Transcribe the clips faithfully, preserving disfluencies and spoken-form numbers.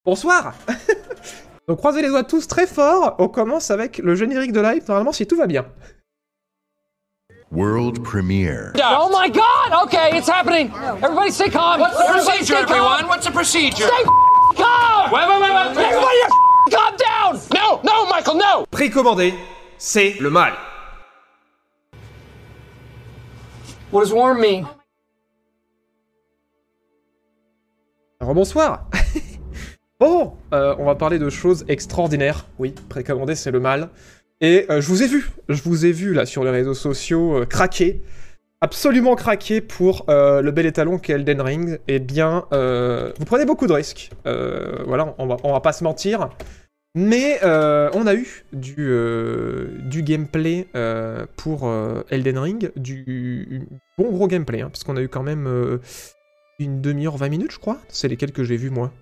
Bonsoir. Donc croisez les doigts tous très fort, on commence avec le générique de live, normalement si tout va bien. World premiere. Oh my god! Okay, it's happening! Everybody stay calm! What's the Everybody procedure, stay calm. everyone? What's the procedure? Stay calm! Wait, wait, wait, wait! Everybody calm down! No, no, Michael, no! Précommandé, c'est le mal. What does warm mean? Alors bonsoir. Bon, euh, on va parler de choses extraordinaires. Oui, précommandé, c'est le mal. Et euh, je vous ai vu, je vous ai vu là sur les réseaux sociaux euh, craquer, absolument craquer pour euh, le bel étalon qu'est Elden Ring. Eh bien, euh, vous prenez beaucoup de risques. Euh, voilà, on va, on va pas se mentir. Mais euh, on a eu du, euh, du gameplay euh, pour euh, Elden Ring, du bon gros gameplay, hein, parce qu'on a eu quand même euh, une demi-heure, vingt minutes, je crois. C'est lesquels que j'ai vus, moi.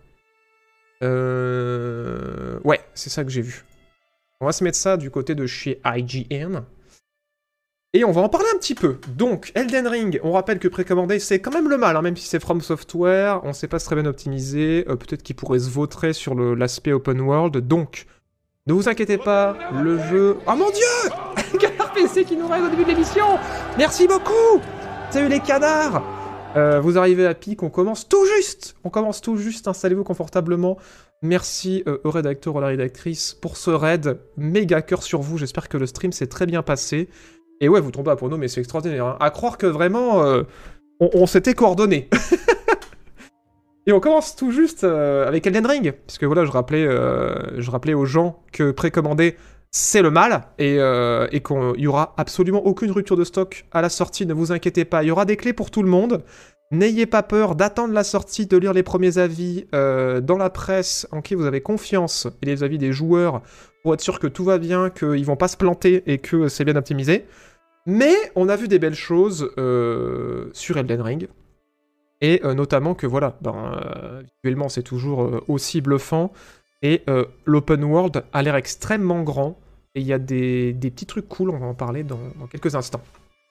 Euh... Ouais, c'est ça que j'ai vu. On va se mettre ça du côté de chez I G N. Et on va en parler un petit peu. Donc, Elden Ring, on rappelle que précommandé, c'est quand même le mal, hein, même si c'est From Software, on sait pas très bien optimisé, euh, peut-être qu'il pourrait se vautrer sur l'aspect open world, donc, ne vous inquiétez pas, le jeu... Oh mon dieu Canard P C qui nous règle au début de l'émission. Merci beaucoup. Salut les canards. Euh, vous arrivez à pic, on commence tout juste. On commence tout juste, installez-vous confortablement. Merci euh, au rédacteur, à la rédactrice pour ce raid. Méga cœur sur vous, j'espère que le stream s'est très bien passé. Et ouais, vous tombez à pour nous, mais c'est extraordinaire. Hein. À croire que vraiment, euh, on, on s'était coordonnés. Et on commence tout juste euh, avec Elden Ring. Puisque voilà, je rappelais, euh, je rappelais aux gens que précommander, c'est le mal. Et, euh, et qu'il n'y aura absolument aucune rupture de stock à la sortie, ne vous inquiétez pas. Il y aura des clés pour tout le monde. N'ayez pas peur d'attendre la sortie, de lire les premiers avis euh, dans la presse en qui vous avez confiance, et les avis des joueurs, pour être sûr que tout va bien, qu'ils vont pas se planter et que c'est bien optimisé. Mais on a vu des belles choses euh, sur Elden Ring, et euh, notamment que voilà, ben, euh, visuellement c'est toujours euh, aussi bluffant, et euh, l'open world a l'air extrêmement grand, et il y a des, des petits trucs cool, on va en parler dans, dans quelques instants.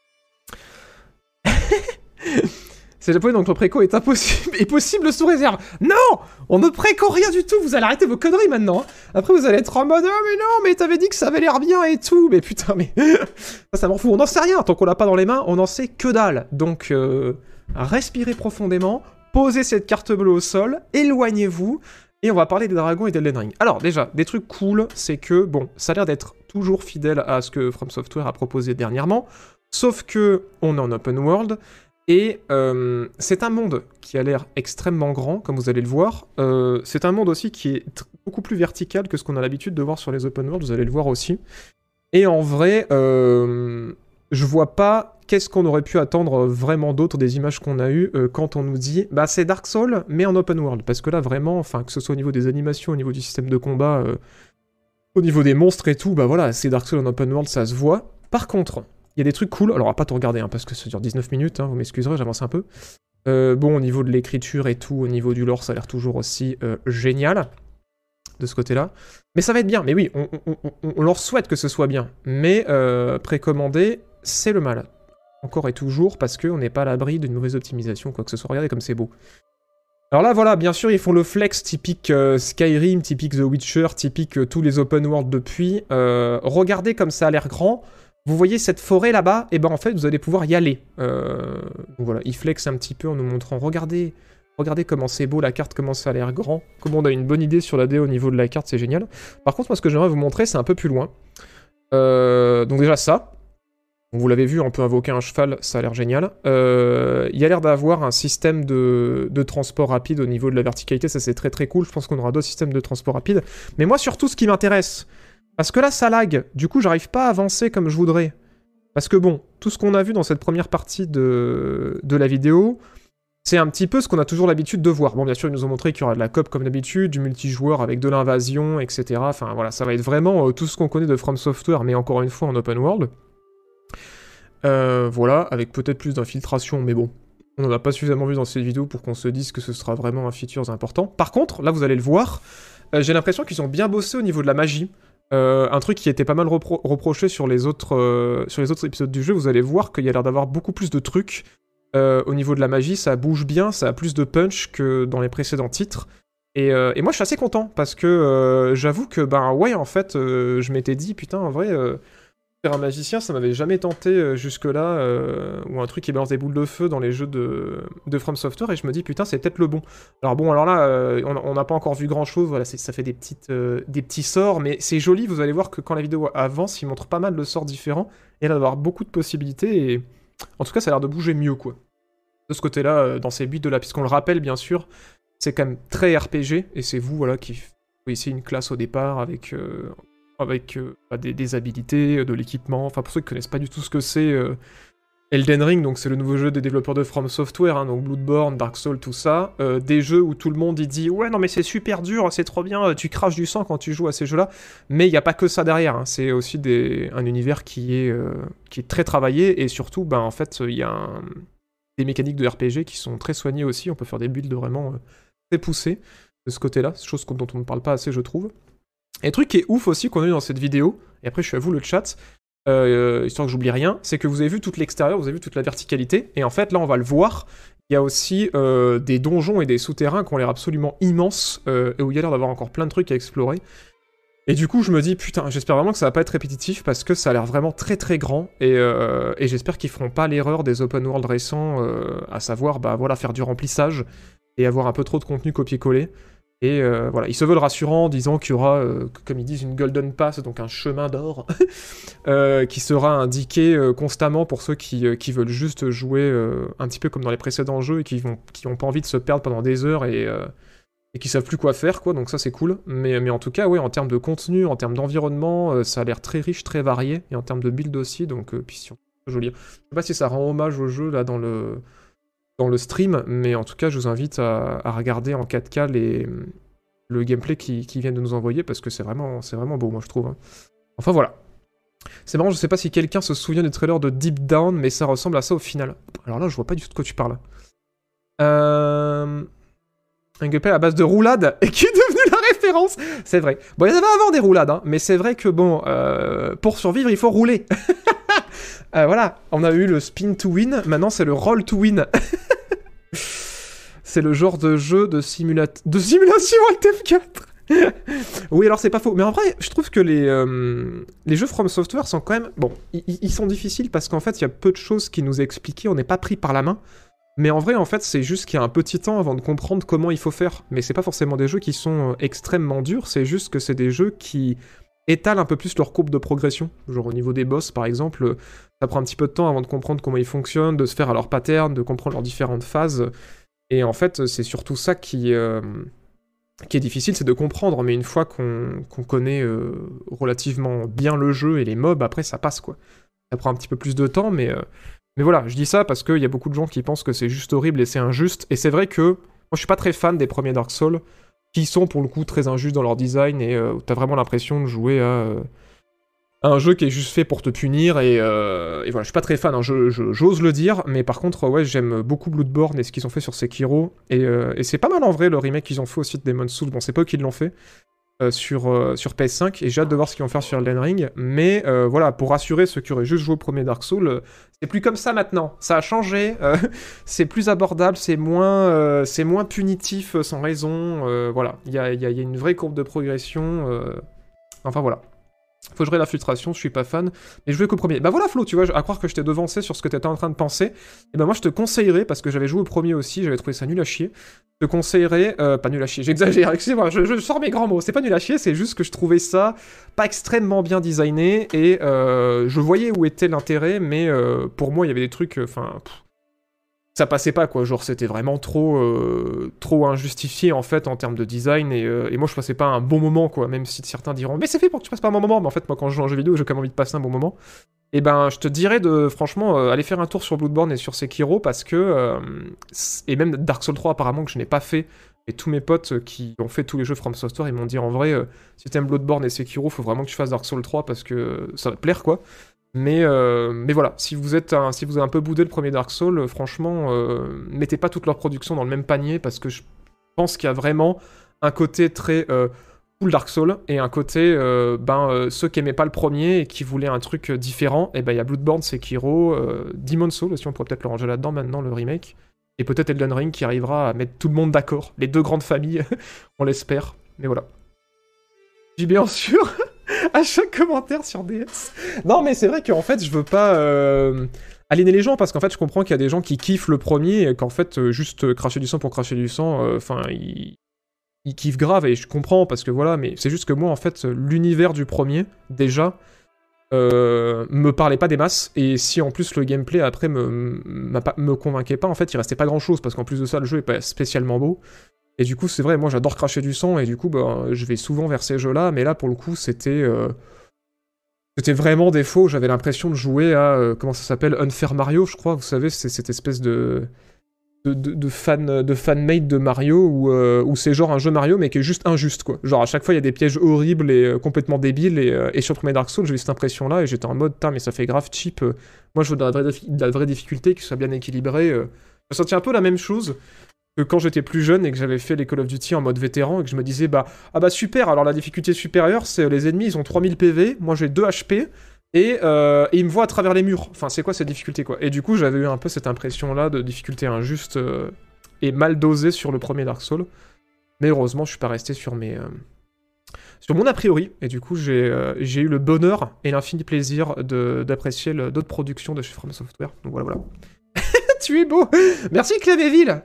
C'est japonais, donc le préco est impossible, est possible sous réserve. Non, on ne préco rien du tout, vous allez arrêter vos conneries maintenant. Hein. Après vous allez être en mode, oh mais non, mais t'avais dit que ça avait l'air bien et tout. Mais putain, mais ça, ça m'en fout, on n'en sait rien. Tant qu'on l'a pas dans les mains, on n'en sait que dalle. Donc, euh, respirez profondément, posez cette carte bleue au sol, éloignez-vous, et on va parler des dragons et d'Elden Ring. Alors déjà, des trucs cool, c'est que, bon, ça a l'air d'être toujours fidèle à ce que From Software a proposé dernièrement, sauf que on est en open world, et euh, c'est un monde qui a l'air extrêmement grand, comme vous allez le voir. Euh, c'est un monde aussi qui est beaucoup plus vertical que ce qu'on a l'habitude de voir sur les open world, vous allez le voir aussi. Et en vrai, euh, je vois pas qu'est-ce qu'on aurait pu attendre vraiment d'autre des images qu'on a eues euh, quand on nous dit bah c'est Dark Souls, mais en open world. Parce que là, vraiment, enfin, que ce soit au niveau des animations, au niveau du système de combat, euh, au niveau des monstres et tout, bah voilà, c'est Dark Souls en open world, ça se voit. Par contre... il y a des trucs cool, alors on va pas tout regarder, hein, parce que ça dure dix-neuf minutes, hein, vous m'excuserez, j'avance un peu. Euh, bon, au niveau de l'écriture et tout, au niveau du lore, ça a l'air toujours aussi euh, génial, de ce côté-là. Mais ça va être bien, mais oui, on, on, on, on leur souhaite que ce soit bien. Mais euh, précommander, c'est le mal. Encore et toujours, parce qu'on n'est pas à l'abri d'une mauvaise optimisation, quoi que ce soit. Regardez comme c'est beau. Alors là, voilà, bien sûr, ils font le flex typique euh, Skyrim, typique The Witcher, typique euh, tous les open world depuis. Euh, regardez comme ça a l'air grand. Vous voyez cette forêt là-bas, et ben en fait vous allez pouvoir y aller. Euh, donc voilà, il flex un petit peu en nous montrant, regardez, regardez comment c'est beau la carte, comment ça a l'air grand, comment on a une bonne idée sur la D au niveau de la carte, c'est génial. Par contre, moi ce que j'aimerais vous montrer, c'est un peu plus loin. Euh, donc déjà ça, vous l'avez vu, on peut invoquer un cheval, ça a l'air génial. Euh, il y a l'air d'avoir un système de, de transport rapide au niveau de la verticalité, ça c'est très très cool, je pense qu'on aura d'autres systèmes de transport rapide. Mais moi surtout ce qui m'intéresse, parce que là, ça lag. Du coup, j'arrive pas à avancer comme je voudrais. Parce que bon, tout ce qu'on a vu dans cette première partie de, de la vidéo, c'est un petit peu ce qu'on a toujours l'habitude de voir. Bon, bien sûr, ils nous ont montré qu'il y aura de la coop comme d'habitude, du multijoueur avec de l'invasion, et cetera. Enfin, voilà, ça va être vraiment euh, tout ce qu'on connaît de From Software, mais encore une fois en open world. Euh, voilà, avec peut-être plus d'infiltration, mais bon, on n'en a pas suffisamment vu dans cette vidéo pour qu'on se dise que ce sera vraiment un feature important. Par contre, là, vous allez le voir, euh, j'ai l'impression qu'ils ont bien bossé au niveau de la magie. Euh, un truc qui était pas mal repro reproché sur les, autres, euh, sur les autres épisodes du jeu, vous allez voir qu'il y a l'air d'avoir beaucoup plus de trucs. Euh, au niveau de la magie, ça bouge bien, ça a plus de punch que dans les précédents titres. Et, euh, et moi, je suis assez content, parce que euh, j'avoue que, ben ouais, en fait, euh, je m'étais dit, putain, en vrai, euh, faire un magicien, ça m'avait jamais tenté euh, jusque-là, euh, ou un truc qui balance des boules de feu dans les jeux de, de From Software, et je me dis, putain, c'est peut-être le bon. Alors bon, alors là, euh, on n'a pas encore vu grand-chose, voilà, ça fait des, petites, euh, des petits sorts, mais c'est joli, vous allez voir que quand la vidéo avance, il montre pas mal de sorts différents, et elle va avoir beaucoup de possibilités, et en tout cas, ça a l'air de bouger mieux, quoi. De ce côté-là, euh, dans ces builds de là, puisqu'on le rappelle, bien sûr, c'est quand même très R P G, et c'est vous, voilà, qui choisissez une classe au départ avec, euh, avec euh, bah, des, des habilités, de l'équipement, enfin pour ceux qui connaissent pas du tout ce que c'est euh, Elden Ring, donc c'est le nouveau jeu des développeurs de From Software, hein, donc Bloodborne, Dark Souls, tout ça, euh, des jeux où tout le monde il dit « Ouais, non mais c'est super dur, c'est trop bien, tu craches du sang quand tu joues à ces jeux-là », mais il n'y a pas que ça derrière, hein, c'est aussi des, un univers qui est, euh, qui est très travaillé, et surtout, ben, en fait, il y a un, des mécaniques de R P G qui sont très soignées aussi, on peut faire des builds vraiment... Euh, très poussé de ce côté-là, chose dont on ne parle pas assez, je trouve. Et le truc qui est ouf aussi qu'on a eu dans cette vidéo, et après je suis à vous le chat, euh, histoire que j'oublie rien, c'est que vous avez vu toute l'extérieur, vous avez vu toute la verticalité, et en fait là on va le voir, il y a aussi euh, des donjons et des souterrains qui ont l'air absolument immenses, euh, et où il y a l'air d'avoir encore plein de trucs à explorer. Et du coup je me dis, putain, j'espère vraiment que ça va pas être répétitif, parce que ça a l'air vraiment très très grand, et, euh, et j'espère qu'ils feront pas l'erreur des open world récents, euh, à savoir, bah voilà, faire du remplissage, et avoir un peu trop de contenu copier-coller. Et euh, voilà, ils se veulent rassurants en disant qu'il y aura, euh, comme ils disent, une Golden Pass, donc un chemin d'or, euh, qui sera indiqué euh, constamment pour ceux qui, euh, qui veulent juste jouer euh, un petit peu comme dans les précédents jeux et qui n'ont qui ont pas envie de se perdre pendant des heures et, euh, et qui savent plus quoi faire, quoi, donc ça c'est cool. Mais, mais en tout cas, ouais, en termes de contenu, en termes d'environnement, euh, ça a l'air très riche, très varié, et en termes de build aussi, donc euh, puis si on peut joli. Je sais pas si ça rend hommage au jeu, là, dans le... dans le stream, mais en tout cas, je vous invite à, à regarder en quatre K les, le gameplay qu'ils qui viennent de nous envoyer, parce que c'est vraiment, c'est vraiment beau, moi, je trouve. Hein. Enfin, voilà. C'est marrant, je sais pas si quelqu'un se souvient du trailer de Deep Down, mais ça ressemble à ça au final. Alors là, je vois pas du tout de quoi tu parles. Euh... Un gameplay à base de roulade, et qui est devenu la référence. C'est vrai. Bon, il y en avait avant des roulades, hein, mais c'est vrai que, bon, euh, pour survivre, il faut rouler. euh, voilà, on a eu le spin to win, maintenant c'est le roll to win. C'est le genre de jeu de, simula... de simulation Alt F quatre. Oui, alors c'est pas faux. Mais en vrai, je trouve que les, euh, les jeux From Software sont quand même... Bon, ils sont difficiles parce qu'en fait, il y a peu de choses qui nous expliquent, on n'est pas pris par la main. Mais en vrai, en fait, c'est juste qu'il y a un petit temps avant de comprendre comment il faut faire. Mais c'est pas forcément des jeux qui sont extrêmement durs, c'est juste que c'est des jeux qui étalent un peu plus leur courbe de progression. Genre au niveau des boss, par exemple, ça prend un petit peu de temps avant de comprendre comment ils fonctionnent, de se faire à leur pattern, de comprendre leurs différentes phases. Et en fait, c'est surtout ça qui, euh, qui est difficile, c'est de comprendre. Mais une fois qu'on qu'on connaît euh, relativement bien le jeu et les mobs, après ça passe, quoi. Ça prend un petit peu plus de temps, mais... Euh, Mais voilà, je dis ça parce qu'il y a beaucoup de gens qui pensent que c'est juste horrible et c'est injuste. Et c'est vrai que moi, je suis pas très fan des premiers Dark Souls, qui sont pour le coup très injustes dans leur design et euh, t'as vraiment l'impression de jouer à, euh, à un jeu qui est juste fait pour te punir. Et, euh, et voilà, je suis pas très fan, hein, je, je, j'ose le dire. Mais par contre, ouais, j'aime beaucoup Bloodborne et ce qu'ils ont fait sur Sekiro. Et, euh, et c'est pas mal en vrai le remake qu'ils ont fait aussi de Demon's Souls. Bon, c'est pas eux qui l'ont fait. Euh, sur, euh, sur P S cinq, et j'ai hâte de voir ce qu'ils vont faire sur Elden Ring, mais euh, voilà, pour rassurer ceux qui auraient juste joué au premier Dark Souls, euh, c'est plus comme ça maintenant, ça a changé, euh, c'est plus abordable, c'est moins, euh, c'est moins punitif euh, sans raison, euh, voilà, il y a, y a, y a une vraie courbe de progression, euh... enfin voilà. Faut jouer l'infiltration, je suis pas fan, mais je jouais qu'au premier. Bah voilà Flo, tu vois, à croire que je t'ai devancé sur ce que t'étais en train de penser, et bah moi je te conseillerais, parce que j'avais joué au premier aussi, j'avais trouvé ça nul à chier, je te conseillerais, euh, pas nul à chier, j'exagère, excusez-moi, je, je sors mes grands mots, c'est pas nul à chier, c'est juste que je trouvais ça pas extrêmement bien designé, et euh, je voyais où était l'intérêt, mais euh, pour moi il y avait des trucs, enfin... Euh, ça passait pas, quoi, genre c'était vraiment trop euh, trop injustifié en fait en termes de design, et, euh, et moi je passais pas un bon moment, quoi, même si certains diront mais c'est fait pour que tu passes pas un bon moment, mais en fait moi quand je joue en jeu vidéo j'ai quand même envie de passer un bon moment, et ben je te dirais de franchement euh, aller faire un tour sur Bloodborne et sur Sekiro, parce que euh, et même Dark Souls trois apparemment que je n'ai pas fait, et tous mes potes qui ont fait tous les jeux From Software ils m'ont dit en vrai euh, si t'aimes Bloodborne et Sekiro faut vraiment que tu fasses Dark Souls trois parce que ça va te plaire, quoi. Mais, euh, mais voilà, si vous êtes un, si vous avez un peu boudé le premier Dark Souls, franchement, euh, mettez pas toute leur production dans le même panier, parce que je pense qu'il y a vraiment un côté très euh, cool Dark Souls, et un côté, euh, ben, euh, ceux qui aimaient pas le premier et qui voulaient un truc différent, et ben il y a Bloodborne, Sekiro, euh, Demon's Souls aussi, on pourrait peut-être le ranger là-dedans maintenant, le remake, Et peut-être Elden Ring qui arrivera à mettre tout le monde d'accord. Les deux grandes familles, on l'espère. Mais voilà. J'ai bien sûr à chaque commentaire sur D S. Non, mais c'est vrai qu'en fait, je veux pas euh, aliéner les gens, parce qu'en fait, je comprends qu'il y a des gens qui kiffent le premier, et qu'en fait, euh, juste euh, cracher du sang pour cracher du sang, enfin, euh, ils... ils kiffent grave, et je comprends, parce que voilà, mais c'est juste que moi, en fait, l'univers du premier, déjà, euh, me parlait pas des masses, et si en plus le gameplay, après, me, me convainquait pas, en fait, il restait pas grand-chose, parce qu'en plus de ça, le jeu est pas spécialement beau. Et du coup, c'est vrai, moi j'adore cracher du sang, et du coup, bah, je vais souvent vers ces jeux-là, mais là, pour le coup, c'était... Euh... C'était vraiment des faux, j'avais l'impression de jouer à... Euh, comment ça s'appelle, Unfair Mario, je crois, vous savez, c'est cette espèce de... De, de, de, fan, de fan-made de Mario, où, euh, où c'est genre un jeu Mario, mais qui est juste injuste, quoi. Genre, à chaque fois, il y a des pièges horribles et euh, complètement débiles, et, euh, et sur le premier Dark Souls, j'ai eu cette impression-là, et j'étais en mode, putain, mais ça fait grave cheap. Euh, moi, je veux de la vraie, de la vraie difficulté, qui soit bien équilibrée. Euh. Je sentais un peu la même chose que quand j'étais plus jeune et que j'avais fait les Call of Duty en mode vétéran, et que je me disais, bah, ah bah super, alors la difficulté supérieure, c'est les ennemis, ils ont trois mille P V, moi j'ai deux H P, et, euh, et ils me voient à travers les murs. Enfin, c'est quoi cette difficulté, quoi? Et du coup, j'avais eu un peu cette impression-là de difficulté injuste euh, et mal dosée sur le premier Dark Souls. Mais heureusement, je suis pas resté sur mes... Euh, sur mon a priori, et du coup, j'ai euh, j'ai eu le bonheur et l'infini plaisir d'apprécier d'autres productions de chez From Software. Donc voilà, voilà. Tu es beau. Merci Clavéville.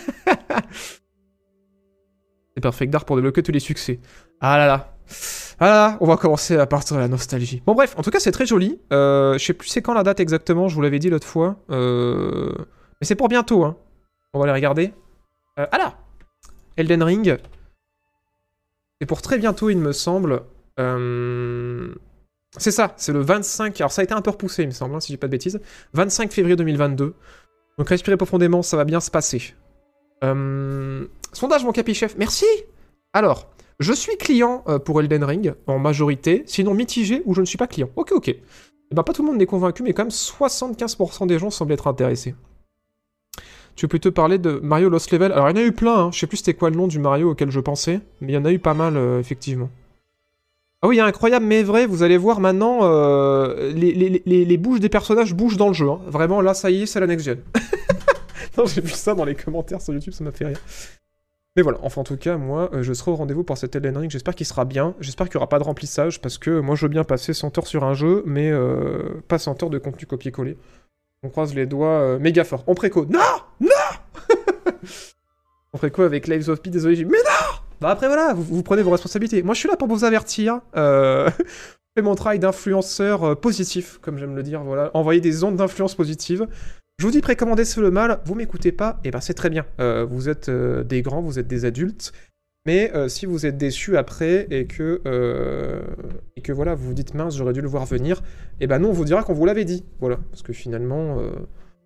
C'est Perfect Dark pour débloquer tous les succès. Ah là là. Ah là là, on va commencer à partir de la nostalgie. Bon bref, en tout cas c'est très joli. Euh, je sais plus c'est quand la date exactement, je vous l'avais dit l'autre fois. Euh... Mais c'est pour bientôt, hein. On va aller regarder. Euh, ah là, Elden Ring. C'est pour très bientôt, il me semble. Euh... C'est ça, c'est le vingt-cinq... Alors ça a été un peu repoussé, il me semble, hein, si j'ai pas de bêtises. vingt-cinq février deux mille vingt-deux. Donc respirez profondément, ça va bien se passer. Euh... Sondage, mon capichef. Merci. Alors, je suis client euh, pour Elden Ring, en majorité, sinon mitigé ou je ne suis pas client. Ok, ok. Et ben, pas tout le monde n'est convaincu, mais quand même soixante-quinze pour cent des gens semblent être intéressés. Tu veux plutôt parler de Mario Lost Level? Alors, il y en a eu plein, hein. Je sais plus c'était quoi le nom du Mario auquel je pensais, mais il y en a eu pas mal, euh, effectivement. Ah oui, incroyable, mais vrai, vous allez voir maintenant, euh, les, les, les, les bouches des personnages bougent dans le jeu. Hein. Vraiment, là, ça y est, c'est la next-gen. Non, j'ai vu ça dans les commentaires sur YouTube, ça m'a fait rire. Mais voilà, enfin en tout cas, moi, euh, je serai au rendez-vous pour cet Elden Ring, j'espère qu'il sera bien, j'espère qu'il n'y aura pas de remplissage, parce que moi je veux bien passer cent heures sur un jeu, mais euh, pas cent heures de contenu copier-coller. On croise les doigts euh, méga fort. On préco. Non. Non. On préco avec Lives of Pi, désolé, j'ai... Mais non. Bah après voilà, vous, vous prenez vos responsabilités. Moi je suis là pour vous avertir, euh... je fais mon travail d'influenceur euh, positif, comme j'aime le dire, voilà. Envoyer des ondes d'influence positive. Je vous dis précommandez ce le mal, vous m'écoutez pas, et ben c'est très bien. Euh, vous êtes euh, des grands, vous êtes des adultes, mais euh, si vous êtes déçus après et que euh, et que voilà, vous vous dites mince, j'aurais dû le voir venir, et ben nous on vous dira qu'on vous l'avait dit, voilà, parce que finalement euh,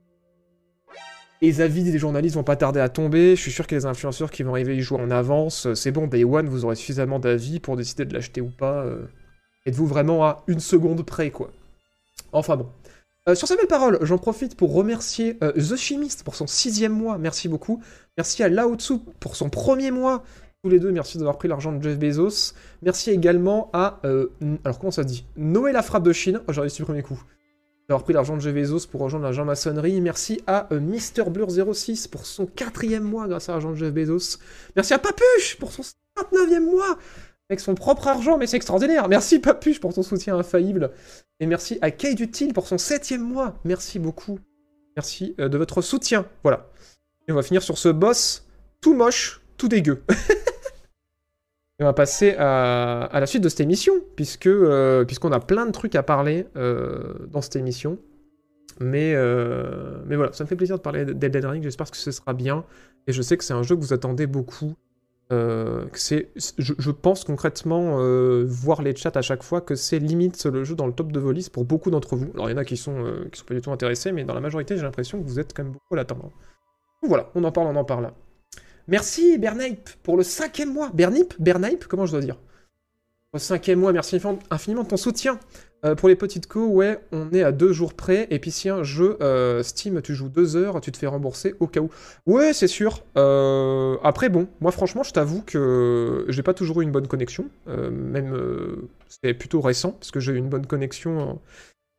les avis des journalistes vont pas tarder à tomber. Je suis sûr que les influenceurs qui vont arriver y jouer en avance, c'est bon, Day One, vous aurez suffisamment d'avis pour décider de l'acheter ou pas. Euh, Êtes-vous vraiment à une seconde près, quoi. Enfin bon. Euh, sur ces belles paroles, j'en profite pour remercier euh, The Chimiste pour son sixième mois, merci beaucoup. Merci à Lao Tzu pour son premier mois. Tous les deux, merci d'avoir pris l'argent de Jeff Bezos. Merci également à... Euh, alors comment ça se dit Noé la frappe de Chine. Oh, j'ai réussi le premier coup. D'avoir pris l'argent de Jeff Bezos pour rejoindre la Jean-Maçonnerie. Merci à euh, Mister Blur zéro six pour son quatrième mois grâce à l'argent de Jeff Bezos. Merci à Papuche pour son vingt-neuvième mois avec son propre argent, mais c'est extraordinaire. Merci Papuche pour ton soutien infaillible. Et merci à Kay Dutil pour son septième mois. Merci beaucoup. Merci euh, de votre soutien. Voilà. Et on va finir sur ce boss tout moche, tout dégueu. Et on va passer à, à la suite de cette émission, puisque euh, puisqu'on a plein de trucs à parler euh, dans cette émission. Mais, euh, mais voilà, ça me fait plaisir de parler d'Elden Ring. J'espère que ce sera bien. Et je sais que c'est un jeu que vous attendez beaucoup. Euh, c'est, je, je pense concrètement, euh, voir les chats à chaque fois, que c'est limite le jeu dans le top de vos listes pour beaucoup d'entre vous. Alors il y en a qui sont, euh, qui sont pas du tout intéressés, mais dans la majorité j'ai l'impression que vous êtes quand même beaucoup à l'attendre. Voilà, on en parle, on en parle. Merci Bernipe pour le cinquième mois. Bernipe Bernipe Comment je dois dire? Pour le cinquième mois, merci infiniment de ton soutien. Euh, pour les petites co, ouais, on est à deux jours près. Et puis si un jeu euh, Steam, tu joues deux heures, tu te fais rembourser au cas où. Ouais, c'est sûr. Euh, après, bon, moi franchement, je t'avoue que j'ai pas toujours eu une bonne connexion. Euh, même, euh, c'est plutôt récent, parce que j'ai eu une bonne connexion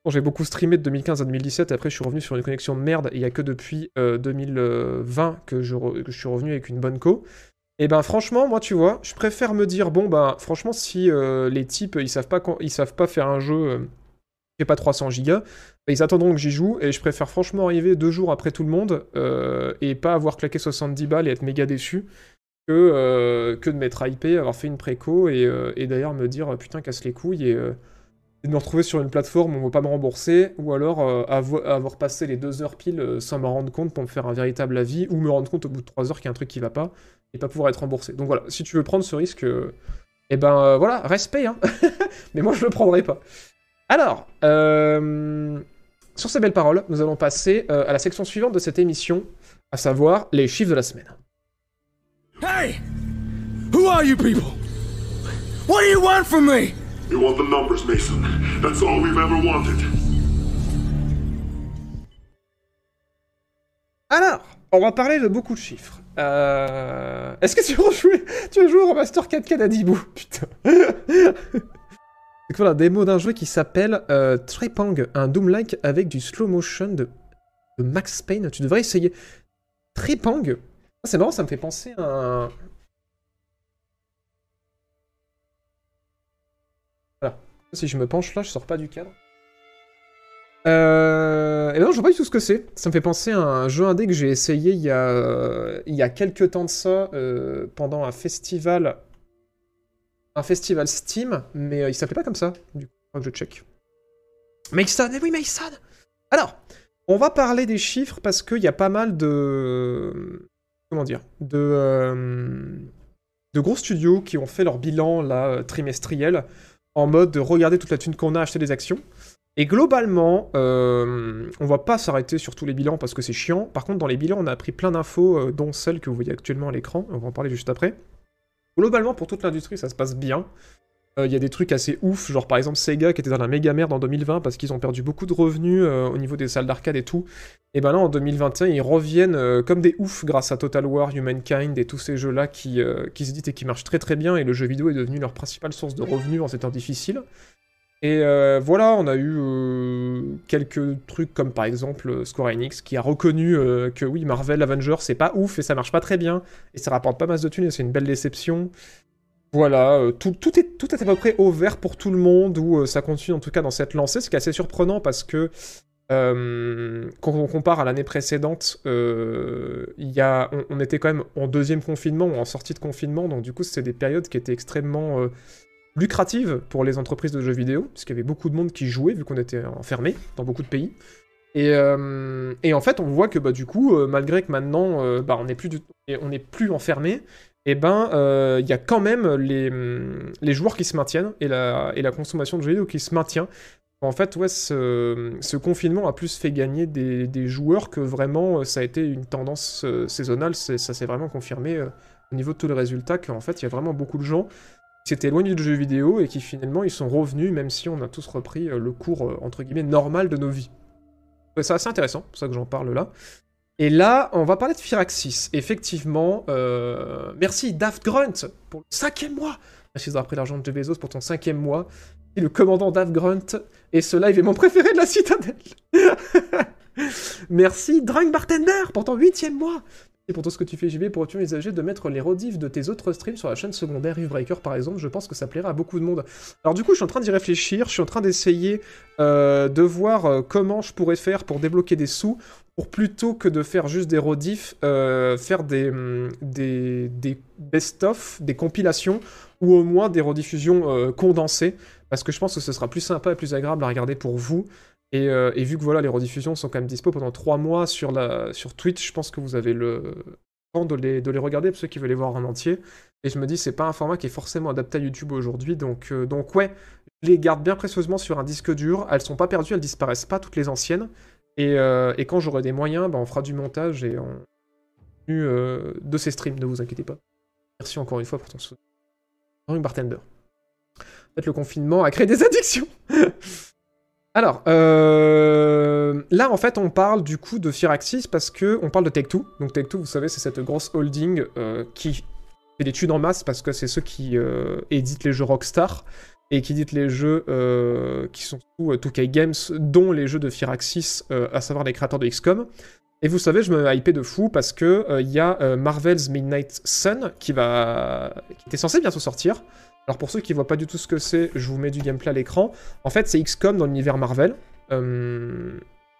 Bon, j'ai beaucoup streamé de deux mille quinze à deux mille dix-sept, et après je suis revenu sur une connexion de merde, et il n'y a que depuis euh, deux mille vingt que je, re... que je suis revenu avec une bonne co. Et ben franchement, moi tu vois, je préfère me dire, bon ben franchement si euh, les types ils savent pas, quand... ils savent pas faire un jeu euh, qui fait pas trois cents gigas, ben, ils attendront que j'y joue, et je préfère franchement arriver deux jours après tout le monde, euh, et pas avoir claqué soixante-dix balles et être méga déçu, que, euh, que de m'être hypé, avoir fait une préco, et, euh, et d'ailleurs me dire, putain casse les couilles, et... Euh, et de me retrouver sur une plateforme où on ne va pas me rembourser, ou alors euh, avo avoir passé les deux heures pile euh, sans m'en rendre compte pour me faire un véritable avis, ou me rendre compte au bout de trois heures qu'il y a un truc qui va pas, et pas pouvoir être remboursé. Donc voilà, si tu veux prendre ce risque, euh, eh ben euh, voilà, respect, hein. Mais moi je le prendrai pas. Alors, euh, sur ces belles paroles, nous allons passer euh, à la section suivante de cette émission, à savoir les chiffres de la semaine. Hey! Who are you people? What do you want from me? You want the numbers, Mason. That's all we've ever wanted. Alors, on va parler de beaucoup de chiffres. Euh... Est-ce que tu as joué, tu as joué au remaster quatre K d'Adibou? Putain. C'est quoi la démo d'un jeu qui s'appelle euh, Trepang, un Doom-like avec du slow motion de, de Max Payne. Tu devrais essayer. Trepang. Ah, c'est marrant, ça me fait penser à un... Voilà. Si je me penche là, je sors pas du cadre. Euh... Et ben non, je vois pas du tout ce que c'est. Ça me fait penser à un jeu indé que j'ai essayé il y a, il y a quelques temps de ça, euh, pendant un festival... Un festival Steam, mais euh, il s'appelait pas comme ça. Du coup, faut que je check. Mason, eh oui, Mason. Alors, on va parler des chiffres parce qu'il y a pas mal de... Comment dire de, euh, de gros studios qui ont fait leur bilan, là, trimestriel, en mode de regarder toute la thune qu'on a, acheter des actions. Et globalement, euh, on va pas s'arrêter sur tous les bilans parce que c'est chiant. Par contre, dans les bilans, on a appris plein d'infos, euh, dont celle que vous voyez actuellement à l'écran. On va en parler juste après. Globalement, pour toute l'industrie, ça se passe bien. Il euh, y a des trucs assez ouf, genre par exemple Sega qui était dans la méga merde en deux mille vingt parce qu'ils ont perdu beaucoup de revenus euh, au niveau des salles d'arcade et tout. Et ben là, en deux mille vingt et un, ils reviennent euh, comme des oufs grâce à Total War, Humankind et tous ces jeux-là qui, euh, qui se disent et qui marchent très très bien, et le jeu vidéo est devenu leur principale source de revenus en ces temps difficiles. Et euh, voilà, on a eu euh, quelques trucs comme par exemple Square Enix qui a reconnu euh, que oui, Marvel Avengers c'est pas ouf et ça marche pas très bien, et ça rapporte pas masse de thunes et c'est une belle déception. Voilà, euh, tout, tout, est, tout est à peu près ouvert pour tout le monde, ou euh, ça continue en tout cas dans cette lancée, ce qui est assez surprenant parce que euh, quand on compare à l'année précédente, euh, y a, on, on était quand même en deuxième confinement ou en sortie de confinement, donc du coup c'était des périodes qui étaient extrêmement... Euh, lucrative pour les entreprises de jeux vidéo, parce qu'il y avait beaucoup de monde qui jouait, vu qu'on était enfermés dans beaucoup de pays. Et, euh, et en fait, on voit que bah, du coup, euh, malgré que maintenant, euh, bah, on n'est plus, du... on est plus enfermés, et ben, il euh, y a quand même les, les joueurs qui se maintiennent, et la, et la consommation de jeux vidéo qui se maintient. En fait, ouais, ce, ce confinement a plus fait gagner des, des joueurs que vraiment, ça a été une tendance euh, saisonnale, ça s'est vraiment confirmé euh, au niveau de tous les résultats, qu'en fait, il y a vraiment beaucoup de gens c'était éloigné du jeu vidéo et qui finalement ils sont revenus, même si on a tous repris euh, le cours euh, entre guillemets normal de nos vies. Ouais, c'est assez intéressant, c'est pour ça que j'en parle là. Et là, on va parler de Firaxis. Effectivement, euh... merci Daft Grunt pour le cinquième mois. Merci d'avoir pris l'argent de Jeff Bezos pour ton cinquième mois. Et le commandant Daft Grunt, et ce live est mon préféré de la citadelle. Merci Drunk Bartender pour ton huitième mois. Et pour tout ce que tu fais, J B, pourrais-tu envisager de mettre les rediffs de tes autres streams sur la chaîne secondaire Rivebreaker par exemple? Je pense que ça plairait à beaucoup de monde. Alors du coup, je suis en train d'y réfléchir, je suis en train d'essayer euh, de voir euh, comment je pourrais faire pour débloquer des sous, pour plutôt que de faire juste des rediffs, euh, faire des, des, des best-of, des compilations, ou au moins des rediffusions euh, condensées, parce que je pense que ce sera plus sympa et plus agréable à regarder pour vous. Et, euh, et vu que voilà, les rediffusions sont quand même dispo pendant trois mois sur, la, sur Twitch, je pense que vous avez le temps de les, de les regarder pour ceux qui veulent les voir en entier. Et je me dis, c'est pas un format qui est forcément adapté à YouTube aujourd'hui, donc, euh, donc ouais, je les garde bien précieusement sur un disque dur, elles sont pas perdues, elles disparaissent pas, toutes les anciennes. Et, euh, et quand j'aurai des moyens, bah, on fera du montage et on euh, de ces streams, ne vous inquiétez pas. Merci encore une fois pour ton soutien. Drunk Bartender. Peut-être le confinement a créé des addictions. Alors, euh, là en fait on parle du coup de Firaxis parce que on parle de Take-Two. Donc Take-Two, vous savez, c'est cette grosse holding euh, qui fait des thunes en masse parce que c'est ceux qui euh, éditent les jeux Rockstar. et qui édite les jeux euh, qui sont sous euh, deux K Games, dont les jeux de Firaxis, euh, à savoir les créateurs de X COM. Et vous savez, je me hypais de fou parce que il euh, y a euh, Marvel's Midnight Sun qui va, qui était censé bientôt sortir. Alors pour ceux qui voient pas du tout ce que c'est, je vous mets du gameplay à l'écran. En fait, c'est X COM dans l'univers Marvel. Euh...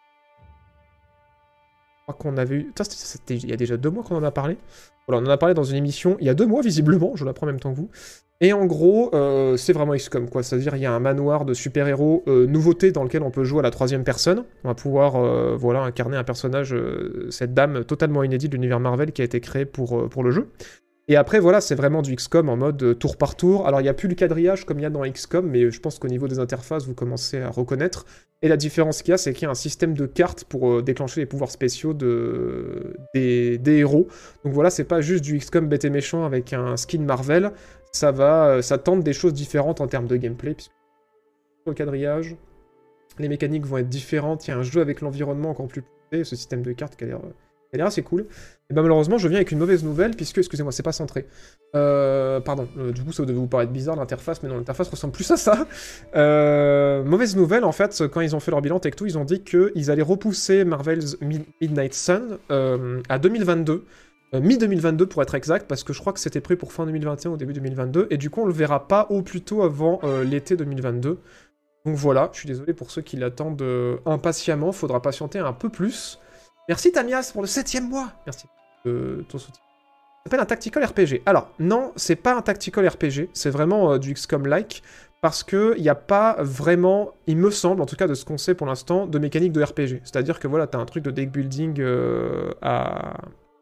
Je crois qu'on avait eu... Putain, c'était il y a déjà deux mois qu'on en a parlé. Voilà, on en a parlé dans une émission il y a deux mois, visiblement. Je l'apprends en même temps que vous. Et en gros, euh, c'est vraiment X COM, quoi. C'est-à-dire, il y a un manoir de super-héros euh, nouveauté dans lequel on peut jouer à la troisième personne. On va pouvoir, euh, voilà, incarner un personnage, euh, cette dame totalement inédite de l'univers Marvel qui a été créée pour, euh, pour le jeu. Et après, voilà, c'est vraiment du X COM en mode euh, tour par tour. Alors, il n'y a plus le quadrillage comme il y a dans X COM, mais je pense qu'au niveau des interfaces, vous commencez à reconnaître. Et la différence qu'il y a, c'est qu'il y a un système de cartes pour euh, déclencher les pouvoirs spéciaux de... des... des héros. Donc voilà, c'est pas juste du X COM bête et méchant avec un skin Marvel. Ça va, ça tente des choses différentes en termes de gameplay, puisque le quadrillage, les mécaniques vont être différentes, il y a un jeu avec l'environnement encore plus poussé, ce système de cartes qui a l'air, qui a l'air assez cool. Et ben malheureusement, je viens avec une mauvaise nouvelle, puisque, excusez-moi, c'est pas centré. Euh, pardon, euh, du coup, ça devait vous paraître bizarre l'interface, mais non, l'interface ressemble plus à ça. Euh, mauvaise nouvelle, en fait, quand ils ont fait leur bilan Tech deux, ils ont dit qu'ils allaient repousser Marvel's Midnight Sun euh, à deux mille vingt-deux. Euh, mi deux mille vingt-deux pour être exact, parce que je crois que c'était prévu pour fin deux mille vingt et un ou début deux mille vingt-deux, et du coup on le verra pas au plus tôt avant euh, l'été deux mille vingt-deux. Donc voilà, je suis désolé pour ceux qui l'attendent euh, impatiemment, faudra patienter un peu plus. Merci Tamias pour le septième mois, merci de ton soutien. Ça s'appelle un Tactical R P G. Alors, non, c'est pas un Tactical R P G, c'est vraiment euh, du X COM-like, parce qu'il n'y a pas vraiment, il me semble, en tout cas de ce qu'on sait pour l'instant, de mécanique de R P G. C'est-à-dire que voilà, t'as un truc de deck building euh, à...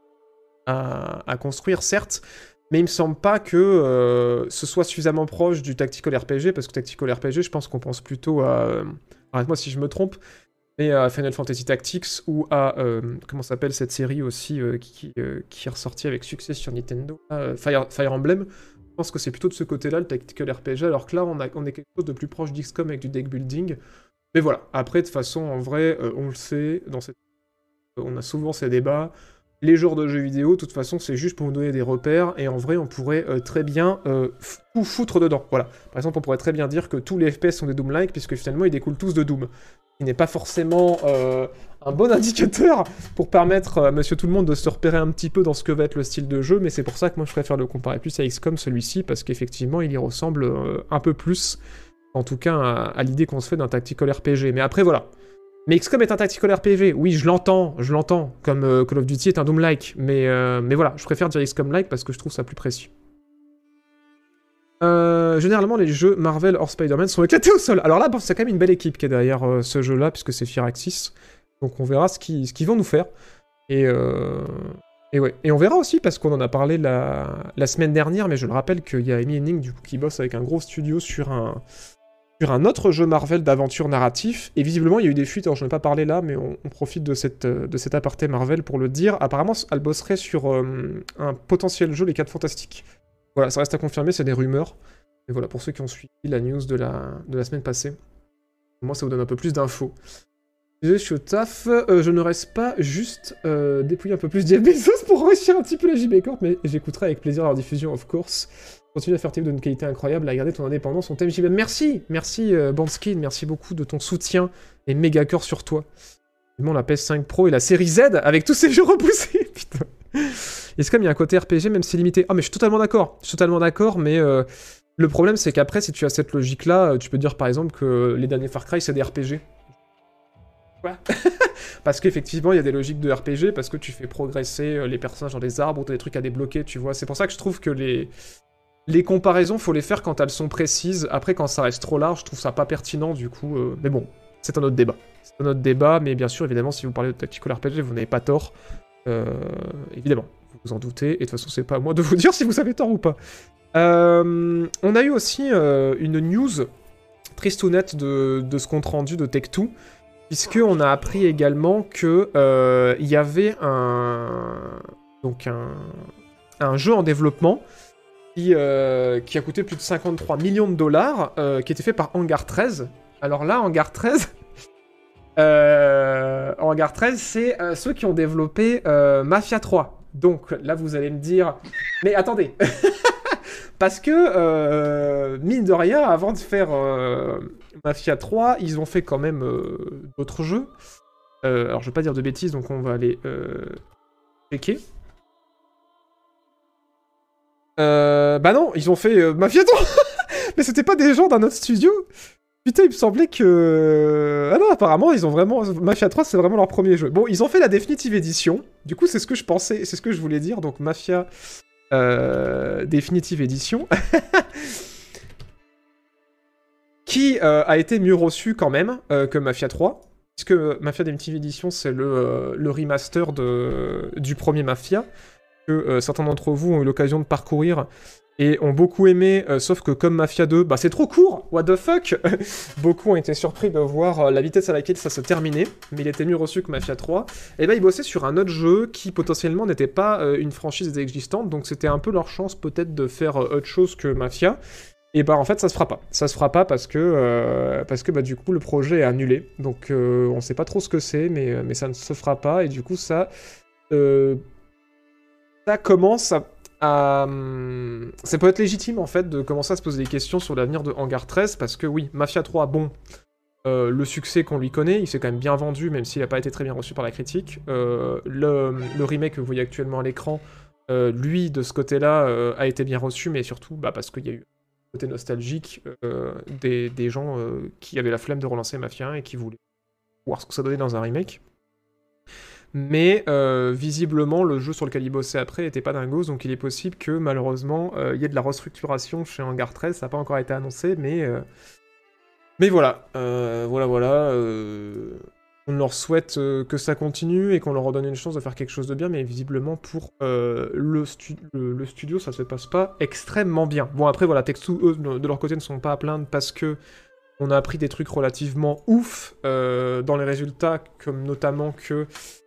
À, à construire, certes, mais il me semble pas que euh, ce soit suffisamment proche du Tactical R P G, parce que Tactical R P G, je pense qu'on pense plutôt à... Euh, arrête-moi si je me trompe, mais à Final Fantasy Tactics, ou à... Euh, comment s'appelle cette série aussi, euh, qui, euh, qui est ressortie avec succès sur Nintendo, euh, Fire, Fire Emblem. Je pense que c'est plutôt de ce côté-là, le Tactical R P G, alors que là, on, a, on est quelque chose de plus proche d'X COM avec du deck building. Mais voilà, après, de toute façon, en vrai, euh, on le sait, dans cette... on a souvent ces débats. Les genres de jeux vidéo, de toute façon, c'est juste pour nous donner des repères, et en vrai, on pourrait euh, très bien euh, tout foutre dedans. Voilà. Par exemple, on pourrait très bien dire que tous les F P S sont des Doom-like, puisque finalement, ils découlent tous de Doom. Ce qui n'est pas forcément euh, un bon indicateur pour permettre à Monsieur Tout-le-Monde de se repérer un petit peu dans ce que va être le style de jeu, mais c'est pour ça que moi, je préfère le comparer plus à X COM, celui-ci, parce qu'effectivement, il y ressemble euh, un peu plus, en tout cas, à, à l'idée qu'on se fait d'un Tactical R P G. Mais après, voilà. Mais X COM est un Tactical R P G, oui, je l'entends, je l'entends, comme euh, Call of Duty est un Doom-like, mais, euh, mais voilà, je préfère dire X COM-like parce que je trouve ça plus précis. Euh, généralement, les jeux Marvel hors Spider-Man sont éclatés au sol. Alors là, bon, c'est quand même une belle équipe qui est derrière euh, ce jeu-là, puisque c'est Firaxis, donc on verra ce qu'ils ce qu'ils vont nous faire. Et, euh... Et, ouais. Et on verra aussi, parce qu'on en a parlé la, la semaine dernière, mais je le rappelle qu'il y a Amy Hennig, du coup, qui bosse avec un gros studio sur un... sur un autre jeu Marvel d'aventure narratif, et visiblement il y a eu des fuites, alors je n'en ai pas parlé là, mais on, on profite de, cette, de cet aparté Marvel pour le dire. Apparemment, elle bosserait sur euh, un potentiel jeu, les quatre Fantastiques. Voilà, ça reste à confirmer, c'est des rumeurs. Et voilà, pour ceux qui ont suivi la news de la, de la semaine passée. Moi, ça vous donne un peu plus d'infos. Je suis au taf, euh, je ne reste pas juste euh, dépouiller un peu plus Jeff Bezos pour enrichir un petit peu la J B Corp, mais j'écouterai avec plaisir leur diffusion, of course. Continue à faire tes vidéos d'une qualité incroyable, à garder ton indépendance, ton thème J B. Merci, merci euh, Banskin, merci beaucoup de ton soutien et méga cœur sur toi. Vraiment la P S cinq Pro et la série Z avec tous ces jeux repoussés, putain. Est-ce qu'il y a un côté R P G, même si c'est limité? Ah, mais je suis totalement d'accord, je suis totalement d'accord, mais euh, le problème c'est qu'après, si tu as cette logique-là, tu peux dire par exemple que les derniers Far Cry c'est des R P G. Quoi? Parce qu'effectivement, il y a des logiques de R P G, parce que tu fais progresser les personnages dans des arbres, ou t'as des trucs à débloquer, tu vois. C'est pour ça que je trouve que les... Les comparaisons, faut les faire quand elles sont précises. Après, quand ça reste trop large, je trouve ça pas pertinent, du coup. Euh... Mais bon, c'est un autre débat. C'est un autre débat, mais bien sûr, évidemment, si vous parlez de Tactical R P G, vous n'avez pas tort. Euh... Évidemment, vous vous en doutez. Et de toute façon, c'est pas à moi de vous dire si vous avez tort ou pas. Euh... On a eu aussi euh, une news triste ou nette de, de ce compte rendu de Tech deux, puisqu'on a appris également que euh, il y avait un... Donc un... un jeu en développement Qui, euh, qui a coûté plus de cinquante-trois millions de dollars, euh, qui était fait par Hangar treize. Alors là, Hangar treize, euh, Hangar treize, c'est euh, ceux qui ont développé euh, Mafia trois. Donc là, vous allez me dire, mais attendez, parce que euh, euh, mine de rien, avant de faire euh, Mafia trois, ils ont fait quand même euh, d'autres jeux. Euh, alors, je vais pas dire de bêtises, donc on va aller euh, checker. Euh, bah non, ils ont fait euh, Mafia trois. Mais c'était pas des gens d'un autre studio. Putain, il me semblait que... Ah non, apparemment, ils ont vraiment... Mafia trois, c'est vraiment leur premier jeu. Bon, ils ont fait la Definitive Edition. Du coup, c'est ce que je pensais, c'est ce que je voulais dire. Donc, Mafia euh, Definitive Edition. Qui euh, a été mieux reçu quand même euh, que Mafia trois. Puisque Mafia Definitive Edition, c'est le, euh, le remaster de, du premier Mafia. Que euh, certains d'entre vous ont eu l'occasion de parcourir et ont beaucoup aimé, euh, sauf que comme Mafia deux, bah c'est trop court, what the fuck. Beaucoup ont été surpris de voir euh, la vitesse à laquelle ça se terminait, mais il était mieux reçu que Mafia trois. Et bah ils bossaient sur un autre jeu qui potentiellement n'était pas euh, une franchise existante, donc c'était un peu leur chance peut-être de faire euh, autre chose que Mafia. Et bah en fait ça se fera pas, ça se fera pas parce que, euh, parce que bah du coup le projet est annulé, donc euh, on sait pas trop ce que c'est, mais, mais ça ne se fera pas, et du coup ça... Euh, ça commence à... à... Ça peut être légitime, en fait, de commencer à se poser des questions sur l'avenir de Hangar treize, parce que, oui, Mafia trois, bon, euh, le succès qu'on lui connaît, il s'est quand même bien vendu, même s'il n'a pas été très bien reçu par la critique. Euh, le, le remake que vous voyez actuellement à l'écran, euh, lui, de ce côté-là, euh, a été bien reçu, mais surtout bah, parce qu'il y a eu un côté nostalgique euh, des, des gens euh, qui avaient la flemme de relancer Mafia un et qui voulaient voir ce que ça donnait dans un remake. Mais euh, visiblement, le jeu sur lequel il bossait après était pas dingos, donc il est possible que malheureusement, il euh, y ait de la restructuration chez Hangar treize, ça n'a pas encore été annoncé, mais... Euh... Mais voilà, euh, voilà, voilà, euh... on leur souhaite euh, que ça continue et qu'on leur redonne une chance de faire quelque chose de bien, mais visiblement pour euh, le, stu le, le studio, ça se passe pas extrêmement bien. Bon après voilà, Take-Two, eux, de leur côté, ne sont pas à plaindre parce que on a appris des trucs relativement ouf euh, dans les résultats, comme notamment que...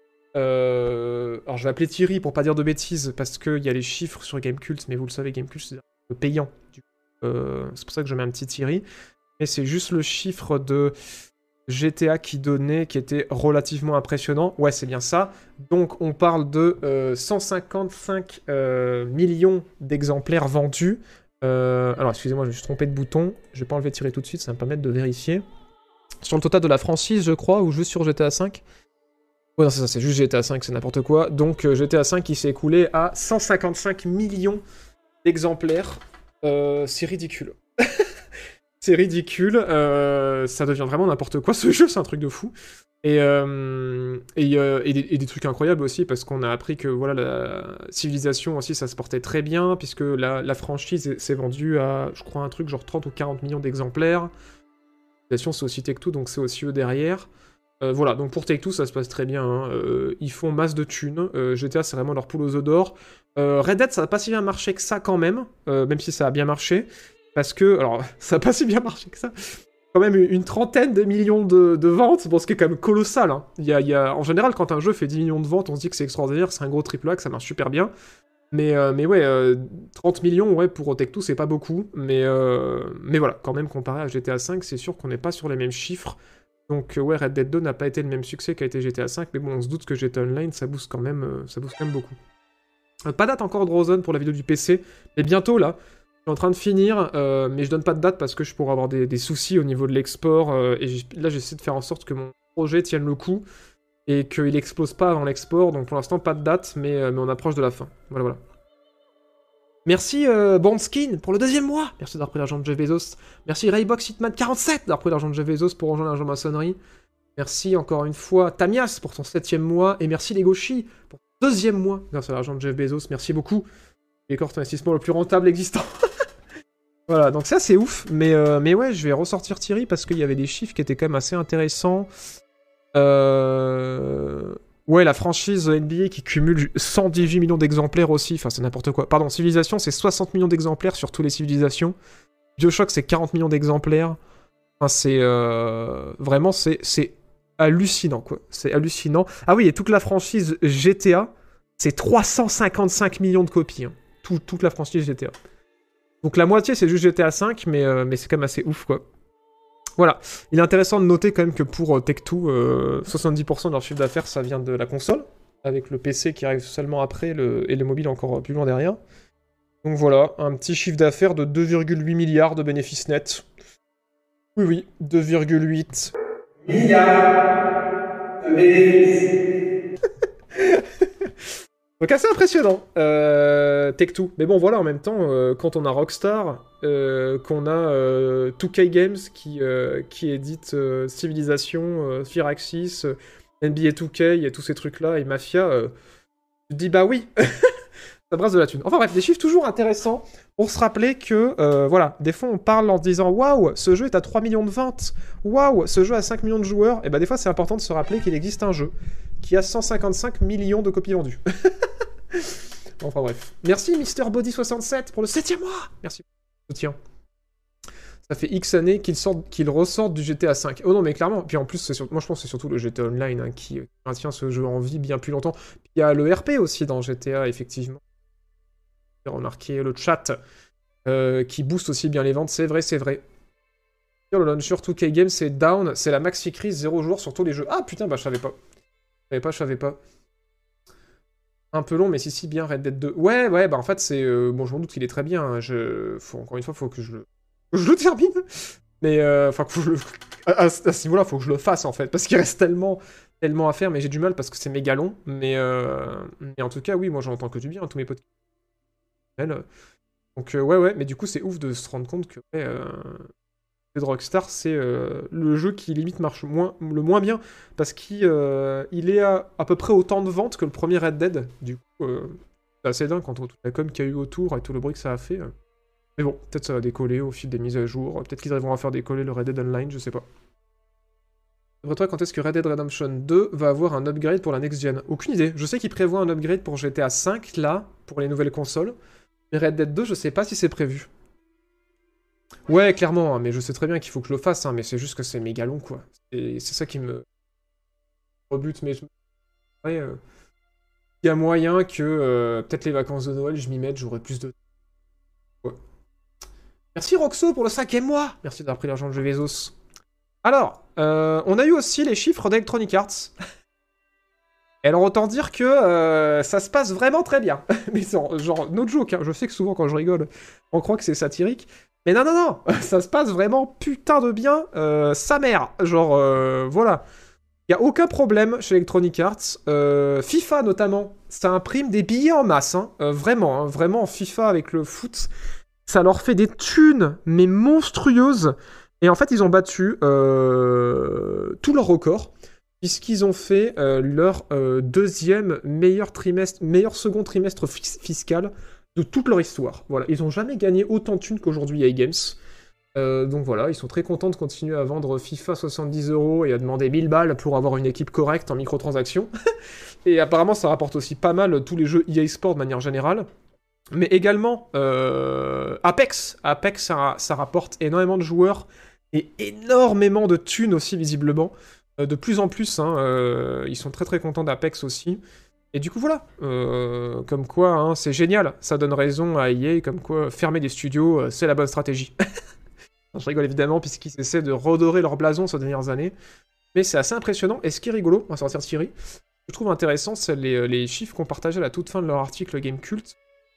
Euh... Alors je vais appeler Thierry pour pas dire de bêtises, parce qu'il y a les chiffres sur Gamecult, mais vous le savez, Gamecult c'est le payant. Euh... C'est pour ça que je mets un petit Thierry. Mais c'est juste le chiffre de G T A qui donnait, qui était relativement impressionnant. Ouais, c'est bien ça. Donc on parle de euh, cent cinquante-cinq euh, millions d'exemplaires vendus. Euh... Alors excusez-moi, je me suis trompé de bouton. Je vais pas enlever Thierry tout de suite, ça va me permettre de vérifier. Sur le total de la franchise, je crois, ou juste sur G T A cinq. Ouais, non, c'est ça, c'est juste G T A cinq, c'est n'importe quoi. Donc, euh, G T A cinq qui s'est écoulé à cent cinquante-cinq millions d'exemplaires. Euh, c'est ridicule. C'est ridicule. Euh, ça devient vraiment n'importe quoi. Ce jeu, c'est un truc de fou. Et, euh, et, euh, et, des, et des trucs incroyables aussi, parce qu'on a appris que voilà, la Civilisation aussi, ça se portait très bien, puisque la, la franchise s'est vendue à, je crois, un truc genre trente ou quarante millions d'exemplaires. Civilisation, c'est aussi Take-Two, donc c'est aussi eux derrière. Euh, voilà, donc pour Take-Two, ça se passe très bien. Hein. Euh, ils font masse de thunes. Euh, G T A, c'est vraiment leur poule aux œufs d'or. Euh, Red Dead, ça n'a pas si bien marché que ça quand même, euh, même si ça a bien marché. Parce que, alors, ça n'a pas si bien marché que ça. Quand même une trentaine de millions de, de ventes, bon, ce qui est quand même colossal. Hein. Il y a, il y a... En général, quand un jeu fait dix millions de ventes, on se dit que c'est extraordinaire, c'est un gros triple A, que ça marche super bien. Mais, euh, mais ouais, euh, trente millions, ouais, pour Take-Two, c'est pas beaucoup. Mais, euh... mais voilà, quand même, comparé à G T A cinq, c'est sûr qu'on n'est pas sur les mêmes chiffres. Donc ouais, Red Dead deux n'a pas été le même succès qu'a été G T A cinq, mais bon, on se doute que G T A Online, ça booste quand même, euh, ça booste quand même beaucoup. Euh, pas date encore de Rosen pour la vidéo du P C, mais bientôt là. Je suis en train de finir, euh, mais je donne pas de date parce que je pourrais avoir des, des soucis au niveau de l'export, euh, et là j'essaie de faire en sorte que mon projet tienne le coup, et qu'il explose pas avant l'export, donc pour l'instant pas de date, mais, euh, mais on approche de la fin. Voilà, voilà. Merci euh, Bondskin pour le deuxième mois. Merci d'avoir pris l'argent de Jeff Bezos. Merci Raybox Hitman quarante-sept d'avoir pris l'argent de Jeff Bezos pour rejoindre l'argent maçonnerie. Merci encore une fois Tamias pour ton septième mois. Et merci Legoshi pour ton deuxième mois grâce à l'argent de Jeff Bezos. Merci beaucoup. Il est encore ton investissement le plus rentable existant. Voilà, donc ça c'est ouf. Mais, euh, mais ouais, je vais ressortir Thierry parce qu'il y avait des chiffres qui étaient quand même assez intéressants. Euh... Ouais, la franchise N B A qui cumule cent dix-huit millions d'exemplaires aussi, enfin c'est n'importe quoi. Pardon, Civilisation c'est soixante millions d'exemplaires sur toutes les civilisations. Bioshock c'est quarante millions d'exemplaires. Enfin c'est... Euh... Vraiment c'est hallucinant quoi. C'est hallucinant. Ah oui, et toute la franchise G T A, c'est trois cent cinquante-cinq millions de copies. Hein. Tout, toute la franchise G T A. Donc la moitié c'est juste G T A cinq, mais, euh, mais c'est quand même assez ouf quoi. Voilà, il est intéressant de noter quand même que pour euh, Take-Two, euh, soixante-dix pour cent de leur chiffre d'affaires, ça vient de la console, avec le P C qui arrive seulement après, le... et le mobile encore plus loin derrière. Donc voilà, un petit chiffre d'affaires de deux virgule huit milliards de bénéfices nets. Oui, oui, deux virgule huit milliards de bénéfices. Donc assez impressionnant, euh, Take Two. Mais bon, voilà, en même temps, euh, quand on a Rockstar, euh, qu'on a euh, deux K Games qui, euh, qui édite euh, Civilization, euh, Firaxis, euh, N B A deux K et tous ces trucs-là, et Mafia, euh, tu te dis bah oui, ça brasse de la thune. Enfin bref, des chiffres toujours intéressants pour se rappeler que, euh, voilà, des fois on parle en se disant waouh, ce jeu est à trois millions de ventes, waouh, ce jeu a cinq millions de joueurs, et bah des fois c'est important de se rappeler qu'il existe un jeu qui a cent cinquante-cinq millions de copies vendues. Enfin bref. Merci Mister Body soixante-sept pour le septième mois. Merci pour le soutien. Ça fait X années qu'il sort, qu'il ressorte du G T A cinq. Oh non mais clairement. Puis en plus, c'est sur... moi je pense que c'est surtout le G T A Online hein, qui maintient ce jeu en vie bien plus longtemps. Puis il y a le R P aussi dans G T A effectivement. J'ai remarqué le chat euh, qui booste aussi bien les ventes. C'est vrai, c'est vrai. Le launcher deux K Games c'est down, c'est la maxi crise zéro jour sur tous les jeux. Ah putain bah je savais pas. Je savais pas, je savais pas. Un peu long, mais si, si, bien, Red Dead deux. Ouais, ouais, bah en fait, c'est... Euh, bon, je m'en doute qu'il est très bien. Hein. Je... Faut, encore une fois, faut que je le... je le termine. Mais, enfin, euh, le... à, à ce niveau-là, faut que je le fasse, en fait. Parce qu'il reste tellement, tellement à faire, mais j'ai du mal parce que c'est méga long. Mais, euh... mais en tout cas, oui, moi, j'entends que du bien, tous mes potes. Donc, euh, ouais, ouais, mais du coup, c'est ouf de se rendre compte que... Ouais, euh... de Rockstar, c'est euh, le jeu qui limite marche moins, le moins bien, parce qu'il euh, il est à, à peu près autant de ventes que le premier Red Dead. Du coup, euh, c'est assez dingue quand on voit toute la com qu'il y a eu autour et tout le bruit que ça a fait. Mais bon, peut-être ça va décoller au fil des mises à jour, peut-être qu'ils arriveront à faire décoller le Red Dead Online, je sais pas. D'après toi, quand est-ce que Red Dead Redemption deux va avoir un upgrade pour la next-gen? Aucune idée. Je sais qu'ils prévoient un upgrade pour G T A cinq, là, pour les nouvelles consoles, mais Red Dead deux, je sais pas si c'est prévu. Ouais, clairement, hein, mais je sais très bien qu'il faut que je le fasse, hein, mais c'est juste que c'est méga long, quoi. C'est ça qui me rebute, mais je... ouais, euh... il y a moyen que euh, peut-être les vacances de Noël, je m'y mette, j'aurai plus de... Ouais. Merci Roxo pour le cinquième mois. Merci d'avoir pris l'argent de Jevezos. Alors, euh, on a eu aussi les chiffres d'Electronic Arts. Et alors autant dire que euh, ça se passe vraiment très bien. Mais genre, genre no joke, hein. Je sais que souvent quand je rigole, on croit que c'est satirique. Mais non, non, non, ça se passe vraiment putain de bien, euh, sa mère. Genre, euh, voilà. Il n'y a aucun problème chez Electronic Arts. Euh, FIFA, notamment, ça imprime des billets en masse. Hein. Euh, vraiment, hein, vraiment, FIFA avec le foot, ça leur fait des thunes, mais monstrueuses. Et en fait, ils ont battu euh, tous leurs records, puisqu'ils ont fait euh, leur euh, deuxième meilleur trimestre, meilleur second trimestre fis- fiscal de toute leur histoire. Voilà, ils n'ont jamais gagné autant de thunes qu'aujourd'hui E A Games. Euh, donc voilà, ils sont très contents de continuer à vendre FIFA soixante-dix euros et à demander mille balles pour avoir une équipe correcte en microtransactions. Et apparemment, ça rapporte aussi pas mal tous les jeux E A Sport de manière générale. Mais également, euh, Apex. Apex, ça, ça rapporte énormément de joueurs et énormément de thunes aussi, visiblement. Euh, de plus en plus, hein, euh, ils sont très très contents d'Apex aussi. Et du coup, voilà, euh, comme quoi, hein, c'est génial, ça donne raison à E A, comme quoi fermer des studios, euh, c'est la bonne stratégie. Je rigole évidemment, puisqu'ils essaient de redorer leur blason ces dernières années, mais c'est assez impressionnant, et ce qui est rigolo, on va sortir Thierry, ce que je trouve intéressant, c'est les, les chiffres qu'on partageait à la toute fin de leur article Gamecult,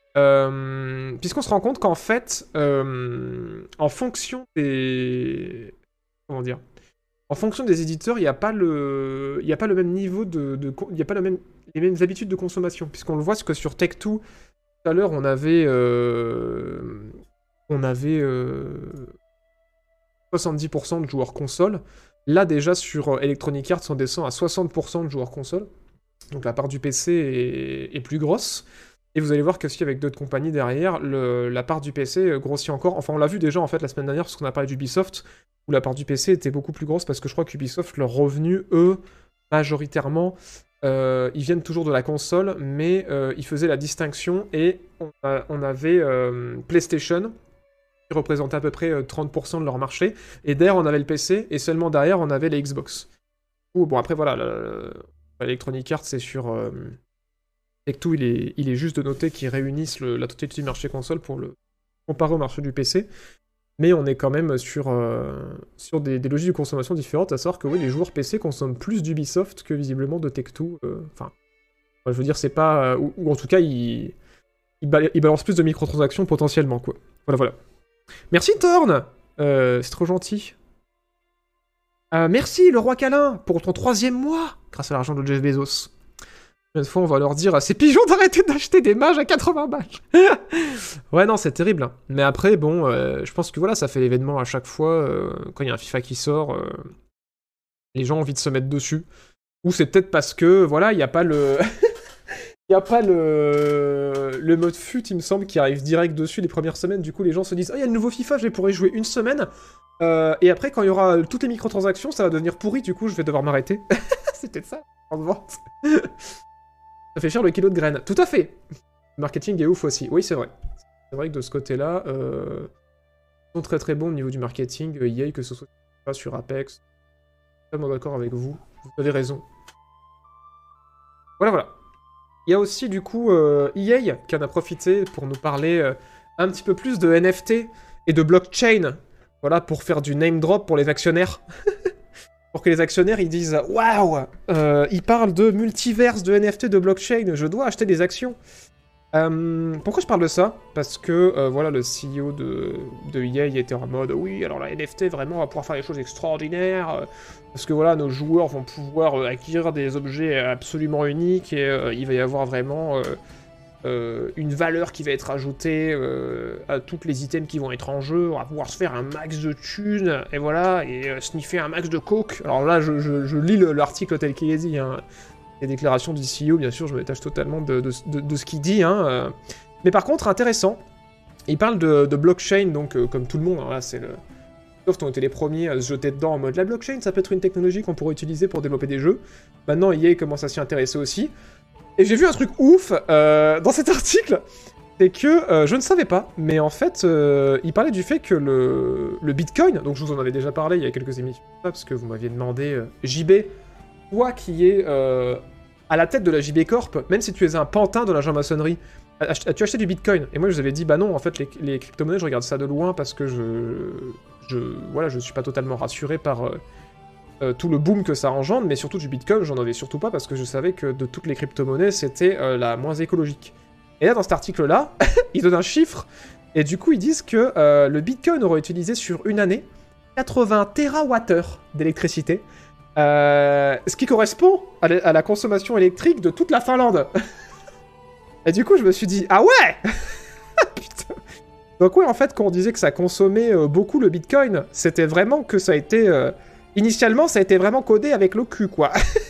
euh, puisqu'on se rend compte qu'en fait, euh, en fonction des... comment dire En fonction des éditeurs, il n'y a pas le, il y a pas le même niveau de, de, il y a pas le même, les mêmes habitudes de consommation, puisqu'on le voit, c'est que sur Take Two, tout à l'heure, on avait, euh, on avait euh, soixante-dix pour cent de joueurs console. Là, déjà, sur Electronic Arts, on descend à soixante pour cent de joueurs console. Donc la part du P C est, est plus grosse. Et vous allez voir qu'aussi avec d'autres compagnies derrière, le, la part du P C grossit encore. Enfin, on l'a vu déjà en fait la semaine dernière, parce qu'on a parlé d'Ubisoft, où la part du P C était beaucoup plus grosse, parce que je crois qu'Ubisoft, leurs revenus, eux, majoritairement, euh, ils viennent toujours de la console, mais euh, ils faisaient la distinction, et on, a, on avait euh, PlayStation, qui représentait à peu près trente pour cent de leur marché, et derrière on avait le P C, et seulement derrière on avait les Xbox. Ou bon, après voilà, Electronic Arts, c'est sur... Euh, Take Two, il est, il est juste de noter qu'ils réunissent le, la totalité du marché console pour le comparer au marché du P C. Mais on est quand même sur, euh, sur des, des logiques de consommation différentes, à savoir que oui, les joueurs P C consomment plus d'Ubisoft que visiblement de Take Two. Enfin, euh, je veux dire, c'est pas... Ou, ou en tout cas, ils, il, ba il balance plus de microtransactions potentiellement, quoi. Voilà, voilà. Merci, Thorn euh, c'est trop gentil. Euh, merci, le roi câlin, pour ton troisième mois, grâce à l'argent de Jeff Bezos. Une fois, on va leur dire à ces pigeons d'arrêter d'acheter des mages à quatre-vingts balles. Ouais, non, c'est terrible. Hein. Mais après, bon, euh, je pense que voilà, ça fait l'événement à chaque fois. Euh, quand il y a un FIFA qui sort, euh, les gens ont envie de se mettre dessus. Ou c'est peut-être parce que, voilà, il n'y a pas le... Il n'y a pas le... le mode fut, il me semble, qui arrive direct dessus les premières semaines. Du coup, les gens se disent « Ah, il y a le nouveau FIFA, je pourrais jouer une semaine. Euh, » Et après, quand il y aura toutes les microtransactions, ça va devenir pourri, du coup, je vais devoir m'arrêter. C'est peut-être ça, en vente. Ça fait cher le kilo de graines. Tout à fait. Le marketing est ouf aussi. Oui, c'est vrai. C'est vrai que de ce côté-là, euh... ils sont très très bons au niveau du marketing. E A, que ce soit sur Apex. Je suis totalement d'accord avec vous. Vous avez raison. Voilà, voilà. Il y a aussi, du coup, euh, E A qui en a profité pour nous parler euh, un petit peu plus de N F T et de blockchain. Voilà, pour faire du name drop pour les actionnaires. Pour que les actionnaires, ils disent « Waouh euh, ils parlent de multiverse, de N F T, de blockchain, je dois acheter des actions. Euh, » Pourquoi je parle de ça? Parce que, euh, voilà, le C E O de, de E A était en mode « Oui, alors la N F T, vraiment, on va pouvoir faire des choses extraordinaires. Euh, parce que, voilà, nos joueurs vont pouvoir euh, acquérir des objets absolument uniques et euh, il va y avoir vraiment... Euh, Euh, une valeur qui va être ajoutée euh, à toutes les items qui vont être en jeu, on va pouvoir se faire un max de thunes, et voilà, et euh, sniffer un max de coke. Alors là, je, je, je lis l'article tel qu'il est dit, hein. Les déclarations du C E O, bien sûr, je me détache totalement de, de, de, de ce qu'il dit, hein. Euh. Mais par contre, intéressant, il parle de, de blockchain, donc euh, comme tout le monde, hein, là, c'est le... Microsoft ont été les premiers à se jeter dedans en mode la blockchain, ça peut être une technologie qu'on pourrait utiliser pour développer des jeux. Maintenant, E A commence à s'y intéresser aussi. Et j'ai vu un truc ouf euh, dans cet article, c'est que, euh, je ne savais pas, mais en fait, euh, il parlait du fait que le, le Bitcoin, donc je vous en avais déjà parlé il y a quelques émissions, parce que vous m'aviez demandé, euh, J B, toi qui es euh, à la tête de la J B Corp, même si tu es un pantin de la franc-maçonnerie, as-tu acheté du Bitcoin? Et moi je vous avais dit, bah non, en fait, les, les crypto-monnaies, je regarde ça de loin parce que je, je, voilà, je suis pas totalement rassuré par... Euh, Euh, tout le boom que ça engendre, mais surtout du Bitcoin, j'en avais surtout pas parce que je savais que de toutes les crypto-monnaies, c'était euh, la moins écologique. Et là, dans cet article-là, ils donnent un chiffre, et du coup, ils disent que euh, le Bitcoin aurait utilisé sur une année quatre-vingts térawattheures d'électricité, euh, ce qui correspond à la, à la consommation électrique de toute la Finlande. Et du coup, je me suis dit, ah ouais. Putain. Donc ouais, en fait, quand on disait que ça consommait euh, beaucoup le Bitcoin, c'était vraiment que ça a été... Euh, Initialement, ça a été vraiment codé avec le cul, quoi.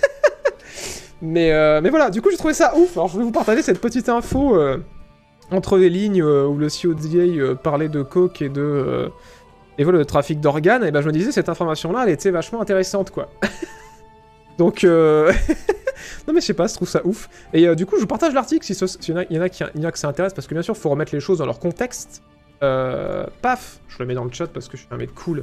mais, euh, mais voilà, du coup, j'ai trouvé ça ouf. Alors, je vais vous partager cette petite info euh, entre les lignes euh, où le C E O de E A euh, parlait de coke et de... Euh, et voilà, de trafic d'organes. Et ben, je me disais, cette information-là, elle était vachement intéressante, quoi. Donc, euh... non, mais je sais pas, je trouve ça ouf. Et euh, du coup, je vous partage l'article s'il si y, y en a qui y en a que ça intéresse, parce que bien sûr, il faut remettre les choses dans leur contexte. Euh, paf, je le mets dans le chat parce que je suis un mec cool.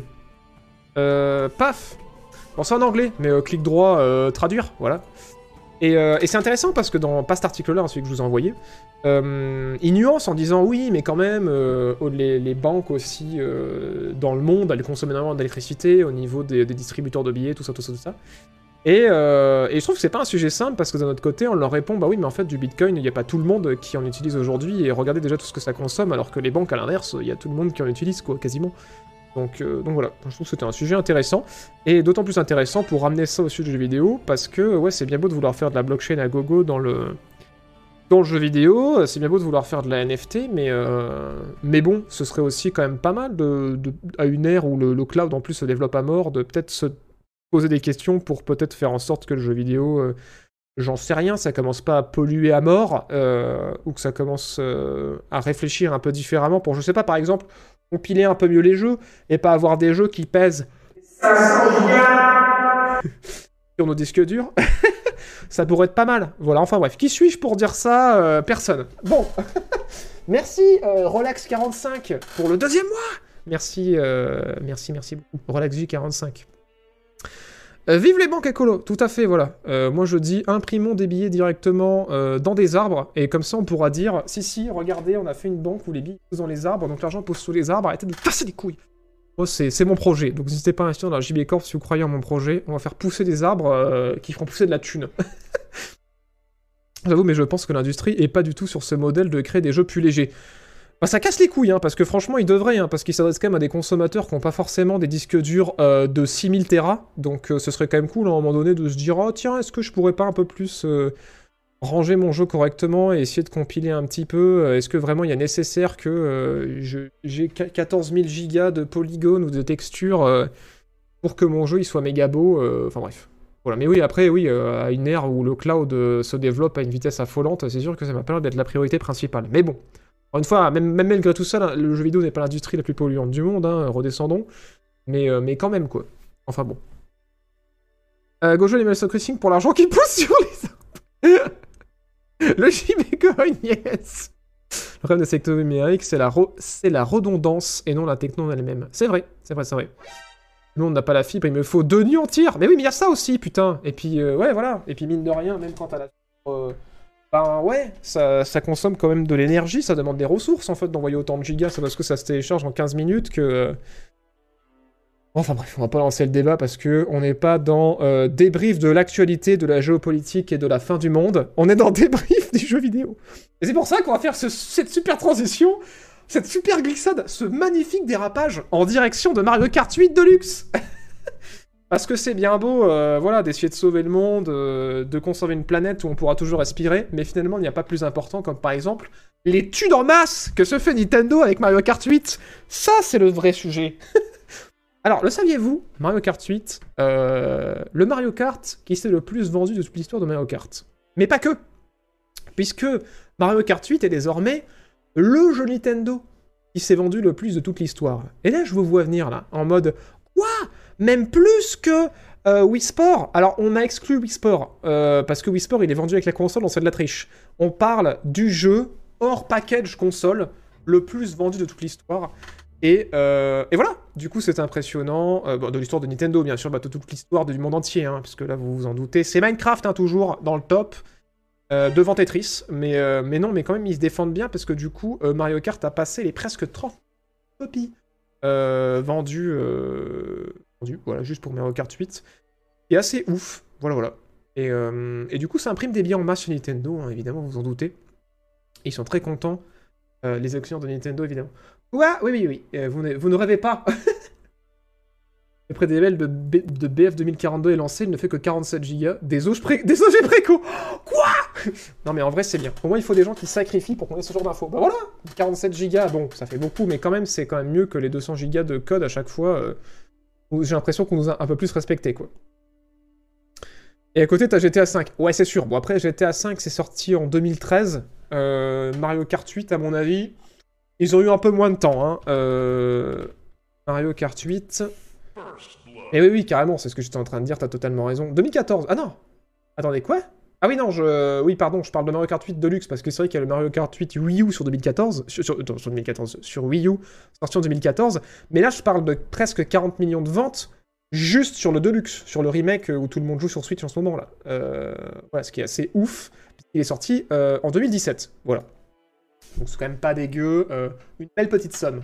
Euh, paf. Bon, c'est en anglais, mais euh, clic droit, euh, traduire, voilà. Et, euh, et c'est intéressant parce que dans, pas cet article-là, hein, celui que je vous ai envoyé, euh, il nuance en disant oui, mais quand même, euh, les, les banques aussi, euh, dans le monde, elles consomment énormément d'électricité au niveau des, des distributeurs de billets, tout ça, tout ça, tout ça. Et, euh, et je trouve que c'est pas un sujet simple parce que d'un autre côté, on leur répond bah oui, mais en fait, du Bitcoin, il n'y a pas tout le monde qui en utilise aujourd'hui et regardez déjà tout ce que ça consomme, alors que les banques, à l'inverse, il y a tout le monde qui en utilise, quoi, quasiment. Donc, euh, donc voilà, je trouve que c'était un sujet intéressant, et d'autant plus intéressant pour ramener ça au sujet du jeu vidéo, parce que, ouais, c'est bien beau de vouloir faire de la blockchain à gogo dans le, dans le jeu vidéo, c'est bien beau de vouloir faire de la N F T, mais, euh, mais bon, ce serait aussi quand même pas mal, de, de, à une ère où le, le cloud en plus se développe à mort, de peut-être se poser des questions pour peut-être faire en sorte que le jeu vidéo, euh, j'en sais rien, ça commence pas à polluer à mort, euh, ou que ça commence euh, à réfléchir un peu différemment pour, je sais pas, par exemple, compiler un peu mieux les jeux, et pas avoir des jeux qui pèsent cinq cents gigas sur nos disques durs. Ça pourrait être pas mal. Voilà, enfin bref. Qui suis-je pour dire ça? euh, Personne. Bon. Merci, euh, Rolex quarante-cinq, pour le deuxième mois. Merci, euh, merci, merci beaucoup. Rolex J quarante-cinq. Euh, vive les banques écolo, tout à fait, voilà. Euh, moi je dis, imprimons des billets directement euh, dans des arbres, et comme ça on pourra dire, si si, regardez, on a fait une banque où les billets poussent dans les arbres, donc l'argent pousse sous les arbres, arrêtez de casser les couilles. Moi c'est mon projet, donc n'hésitez pas à investir dans la J B Corp si vous croyez en mon projet, on va faire pousser des arbres euh, qui feront pousser de la thune. J'avoue, mais je pense que l'industrie est pas du tout sur ce modèle de créer des jeux plus légers. Bah, ça casse les couilles, hein, parce que franchement, ils devraient, hein, parce qu'ils s'adressent quand même à des consommateurs qui n'ont pas forcément des disques durs euh, de six mille téra, donc euh, ce serait quand même cool, hein, à un moment donné, de se dire « Oh tiens, est-ce que je pourrais pas un peu plus euh, ranger mon jeu correctement et essayer de compiler un petit peu? Est-ce que vraiment il y a nécessaire que euh, je- j'ai quatorze mille gigas de polygones ou de textures euh, pour que mon jeu il soit méga beau euh, Enfin bref. Voilà, mais oui, après, oui, euh, à une ère où le cloud euh, se développe à une vitesse affolante, c'est sûr que ça m'a pas l'air d'être la priorité principale. Mais bon, encore une fois, même, même malgré tout ça, là, le jeu vidéo n'est pas l'industrie la plus polluante du monde, hein, redescendons, mais, euh, mais quand même, quoi. Enfin bon. Euh, Gojo Animal Crossing pour l'argent qui pousse sur les arbres. Le J-Bitcoin, yes. Le problème des secteurs numériques, c'est la, re- c'est la redondance et non la techno en elle-même. C'est vrai, c'est vrai, c'est vrai. Nous, on n'a pas la fibre, il me faut deux nuits entières. Mais oui, mais il y a ça aussi, putain. Et puis, euh, ouais, voilà. Et puis, mine de rien, même quand t'as la fibre, euh, ben ouais, ça, ça consomme quand même de l'énergie, ça demande des ressources, en fait, d'envoyer autant de gigas. C'est parce que ça se télécharge en quinze minutes que... Enfin bref, on va pas lancer le débat parce que on n'est pas dans euh, débrief de l'actualité, de la géopolitique et de la fin du monde. On est dans débrief des jeux vidéo. Et c'est pour ça qu'on va faire ce- cette super transition, cette super glissade, ce magnifique dérapage en direction de Mario Kart huit Deluxe. Parce que c'est bien beau, euh, voilà, d'essayer de sauver le monde, euh, de conserver une planète où on pourra toujours respirer, mais finalement il n'y a pas plus important comme par exemple les thunes en masse que se fait Nintendo avec Mario Kart huit. Ça c'est le vrai sujet. Alors, le saviez-vous, Mario Kart huit, euh, le Mario Kart qui s'est le plus vendu de toute l'histoire de Mario Kart. Mais pas que, puisque Mario Kart huit est désormais le jeu Nintendo qui s'est vendu le plus de toute l'histoire. Et là, je vous vois venir, là, en mode « Quoi ? Même plus que euh, Wii Sport ?» Alors, on a exclu Wii Sport, euh, parce que Wii Sport, il est vendu avec la console, on fait de la triche. On parle du jeu hors package console, le plus vendu de toute l'histoire. Et, euh, et voilà, du coup c'est impressionnant, euh, bon, de l'histoire de Nintendo bien sûr, bah, de toute l'histoire du monde entier, hein, parce que là vous vous en doutez, c'est Minecraft hein, toujours dans le top, euh, devant Tetris, mais, euh, mais non, mais quand même ils se défendent bien, parce que du coup euh, Mario Kart a passé les presque trente copies euh, vendues, euh, vendues, voilà, juste pour Mario Kart huit, et assez ouf, voilà voilà. Et, euh, et du coup ça imprime des billets en masse sur Nintendo, hein, évidemment, vous vous en doutez, et ils sont très contents, euh, les actionnaires de Nintendo évidemment. Ouais, oui, oui, oui, euh, vous, ne, vous ne rêvez pas. Le prix des labels de, B, de B F deux mille quarante-deux est lancé, il ne fait que quarante-sept gigas. Des O G pré, des O G préco. Quoi? Non mais en vrai c'est bien. Au moins il faut des gens qui sacrifient pour qu'on ait ce genre d'infos. Bah voilà, quarante-sept gigas, bon, ça fait beaucoup, mais quand même c'est quand même mieux que les deux cents gigas de code à chaque fois. Euh, où j'ai l'impression qu'on nous a un peu plus respecté, quoi. Et à côté t'as G T A cinq. Ouais c'est sûr, bon après G T A cinq c'est sorti en deux mille treize. Euh, Mario Kart huit à mon avis... Ils ont eu un peu moins de temps, hein. Euh... Mario Kart huit. Et oui, oui, carrément, c'est ce que j'étais en train de dire, t'as totalement raison. deux mille quatorze, ah non. Attendez, quoi? Ah oui, non, je... Oui, pardon, je parle de Mario Kart huit Deluxe, parce que c'est vrai qu'il y a le Mario Kart huit Wii U sur deux mille quatorze, sur, sur, sur deux mille quatorze, sur Wii U, sorti en deux mille quatorze, mais là, je parle de presque quarante millions de ventes, juste sur le Deluxe, sur le remake où tout le monde joue sur Switch en ce moment, là. Euh... Voilà, ce qui est assez ouf, il est sorti euh, en deux mille dix-sept, voilà. Donc c'est quand même pas dégueu, euh, une belle petite somme.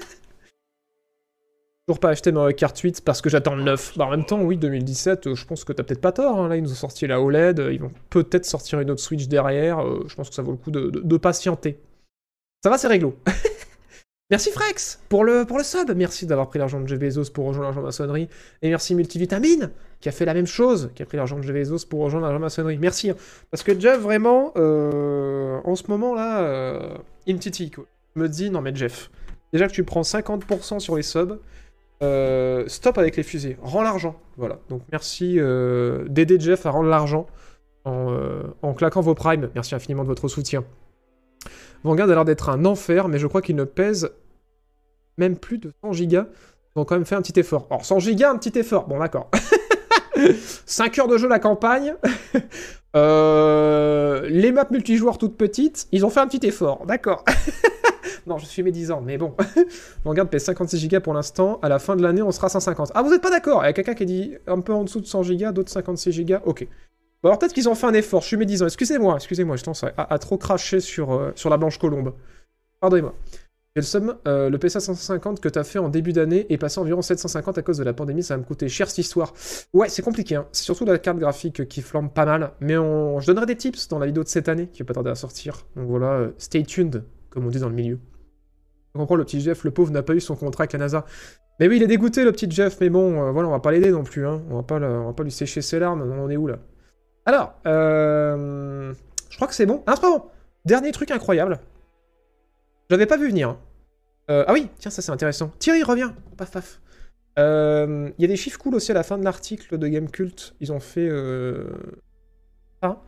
Toujours pas acheté Mario Kart huit parce que j'attends le neuf. Bah en même temps, oui, deux mille dix-sept, euh, je pense que t'as peut-être pas tort, hein. Là ils nous ont sorti la O L E D, ils vont peut-être sortir une autre Switch derrière, euh, je pense que ça vaut le coup de, de, de patienter. Ça va, c'est réglo. Merci Frex pour le, pour le sub, merci d'avoir pris l'argent de Jeff Bezos pour rejoindre l'argent de maçonnerie, et merci Multivitamine qui a fait la même chose, qui a pris l'argent de Jeff Bezos pour rejoindre l'argent de maçonnerie. Merci, hein. Parce que Jeff, vraiment, euh, en ce moment-là, euh, il me titille, quoi. Je me dis, non mais Jeff, déjà que tu prends cinquante pour cent sur les subs, euh, stop avec les fusées, rends l'argent, voilà. Donc merci euh, d'aider Jeff à rendre l'argent en, euh, en claquant vos primes, merci infiniment de votre soutien. Vanguard a l'air d'être un enfer, mais je crois qu'il ne pèse même plus de cent gigas. Ils ont quand même fait un petit effort. Alors, cent gigas, un petit effort. Bon, d'accord. cinq heures de jeu la campagne. euh... Les maps multijoueurs toutes petites. Ils ont fait un petit effort. D'accord. Non, je suis médisant, mais bon. Vanguard pèse cinquante-six gigas pour l'instant. À la fin de l'année, on sera à cent cinquante. Ah, vous n'êtes pas d'accord? Il y a quelqu'un qui dit un peu en dessous de cent gigas, d'autres cinquante-six gigas. Ok. Bon, alors peut-être qu'ils ont fait un effort, je suis médisant. Excusez-moi, excusez-moi, je tendance à, à, à trop cracher sur, euh, sur la blanche colombe. Pardonnez-moi. J'ai le somme, euh, le P C cent cinquante que t'as fait en début d'année est passé environ sept cent cinquante à cause de la pandémie, ça va me coûter cher cette histoire. Ouais, c'est compliqué, hein. C'est surtout la carte graphique qui flambe pas mal, mais on... je donnerai des tips dans la vidéo de cette année, qui va pas tarder à sortir. Donc voilà, euh, stay tuned, comme on dit dans le milieu. Je comprends, le petit Jeff, le pauvre, n'a pas eu son contrat avec la NASA. Mais oui, il est dégoûté, le petit Jeff, mais bon, euh, voilà, on va pas l'aider non plus, hein. On va pas, le... on va pas lui sécher ses larmes, on en est où, là? Alors, euh... je crois que c'est bon. Ah, c'est pas bon. Dernier truc incroyable. Je l'avais pas vu venir, hein. Euh, ah oui, tiens, ça c'est intéressant. Thierry, reviens. Paf, paf. Il euh, y a des chiffres cool aussi à la fin de l'article de Gamecult. Ils ont fait... Euh... Ah.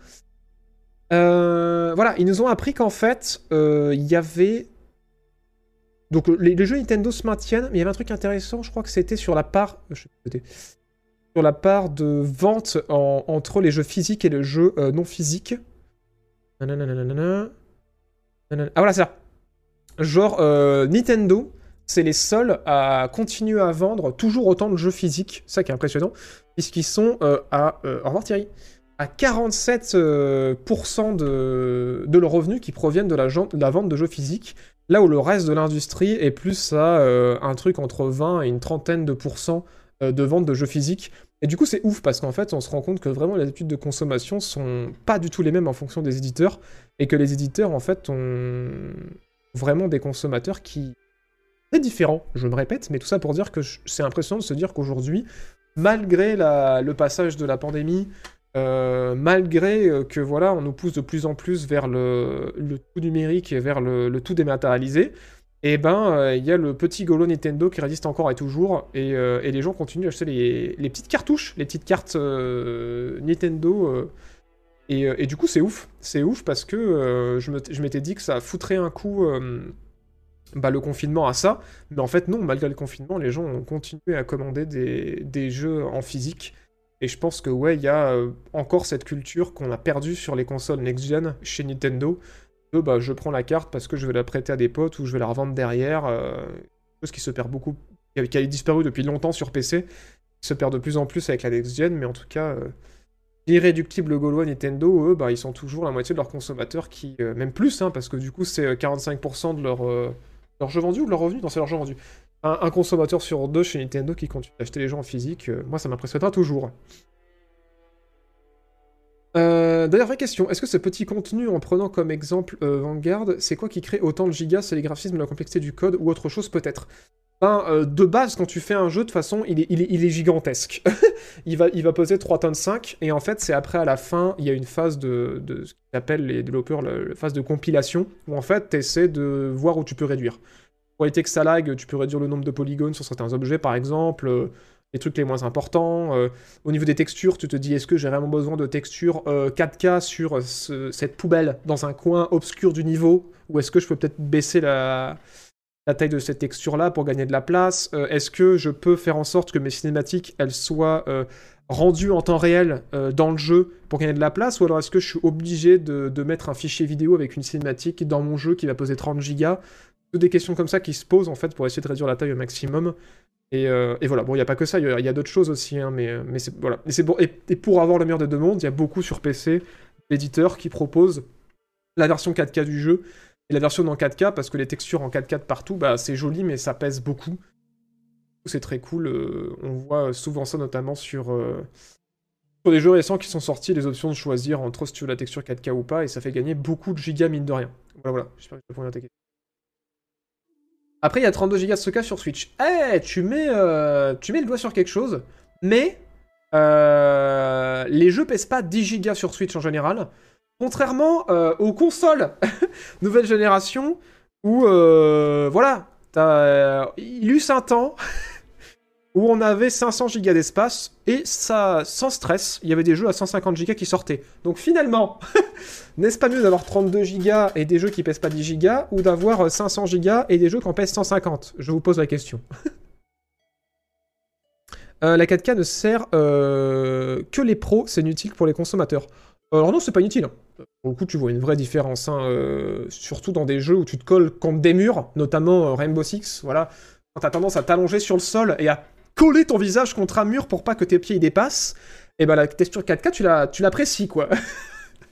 Euh, voilà, ils nous ont appris qu'en fait, il euh, y avait... Donc les, les jeux Nintendo se maintiennent, mais il y avait un truc intéressant, je crois que c'était sur la part... Je sais pas, c'était... Sur la part de vente en, entre les jeux physiques et les jeux euh, non physiques. Nanana. Ah voilà, c'est ça. Genre, euh, Nintendo, c'est les seuls à continuer à vendre toujours autant de jeux physiques, ça qui est impressionnant, puisqu'ils sont euh, à, euh, au revoir Thierry, à quarante-sept pour cent de, de leurs revenus qui proviennent de la, de la vente de jeux physiques, là où le reste de l'industrie est plus à euh, un truc entre vingt et une trentaine de pourcents de vente de jeux physiques. Et du coup, c'est ouf, parce qu'en fait, on se rend compte que vraiment les habitudes de consommation sont pas du tout les mêmes en fonction des éditeurs, et que les éditeurs, en fait, ont vraiment des consommateurs qui... C'est différent, je me répète, mais tout ça pour dire que c'est impressionnant de se dire qu'aujourd'hui, malgré la... le passage de la pandémie, euh, malgré que, voilà, on nous pousse de plus en plus vers le, le tout numérique et vers le, le tout dématérialisé, et ben, il euh, y a le petit golo Nintendo qui résiste encore et toujours, et, euh, et les gens continuent d'acheter les, les petites cartouches, les petites cartes euh, Nintendo, euh, et, euh, et du coup c'est ouf, c'est ouf parce que euh, je m'étais dit que ça foutrait un coup euh, bah, le confinement à ça, mais en fait non, malgré le confinement, les gens ont continué à commander des, des jeux en physique, et je pense que ouais, il y a euh, encore cette culture qu'on a perdue sur les consoles next-gen chez Nintendo, de, bah, je prends la carte parce que je vais la prêter à des potes ou je vais la revendre derrière. Euh, chose qui se perd beaucoup, qui a disparu depuis longtemps sur P C, qui se perd de plus en plus avec la next-gen, mais en tout cas, euh, l'irréductible gaulois Nintendo, eux, bah, ils sont toujours la moitié de leurs consommateurs qui... Euh, même plus, hein, parce que du coup, c'est quarante-cinq pour cent de leur, euh, leur jeu vendu ou de leur revenu. Non, c'est leur jeu vendu. Un, un consommateur sur deux chez Nintendo qui continue d'acheter les jeux en physique, euh, moi, ça m'impressionnera toujours. Euh, D'ailleurs, vraie question, est-ce que ce petit contenu, en prenant comme exemple euh, Vanguard, c'est quoi qui crée autant de gigas? C'est les graphismes, la complexité du code ou autre chose peut-être? Ben, euh, de base, quand tu fais un jeu, de toute façon, il est, il est, il est gigantesque. il, va, il va peser trois tonnes cinq, et en fait, c'est après, à la fin, il y a une phase de, de ce qu'ils appellent les développeurs, la, la phase de compilation, où en fait, tu essaies de voir où tu peux réduire. Pour éviter que ça lag, tu peux réduire le nombre de polygones sur certains objets, par exemple... Euh, les trucs les moins importants. Euh, au niveau des textures, tu te dis, est-ce que j'ai vraiment besoin de textures euh, quatre K sur ce, cette poubelle dans un coin obscur du niveau? Ou est-ce que je peux peut-être baisser la, la taille de cette texture-là pour gagner de la place? euh, Est-ce que je peux faire en sorte que mes cinématiques, elles soient euh, rendues en temps réel euh, dans le jeu pour gagner de la place? Ou alors est-ce que je suis obligé de, de mettre un fichier vidéo avec une cinématique dans mon jeu qui va peser trente gigas? Toutes des questions comme ça qui se posent, en fait, pour essayer de réduire la taille au maximum. Et, euh, et voilà, bon, il n'y a pas que ça, il y a, a d'autres choses aussi, hein, mais, mais c'est voilà. Et, bon, et, et pour avoir le meilleur des deux mondes, il y a beaucoup sur P C d'éditeurs qui proposent la version quatre K du jeu et la version en quatre K, parce que les textures en quatre K de partout, bah, c'est joli, mais ça pèse beaucoup. C'est très cool, euh, on voit souvent ça notamment sur, euh, sur les jeux récents qui sont sortis, les options de choisir entre si tu veux la texture quatre K ou pas, et ça fait gagner beaucoup de gigas mine de rien. Voilà, voilà, j'espère que je réponds à ta question. Après, il y a trente-deux gigas de stockage sur Switch. Eh, hey, tu mets, euh, tu mets le doigt sur quelque chose, mais euh, les jeux pèsent pas dix gigas sur Switch en général, contrairement euh, aux consoles nouvelle génération, où, euh, voilà, t'as, euh, il y a eu un temps où on avait cinq cents gigas d'espace, et ça, sans stress, il y avait des jeux à cent cinquante gigas qui sortaient. Donc finalement, n'est-ce pas mieux d'avoir trente-deux gigas et des jeux qui pèsent pas dix gigas, ou d'avoir cinq cents gigas et des jeux qui en pèsent cent cinquante? Je vous pose la question. euh, la quatre K ne sert euh, que les pros, c'est inutile pour les consommateurs. Alors non, c'est pas inutile. Pour le coup, tu vois une vraie différence, hein, euh, surtout dans des jeux où tu te colles contre des murs, notamment euh, Rainbow Six, voilà. Quand t'as tendance à t'allonger sur le sol et à coller ton visage contre un mur pour pas que tes pieds y dépassent, et ben la texture quatre K, tu l'apprécies, quoi.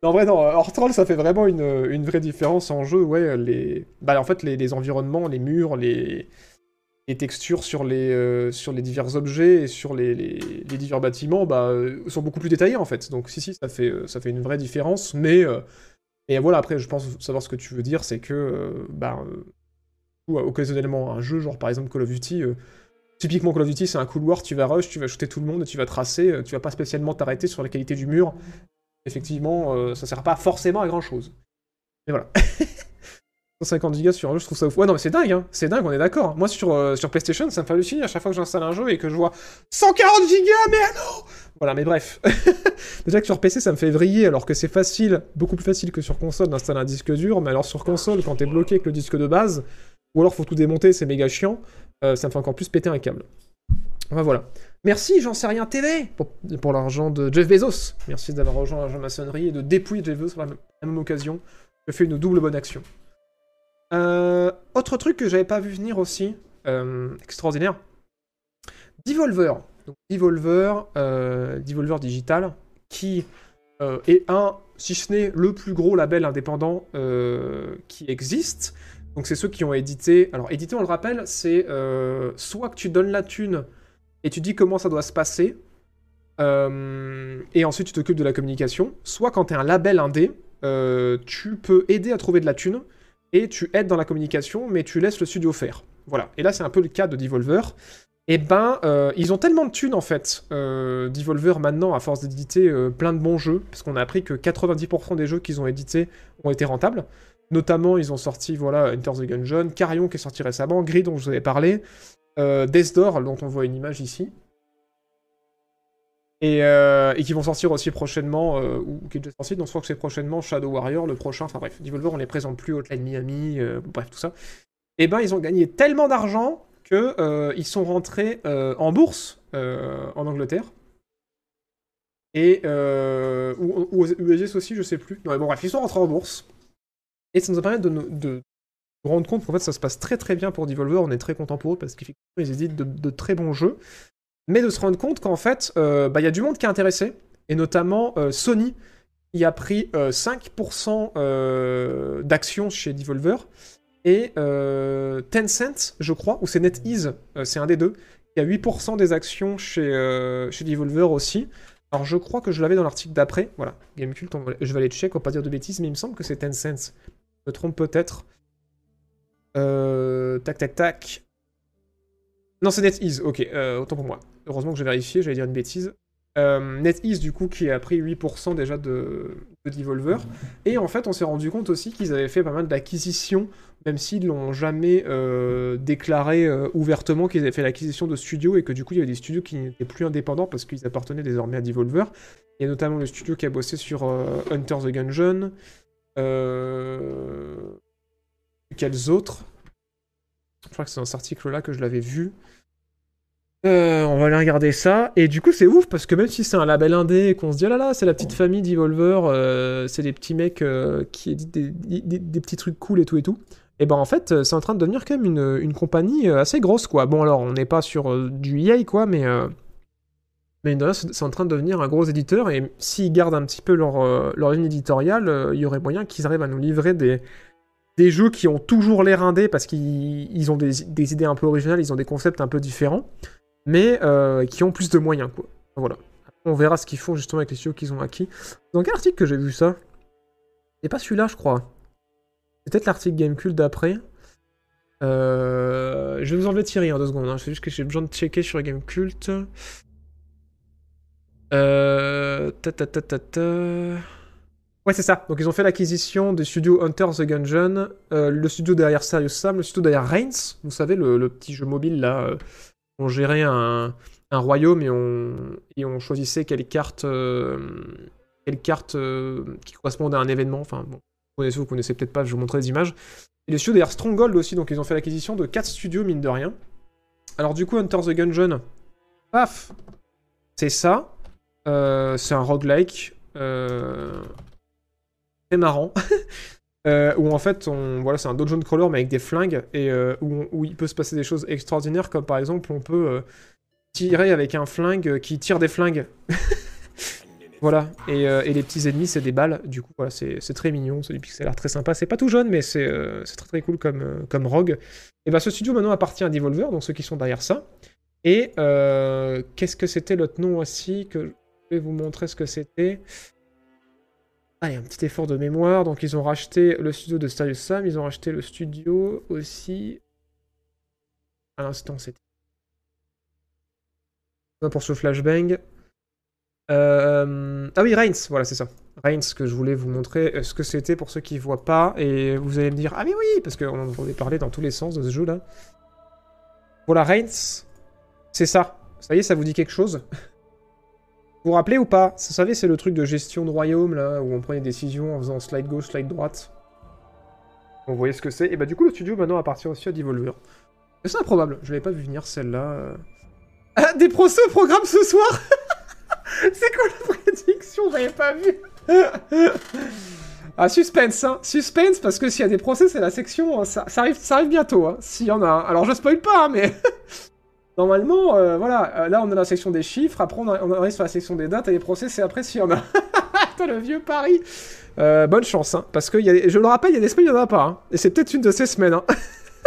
Non, en vrai, non, hors troll, ça fait vraiment une, une vraie différence en jeu, ouais, les... Bah, en fait, les, les environnements, les murs, les, les textures sur les, euh, sur les divers objets et sur les, les, les divers bâtiments, bah, euh, sont beaucoup plus détaillés, en fait. Donc, si, si, ça fait, ça fait une vraie différence, mais... Euh... Et voilà, après, je pense savoir ce que tu veux dire, c'est que, euh, bah... Euh, ou, occasionnellement, un jeu, genre, par exemple, Call of Duty... Euh, typiquement, Call of Duty, c'est un couloir, tu vas rush, tu vas shooter tout le monde, tu vas tracer, euh, tu vas pas spécialement t'arrêter sur la qualité du mur... Effectivement, euh, ça sert pas forcément à grand chose. Mais voilà. cent cinquante gigas sur un jeu, je trouve ça ouf. Ouais, non, mais c'est dingue, hein. C'est dingue, on est d'accord. Moi, sur, euh, sur PlayStation, ça me fait halluciner à chaque fois que j'installe un jeu et que je vois cent quarante gigas, mais ah non. Voilà, mais bref. Déjà que sur P C, ça me fait vriller, alors que c'est facile, beaucoup plus facile que sur console d'installer un disque dur, mais alors sur console, quand t'es bloqué avec le disque de base, ou alors faut tout démonter, c'est méga chiant, euh, ça me fait encore plus péter un câble. Enfin, voilà. Merci, j'en sais rien T V pour, pour l'argent de Jeff Bezos. Merci d'avoir rejoint l'argent maçonnerie et de dépouiller Jeff Bezos par la même, la même occasion. Je fais une double bonne action. Euh, autre truc que j'avais pas vu venir aussi, euh, extraordinaire. Devolver. Donc Devolver, euh, Devolver Digital, qui euh, est un, si ce n'est le plus gros label indépendant euh, qui existe. Donc c'est ceux qui ont édité... Alors éditer, on le rappelle, c'est euh, soit que tu donnes la thune et tu dis comment ça doit se passer, euh, et ensuite tu t'occupes de la communication, soit quand t'es un label indé, euh, tu peux aider à trouver de la thune, et tu aides dans la communication, mais tu laisses le studio faire. Voilà. Et là, c'est un peu le cas de Devolver. Et ben, euh, ils ont tellement de thunes, en fait, euh, Devolver, maintenant, à force d'éditer euh, plein de bons jeux, parce qu'on a appris que quatre-vingt-dix pour cent des jeux qu'ils ont édités ont été rentables. Notamment, ils ont sorti, voilà, Enter the Gungeon, Carrion qui est sorti récemment, Grid dont je vous avais parlé, euh, Death Door, dont on voit une image ici, et, euh, et qui vont sortir aussi prochainement, euh, ou qui est déjà sorti, donc je crois que c'est prochainement Shadow Warrior, le prochain, enfin bref, Devolver, on les présente plus, Hotline Miami, euh, bref, tout ça. Et ben, ils ont gagné tellement d'argent qu'ils euh, sont rentrés euh, en bourse euh, en Angleterre, et euh, ou, ou aux U S A aussi, je sais plus. Non, mais bon, bref, ils sont rentrés en bourse, et ça nous a permis de, de, de rendre compte qu'en fait ça se passe très très bien pour Devolver, on est très content pour eux parce qu'effectivement ils éditent de, de très bons jeux, mais de se rendre compte qu'en fait il euh, bah, y a du monde qui est intéressé, et notamment euh, Sony qui a pris euh, cinq pour cent euh, d'actions chez Devolver, et euh, Tencent, je crois, ou c'est NetEase, euh, c'est un des deux, qui a huit pour cent des actions chez, euh, chez Devolver aussi. Alors je crois que je l'avais dans l'article d'après, voilà, Gamecult, va... je vais aller check, on va pas dire de bêtises, mais il me semble que c'est Tencent. Je me trompe peut-être. Euh, tac, tac, tac. Non, c'est NetEase, ok, euh, autant pour moi. Heureusement que j'ai vérifié, j'allais dire une bêtise. Euh, NetEase, du coup, qui a pris huit pour cent déjà de, de Devolver. Et en fait, on s'est rendu compte aussi qu'ils avaient fait pas mal d'acquisitions, même s'ils l'ont jamais euh, déclaré euh, ouvertement qu'ils avaient fait l'acquisition de studios, et que du coup, il y avait des studios qui n'étaient plus indépendants parce qu'ils appartenaient désormais à Devolver. Il y a notamment le studio qui a bossé sur euh, Enter the Gungeon. Euh... Quels autres? Je crois que c'est dans cet article-là que je l'avais vu. Euh, on va aller regarder ça. Et du coup, c'est ouf, parce que même si c'est un label indé et qu'on se dit, ah là là, c'est la petite famille Devolver, euh, c'est des petits mecs euh, qui éditent des, des, des petits trucs cool et tout et tout, et ben en fait, c'est en train de devenir quand même une, une compagnie assez grosse, quoi. Bon, alors, on n'est pas sur euh, du E A, quoi, mais... Euh, mais là, c'est en train de devenir un gros éditeur, et s'ils gardent un petit peu leur, euh, leur ligne éditoriale, euh, il y aurait moyen qu'ils arrivent à nous livrer des... des jeux qui ont toujours l'air indés parce qu'ils ont des, des idées un peu originales, ils ont des concepts un peu différents, mais euh, qui ont plus de moyens, quoi. Voilà. On verra ce qu'ils font justement avec les studios qu'ils ont acquis. Dans quel article que j'ai vu ça? C'est pas celui-là, je crois. C'est peut-être l'article Gamecult d'après. Euh... Je vais vous enlever Thierry en deux secondes. Hein. C'est juste que j'ai besoin de checker sur Gamecult. Euh... Ta ta ta ta ta... Ouais, c'est ça. Donc, ils ont fait l'acquisition du studio Enter the Gungeon, euh, le studio derrière Serious Sam, le studio derrière Reigns, vous savez, le, le petit jeu mobile, là. Euh, on gérait un, un royaume et on, et on choisissait quelle carte, euh, quelle carte euh, qui correspondait à un événement. Enfin, bon, vous connaissez, vous connaissez peut-être pas, je vais vous montrer des images. Et le studio derrière Stronghold aussi, donc ils ont fait l'acquisition de quatre studios, mine de rien. Alors, du coup, Enter the Gungeon, paf, c'est ça. Euh, c'est un roguelike. Euh... C'est marrant. euh, où en fait, on, voilà, c'est un dungeon crawler mais avec des flingues, et euh, où, on, où il peut se passer des choses extraordinaires, comme par exemple, on peut euh, tirer avec un flingue qui tire des flingues. Voilà, et, euh, et les petits ennemis, c'est des balles. Du coup, voilà, c'est très mignon, c'est du pixel art très sympa. C'est pas tout jaune, mais c'est euh, très très cool comme, euh, comme rogue. Et bah, ce studio maintenant appartient à Devolver, donc ceux qui sont derrière ça. Et euh, qu'est-ce que c'était l'autre nom aussi que je vais vous montrer ce que c'était. Allez, un petit effort de mémoire. Donc, ils ont racheté le studio de Serious Sam, ils ont racheté le studio aussi. À l'instant, c'était. Pour ce flashbang. Euh... Ah oui, Reigns, voilà, c'est ça. Reigns, que je voulais vous montrer ce que c'était pour ceux qui ne voient pas. Et vous allez me dire, ah mais oui, parce qu'on en avait parlé dans tous les sens de ce jeu-là. Voilà, Reigns, c'est ça. Ça y est, ça vous dit quelque chose? Vous vous rappelez ou pas? Vous savez, c'est le truc de gestion de royaume, là, où on prenait des décisions en faisant slide gauche, slide droite. Vous voyez ce que c'est? Et bah du coup, le studio, maintenant, appartient aussi à Devolver. C'est improbable, je l'avais pas vu venir, celle-là. Ah, des procès au programme ce soir. C'est quoi la prédiction? J'avais pas vu. Ah, suspense, hein. Suspense, parce que s'il y a des procès, c'est la section... Ça, ça, arrive, ça arrive bientôt, hein. S'il y en a un. Alors, je spoil pas, hein, mais... Normalement, euh, voilà. Là, on a la section des chiffres. Après, on, a, on arrive sur la section des dates. Et les procès, c'est après s'il y en a. Putain, le vieux Paris. Euh, bonne chance, hein. Parce que, y a des... je le rappelle, il y a des semaines, il n'y en a pas. Hein. Et c'est peut-être une de ces semaines, hein.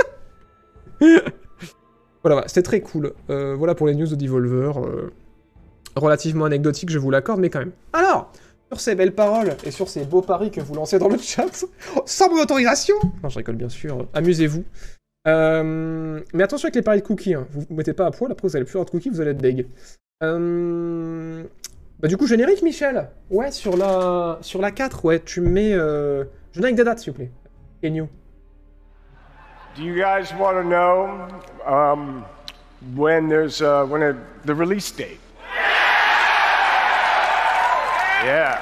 Voilà, voilà. C'était très cool. Euh, voilà pour les news de Devolver. Euh... Relativement anecdotique, je vous l'accorde, mais quand même. Alors, sur ces belles paroles et sur ces beaux paris que vous lancez dans le chat, sans mon autorisation, non, je rigole bien sûr, amusez-vous. Euh, mais attention avec les paris de cookies, hein. Vous vous mettez pas à poil, après vous allez plus avoir de cookies, vous allez être deg. Euh... Bah du coup, générique, Michel. Ouais, sur la sur la quatre, ouais, tu me mets... Euh... Générique des dates, s'il vous plaît. Et new. Do you guys want to know um, when there's uh, when a, the release date? Yeah.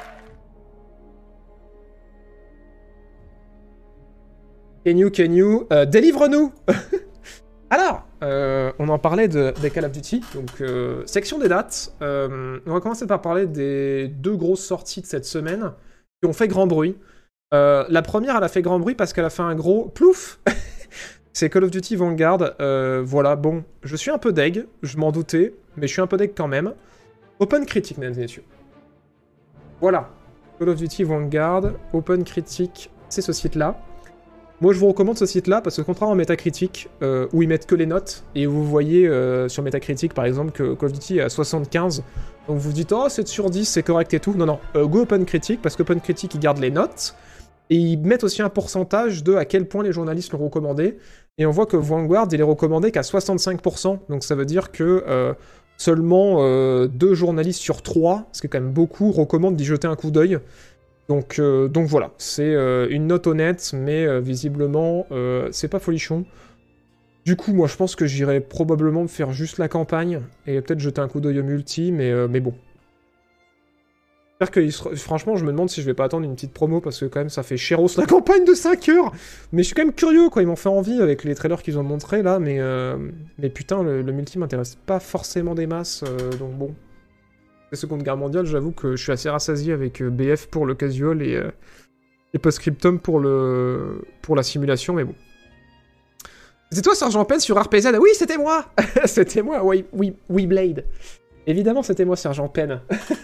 Can you, can you, euh, délivre-nous. Alors, euh, on en parlait de, des Call of Duty, donc euh, section des dates. Euh, on va commencer par parler des deux grosses sorties de cette semaine qui ont fait grand bruit. Euh, la première, elle a fait grand bruit parce qu'elle a fait un gros plouf. C'est Call of Duty Vanguard. Euh, voilà, bon, je suis un peu deg, je m'en doutais, mais je suis un peu deg quand même. Open Critique, mesdames et messieurs. Voilà, Call of Duty Vanguard, Open Critique, c'est ce site-là. Moi, je vous recommande ce site-là, parce que contrairement à Metacritic, euh, où ils mettent que les notes, et vous voyez euh, sur Metacritic, par exemple, que Call of Duty est à soixante-quinze, donc vous vous dites « Oh, sept sur dix, c'est correct et tout ». Non, non, euh, go Open Critique, parce qu'Open Critique, ils gardent les notes, et ils mettent aussi un pourcentage de à quel point les journalistes l'ont recommandé, et on voit que Vanguard, il est recommandé qu'à soixante-cinq pour cent, donc ça veut dire que... Euh, Seulement euh, deux journalistes sur trois, ce qui est quand même beaucoup, recommandent d'y jeter un coup d'œil. Donc, euh, donc voilà, c'est euh, une note honnête, mais euh, visiblement, euh, c'est pas folichon. Du coup, moi je pense que j'irai probablement me faire juste la campagne, et peut-être jeter un coup d'œil au multi, mais, euh, mais bon. J'espère que, se... franchement, je me demande si je vais pas attendre une petite promo, parce que quand même ça fait chéros la campagne de cinq heures. Mais je suis quand même curieux, quoi, ils m'ont fait envie avec les trailers qu'ils ont montrés là, mais, euh... mais putain, le, le multi m'intéresse pas forcément des masses, euh, donc bon. La Seconde Guerre mondiale, j'avoue que je suis assez rassasié avec euh, B F pour le casual et, euh... et Postscriptum pour, le... pour la simulation, mais bon. C'est toi, Sergent Pen, sur R P Z? Oui, c'était moi. C'était moi, oui, oui, oui, Blade. Évidemment, c'était moi, Sergent Pen.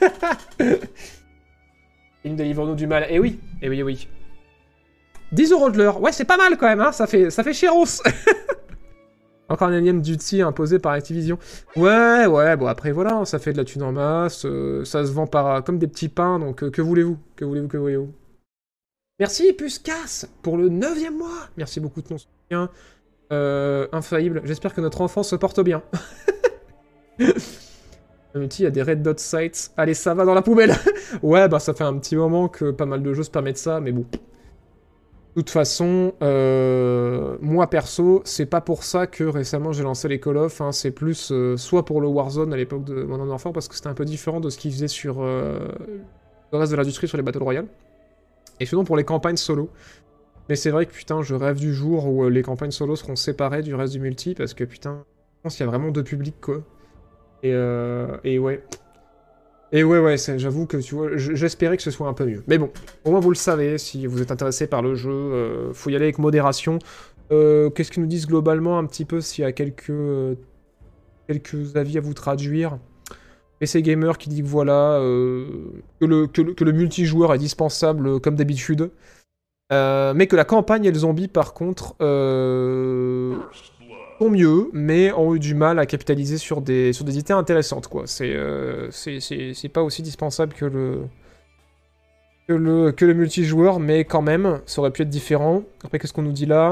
Il délivre-nous du mal. Eh oui, eh oui, eh oui. dix euros de l'heure. Ouais, c'est pas mal quand même, hein. Ça fait, ça fait chéros. Encore un énième duty imposé par Activision. Ouais, ouais, bon après voilà, ça fait de la thune en masse. Euh, ça se vend par, comme des petits pains, donc euh, que voulez-vous? Que voulez-vous, que voulez-vous? Merci, Puskas, pour le neuvième mois. Merci beaucoup de ton soutien. Euh, infaillible. J'espère que notre enfant se porte bien. Il y a des red dot sites. Allez, ça va dans la poubelle. Ouais, bah ça fait un petit moment que pas mal de jeux se permettent ça, mais bon. De toute façon, euh, moi perso, c'est pas pour ça que récemment j'ai lancé les Call of, hein, c'est plus euh, soit pour le Warzone à l'époque de mon enfant, parce que c'était un peu différent de ce qu'ils faisaient sur euh, le reste de l'industrie sur les Battle Royale, et sinon pour les campagnes solo. Mais c'est vrai que putain, je rêve du jour où euh, les campagnes solo seront séparées du reste du multi, parce que putain, je pense qu'il y a vraiment deux publics quoi. Et, euh, et ouais. Et ouais, ouais, j'avoue que, tu vois, j'espérais que ce soit un peu mieux. Mais bon, au moins vous le savez, si vous êtes intéressé par le jeu, euh, faut y aller avec modération. Euh, Qu'est-ce qu'ils nous disent globalement un petit peu, s'il y a quelques, euh, quelques avis à vous traduire? P C Gamer qui dit que voilà, euh, que, le, que, le, que le multijoueur est dispensable euh, comme d'habitude. Euh, mais que la campagne et le zombie, par contre, euh, sont mieux, mais ont eu du mal à capitaliser sur des, sur des idées intéressantes, quoi. C'est euh, c'est pas aussi dispensable que le, que, le, que le multijoueur, mais quand même, ça aurait pu être différent. Après, qu'est-ce qu'on nous dit là ?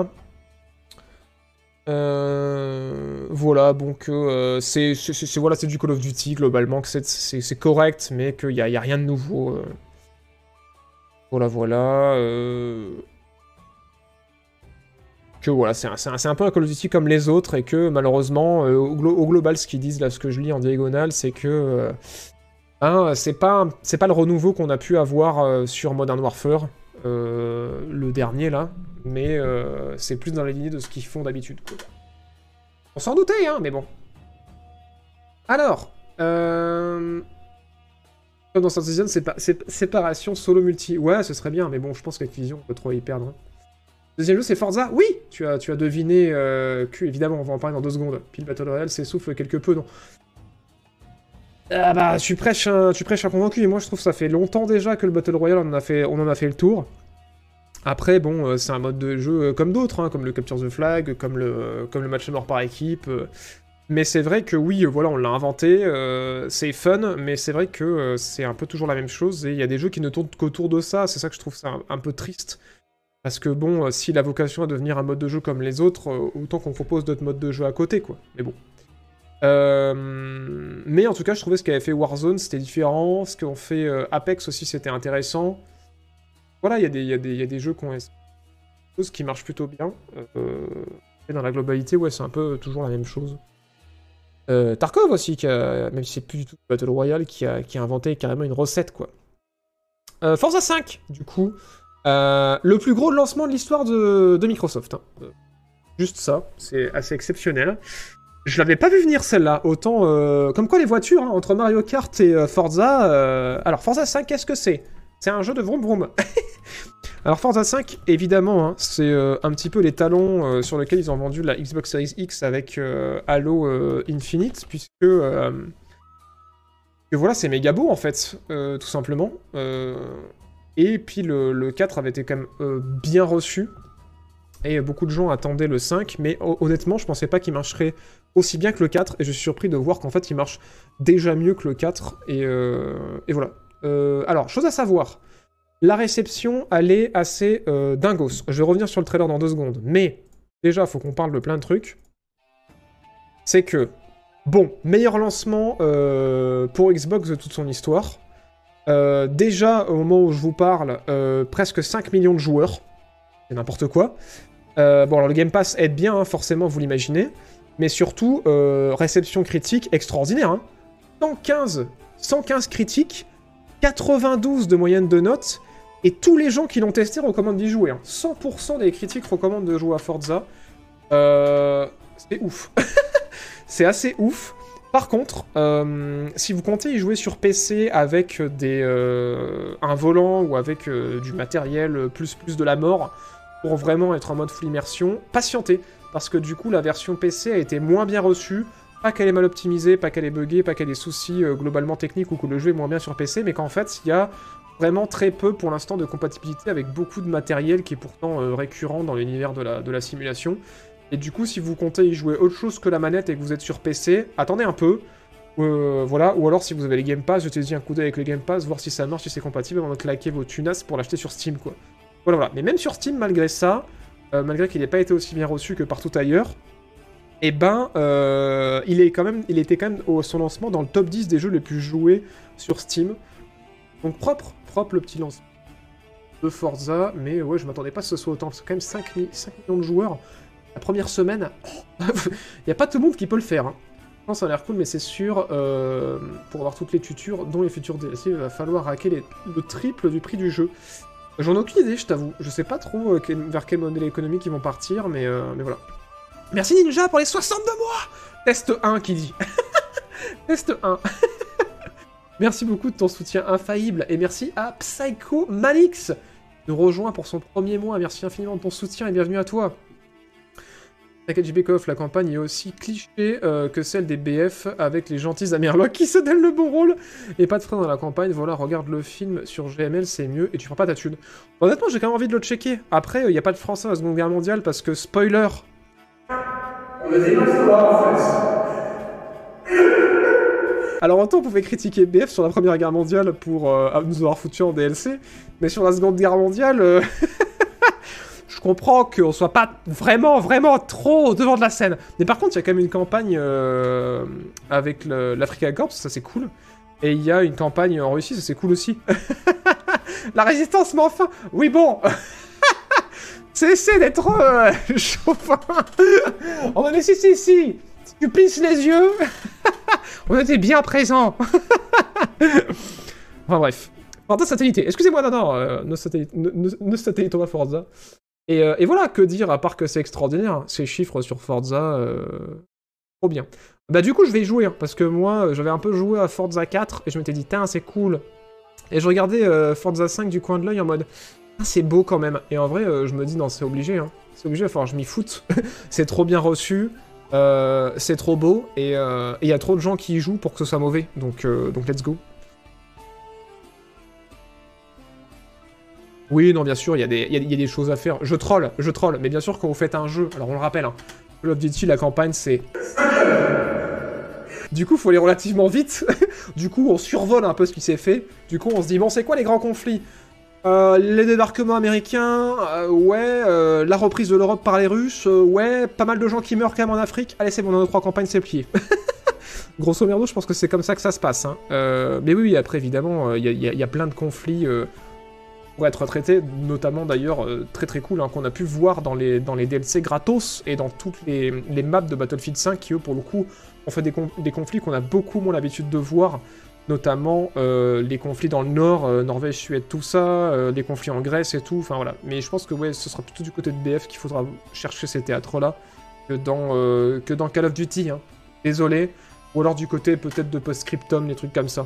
Euh, voilà, donc euh, c'est voilà, c'est du Call of Duty globalement, que c'est correct, mais qu'il n'y a, y a rien de nouveau. Euh. Voilà, voilà. Euh... Que voilà, c'est un, un, un peu un Call of Duty comme les autres, et que malheureusement, euh, au, glo au global, ce qu'ils disent, là, ce que je lis en diagonale, c'est que euh, hein, c'est pas, c'est pas le renouveau qu'on a pu avoir euh, sur Modern Warfare, euh, le dernier là. Mais euh, c'est plus dans la lignée de ce qu'ils font d'habitude. On s'en doutait, hein, mais bon. Alors, euh... comme dans Star Citizen, c'est pas séparation solo multi. Ouais, ce serait bien, mais bon, je pense qu'Activision on peut trop y perdre. Hein. Deuxième jeu, c'est Forza. Oui, tu as, tu as deviné euh, que, évidemment, on va en parler dans deux secondes. Puis le Battle Royale s'essouffle quelque peu, non. Ah bah, tu prêches un, tu prêches un convaincu, et moi je trouve que ça fait longtemps déjà que le Battle Royale, on en a fait, on en a fait le tour. Après, bon, euh, c'est un mode de jeu euh, comme d'autres, hein, comme le Capture the Flag, comme le, euh, comme le match à mort par équipe. Euh, mais c'est vrai que oui, euh, voilà, on l'a inventé, euh, c'est fun, mais c'est vrai que euh, c'est un peu toujours la même chose, et il y a des jeux qui ne tournent qu'autour de ça, c'est ça que je trouve ça un, un peu triste. Parce que bon, euh, si la vocation est de devenir un mode de jeu comme les autres, euh, autant qu'on propose d'autres modes de jeu à côté, quoi. Mais bon. Euh, mais en tout cas, je trouvais ce qu'avait fait Warzone, c'était différent, ce qu'ont fait euh, Apex aussi, c'était intéressant. Voilà, il y, y, y a des jeux qui ont des choses qui marchent plutôt bien. Euh, et dans la globalité, ouais, c'est un peu toujours la même chose. Euh, Tarkov aussi, qui a, même si c'est plus du tout Battle Royale, qui a, qui a inventé carrément une recette, quoi. Euh, Forza cinq, du coup. Euh, le plus gros lancement de l'histoire de, de Microsoft. Hein. Euh, juste ça, c'est assez exceptionnel. Je l'avais pas vu venir celle-là, autant... Euh, comme quoi les voitures, hein, entre Mario Kart et euh, Forza... Euh... Alors Forza cinq, qu'est-ce que c'est ? C'est un jeu de vroom vroom. Alors Forza cinq, évidemment, hein, c'est euh, un petit peu les talons euh, sur lesquels ils ont vendu la Xbox Series X avec euh, Halo euh, Infinite, puisque... Euh, que voilà, c'est méga beau, en fait, euh, tout simplement. Euh, et puis le, le quatre avait été quand même euh, bien reçu. Et beaucoup de gens attendaient le cinq, mais honnêtement, je pensais pas qu'il marcherait aussi bien que le quatre, et je suis surpris de voir qu'en fait, il marche déjà mieux que le quatre, et, euh, et voilà. Euh, alors, chose à savoir, la réception, elle est assez euh, dingos. Je vais revenir sur le trailer dans deux secondes, mais déjà, il faut qu'on parle de plein de trucs. C'est que, bon, meilleur lancement euh, pour Xbox de toute son histoire. Euh, déjà, au moment où je vous parle, euh, presque cinq millions de joueurs. C'est n'importe quoi. Euh, bon, alors le Game Pass aide bien, hein, forcément, vous l'imaginez. Mais surtout, euh, réception critique extraordinaire. Hein. cent quinze, cent quinze critiques, quatre-vingt-douze de moyenne de notes, et tous les gens qui l'ont testé recommandent d'y jouer. Hein. cent pour cent des critiques recommandent de jouer à Forza. Euh, c'est ouf. C'est assez ouf. Par contre, euh, si vous comptez y jouer sur P C avec des, euh, un volant ou avec euh, du matériel plus plus de la mort, pour vraiment être en mode full immersion, patientez, parce que du coup la version P C a été moins bien reçue, pas qu'elle est mal optimisée, pas qu'elle est buggée, pas qu'elle ait des soucis euh, globalement techniques ou que le jeu est moins bien sur P C, mais qu'en fait il y a vraiment très peu pour l'instant de compatibilité avec beaucoup de matériel qui est pourtant euh, récurrent dans l'univers de la, de la simulation. Et du coup, si vous comptez y jouer autre chose que la manette et que vous êtes sur P C, attendez un peu. Euh, voilà. Ou alors, si vous avez les Game Pass, jetez-y un coup d'œil avec les Game Pass, voir si ça marche, si c'est compatible, avant de claquer vos tunas pour l'acheter sur Steam, quoi. Voilà, voilà. Mais même sur Steam, malgré ça, euh, malgré qu'il n'ait pas été aussi bien reçu que partout ailleurs, eh ben, euh, il, est quand même, il était quand même au son lancement dans le top dix des jeux les plus joués sur Steam. Donc propre, propre le petit lancement de Forza. Mais ouais, je m'attendais pas à ce que ce soit autant. C'est quand même cinq millions de joueurs. La première semaine, il n'y a pas tout le monde qui peut le faire. Hein. Je pense que ça a l'air cool, mais c'est sûr, euh, pour avoir toutes les tutures, dont les futurs D L C, il va falloir hacker les, le triple du prix du jeu. J'en ai aucune idée, je t'avoue. Je sais pas trop euh, vers quel modèle économique ils vont partir, mais, euh, mais voilà. Merci Ninja pour les soixante-deux mois. Test un qui dit. Test un. Merci beaucoup de ton soutien infaillible, et merci à Psycho Manix, qui nous rejoint pour son premier mois. Merci infiniment de ton soutien, et bienvenue à toi. T'inquiète J B Koff, la campagne est aussi cliché euh, que celle des B F avec les gentils Amerlocs qui se donnent le bon rôle et pas de frein dans la campagne. Voilà, regarde le film sur G M L, c'est mieux et tu prends pas ta thune. Honnêtement, j'ai quand même envie de le checker. Après, il euh, n'y a pas de français à la Seconde Guerre mondiale parce que, spoiler... On a des en fait. Alors autant on pouvait critiquer B F sur la Première Guerre mondiale pour euh, nous avoir foutu en D L C, mais sur la Seconde Guerre mondiale... Euh... Je comprends qu'on soit pas vraiment, vraiment trop au devant de la scène. Mais par contre, il y a quand même une campagne euh, avec l'Africa Corps, ça c'est cool. Et il y a une campagne en Russie, ça c'est cool aussi. La résistance, mais enfin... Oui, bon... Cessez d'être euh, chauvin. Oh mais si, si, si. Si tu plisses les yeux... On était bien présents. Enfin bref. Forza Satellité. Excusez-moi, non, non. Euh, nos satellites, nos, nos satellites, on va Forza. Et, euh, et voilà, que dire, à part que c'est extraordinaire, ces chiffres sur Forza, euh, trop bien. Bah du coup, je vais y jouer, hein, parce que moi, j'avais un peu joué à Forza quatre, et je m'étais dit, tiens, c'est cool. Et je regardais euh, Forza cinq du coin de l'œil en mode, c'est beau quand même. Et en vrai, euh, je me dis, non, c'est obligé, hein. C'est obligé, il va falloir que je m'y foute. C'est trop bien reçu, euh, c'est trop beau, et il euh, y a trop de gens qui y jouent pour que ce soit mauvais, donc, euh, donc let's go. Oui, non, bien sûr, il y, y, y a des choses à faire. Je troll, je troll, mais bien sûr, quand vous faites un jeu, alors on le rappelle, hein, Call of Duty, la campagne, c'est... Du coup, faut aller relativement vite. Du coup, on survole un peu ce qui s'est fait. Du coup, on se dit, bon, c'est quoi les grands conflits euh, Les débarquements américains, euh, ouais, euh, la reprise de l'Europe par les Russes, euh, ouais, pas mal de gens qui meurent quand même en Afrique. Allez, c'est bon, dans nos trois campagnes, c'est plié. Grosso merdo, je pense que c'est comme ça que ça se passe. Hein. Euh, mais oui, oui, après, évidemment, il euh, y, y, y a plein de conflits... Euh, pour être traité, notamment d'ailleurs euh, très très cool, hein, qu'on a pu voir dans les, dans les D L C gratos et dans toutes les, les maps de Battlefield cinq qui eux pour le coup ont fait des, des conflits qu'on a beaucoup moins l'habitude de voir, notamment euh, les conflits dans le nord, euh, Norvège, Suède, tout ça, euh, les conflits en Grèce et tout, enfin voilà. Mais je pense que ouais, ce sera plutôt du côté de B F qu'il faudra chercher ces théâtres-là que, euh, que dans Call of Duty, hein. Désolé, ou alors du côté peut-être de Postscriptum, les trucs comme ça.